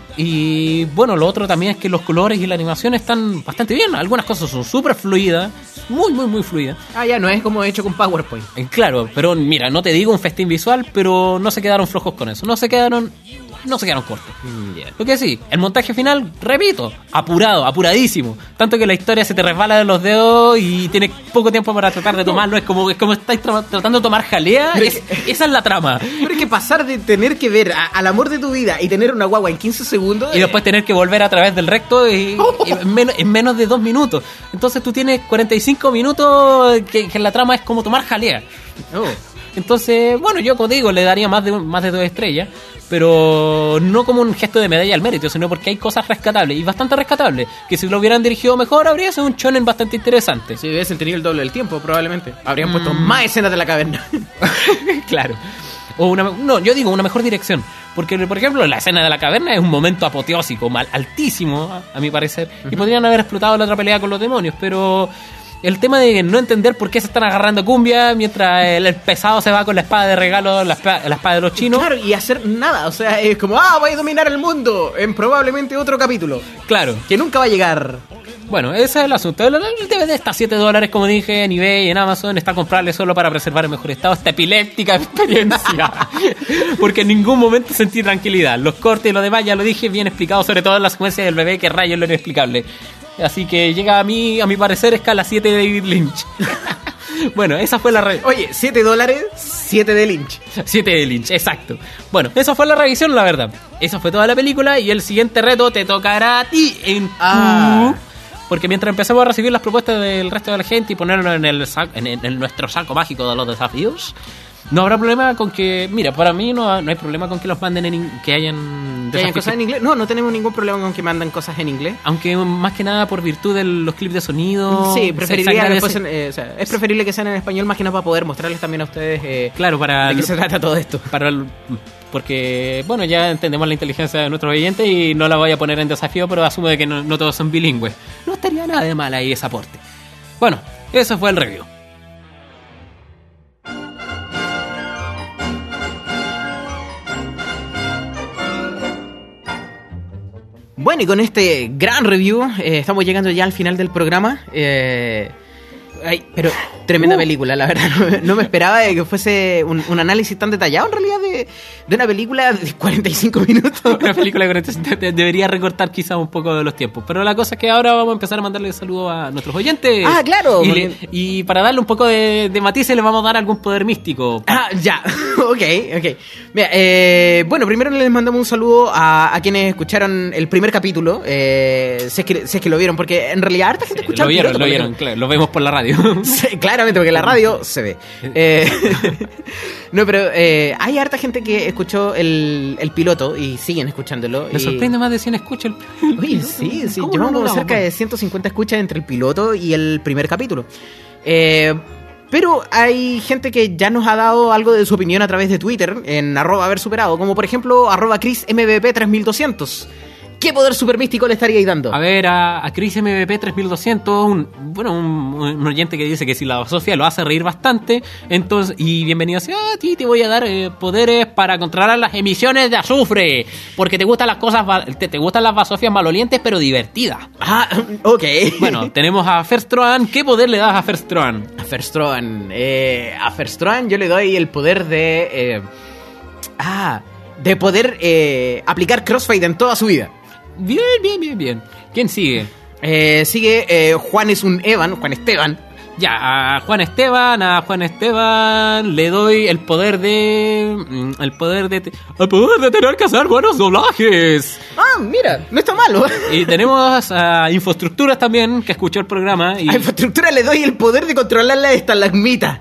Y bueno, lo otro también es que los colores y la animación están bastante bien. Algunas cosas son súper fluidas, muy, muy, muy fluidas. Ah, ya, no es como hecho con PowerPoint. Eh, Claro, pero mira, no te digo un festín visual, pero no se quedaron flojos con eso. No se quedaron, no se quedaron cortos. Lo que sí, el montaje final, repito, apurado, apuradísimo. Tanto que la historia se te resbala de los dedos y tienes poco tiempo para tratar de tomarlo. Es como, es como estáis tra- tratando de tomar jalea. Pero Es- esa es la trama. Pero es que pasar de tener que ver a- al amor de tu vida y tener una guagua en quince segundos... Y después tener que volver a través del recto y, y en, menos, en menos de dos minutos. Entonces tú tienes cuarenta y cinco minutos que, que la trama es como tomar jalea. Entonces, bueno, yo como te digo, le daría más de, más de dos estrellas, pero no como un gesto de medalla al mérito, sino porque hay cosas rescatables, y bastante rescatables, que si lo hubieran dirigido mejor habría sido un shonen bastante interesante. Si hubiesen tenido el doble del tiempo, probablemente. Habrían puesto Mm. más escenas de la caverna. Claro. O una, no, yo digo una mejor dirección. Porque, por ejemplo, la escena de la caverna es un momento apoteósico, mal, altísimo, a, a mi parecer. Y podrían haber explotado la otra pelea con los demonios, pero el tema de no entender por qué se están agarrando cumbia mientras el, el pesado se va con la espada de regalo, la espada, la espada de los chinos. Claro, y hacer nada. O sea, es como, ah, voy a dominar el mundo en probablemente otro capítulo. Claro. Que nunca va a llegar. Bueno, ese es el asunto. El, el D V D está a siete dólares, como dije, en eBay y en Amazon. Está comprable solo para preservar en mejor estado esta epiléptica experiencia. Porque en ningún momento sentí tranquilidad. Los cortes y lo demás, ya lo dije, bien explicado, sobre todo en la secuencia del bebé, que rayos lo inexplicable. Así que llega a mí, a mi parecer, escala siete de David Lynch. Bueno, esa fue la re... Oye, siete dólares, siete de Lynch. siete de Lynch, exacto. Bueno, esa fue la revisión, la verdad. Esa fue toda la película y el siguiente reto te tocará a ti en Ah. tu... Porque mientras empecemos a recibir las propuestas del resto de la gente y ponerlo en, el sac- en, en- en nuestro saco mágico de los desafíos, no habrá problema con que... Mira, para mí no, no hay problema con que los manden en... in- que hayan... ¿Que hayan desafíos cosas en inglés? No, no tenemos ningún problema con que mandan cosas en inglés. Aunque más que nada por virtud de los clips de sonido... Sí, se- preferiría se que agradece- fuesen, eh, o sea, es preferible que sean en español más que nada para poder mostrarles también a ustedes eh, Claro, para... de qué se trata todo esto. Para el- porque, bueno, ya entendemos la inteligencia de nuestros oyentes y no la voy a poner en desafío, pero asumo de que no, no todos son bilingües. No estaría nada de mal ahí ese aporte. Bueno, eso fue el review. Bueno, y con este gran review eh, estamos llegando ya al final del programa. Eh, ay, pero tremenda película, la verdad. No, me- no me esperaba de que fuese un, un análisis tan detallado en realidad de, de una película de cuarenta y cinco minutos. Una película que de- debería recortar quizás un poco de los tiempos. Pero la cosa es que ahora vamos a empezar a mandarle saludos a nuestros oyentes. Ah, claro, Y, porque- le- y para darle un poco de, de matices le vamos a dar algún poder místico. Ah, ya. Ok, ok. Mira, eh, bueno, primero les mandamos un saludo a, a quienes escucharon el primer capítulo. Eh, si, es que, si es que lo vieron, porque en realidad harta gente escucha Lo el vieron, piloto, lo por vieron, ejemplo. claro, lo vemos por la radio. radio. Sí, claramente, porque la radio se ve. Eh, no, pero eh, hay harta gente que escuchó el, el piloto y siguen escuchándolo. Me y... sorprende más de cien escuchas el Oye, sí, sí. ¿Cómo Llevamos no lo cerca logramos? de ciento cincuenta escuchas entre el piloto y el primer capítulo. Eh, pero hay gente que ya nos ha dado algo de su opinión a través de Twitter en arroba haber superado, como por ejemplo arroba Chris M V P tres mil doscientos. ¿Qué poder super místico le estaríais dando? A ver, a, a Chris M V P tres mil doscientos, un, bueno, un, un oyente que dice que si la Sofía lo hace reír bastante, entonces, y bienvenido sea, a ti te voy a dar eh, poderes para controlar las emisiones de azufre, porque te gustan las cosas, va- te, te gustan las basofias malolientes, pero divertidas. Ah, ok. Bueno, tenemos a Ferstroan. ¿Qué poder le das a Ferstroan? A Ferstroan, eh, a Ferstroan yo le doy el poder de... eh, ah, de poder eh, aplicar crossfade en toda su vida. Bien, bien, bien, bien. ¿Quién sigue? Eh, sigue eh, Juan es un Evan, Juan Esteban. Ya, a Juan Esteban, a Juan Esteban le doy el poder de... mm, El poder de... El poder de tener que hacer buenos doblajes. Ah, mira, no está malo. Y tenemos a Infraestructuras también, que escuchó el programa. Y... A Infraestructura le doy el poder de controlar la estalagmita.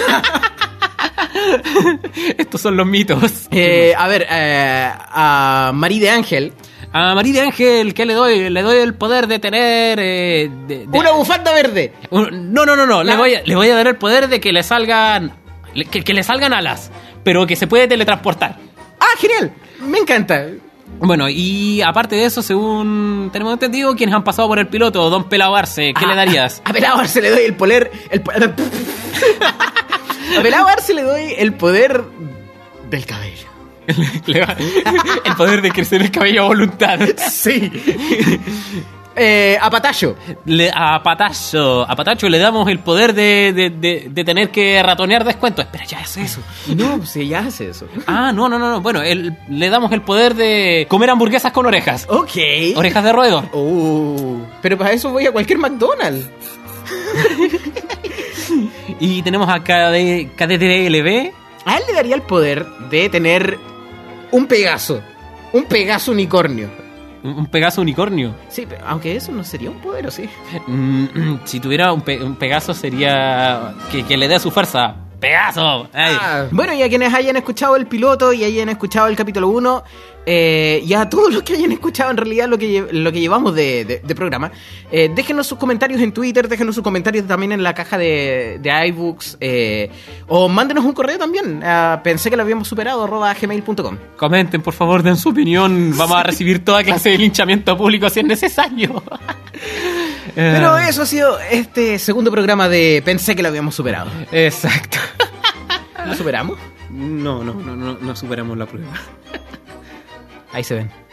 Estos son los mitos. Eh, a ver, eh, a Marí de Ángel. A María de Ángel, ¿qué le doy? Le doy el poder de tener... eh, de- de- Una bufanda verde. Un- No, no, no, no. Le voy, a, le voy a dar el poder de que le salgan... le- Que, que le salgan alas, pero que se puede teletransportar. Ah, genial. Me encanta. Bueno, y aparte de eso, según tenemos entendido, quienes han pasado por el piloto, Don Pelao Arce, ¿qué Ah, le darías? A Pelao Arce le doy el poder... El, po- a Pelao Arce le doy el poder del cabello. Le va- el poder de crecer el cabello a voluntad. Sí. Eh, a Patacho. Le- a Patacho, a Patacho le damos el poder de, de, de, de tener que ratonear descuentos. Espera, ya hace eso. No, si ya hace eso. Ah, no, no, no, no. Bueno, el- le damos el poder de comer hamburguesas con orejas. Ok. Orejas de roedor. Uh, pero para eso voy a cualquier McDonald's. Y tenemos a K D D L B. A él le daría el poder de tener un Pegaso. Un Pegaso unicornio. Un un Pegaso unicornio. Sí, pero aunque eso no sería un poder, ¿o sí? Mm, si tuviera un, pe- un Pegaso sería que, que le dé su fuerza. ¡Pegaso! ¡Ay! Ah, bueno, y a quienes hayan escuchado el piloto y hayan escuchado el capítulo uno, eh, y a todos los que hayan escuchado en realidad lo que, lle- lo que llevamos de, de- de programa, eh, déjenos sus comentarios en Twitter, déjenos sus comentarios también en la caja de, de iBooks, eh, o mándenos un correo también a pensé que lo habíamos superado arroba gmail punto com. Comenten, por favor, den su opinión. Vamos a recibir toda clase de linchamiento público si es necesario. Pero Eh, eso ha sido este segundo programa de Pensé que lo habíamos superado. Exacto. ¿Lo superamos? No, no, no, no, no superamos la prueba. Ahí se ven.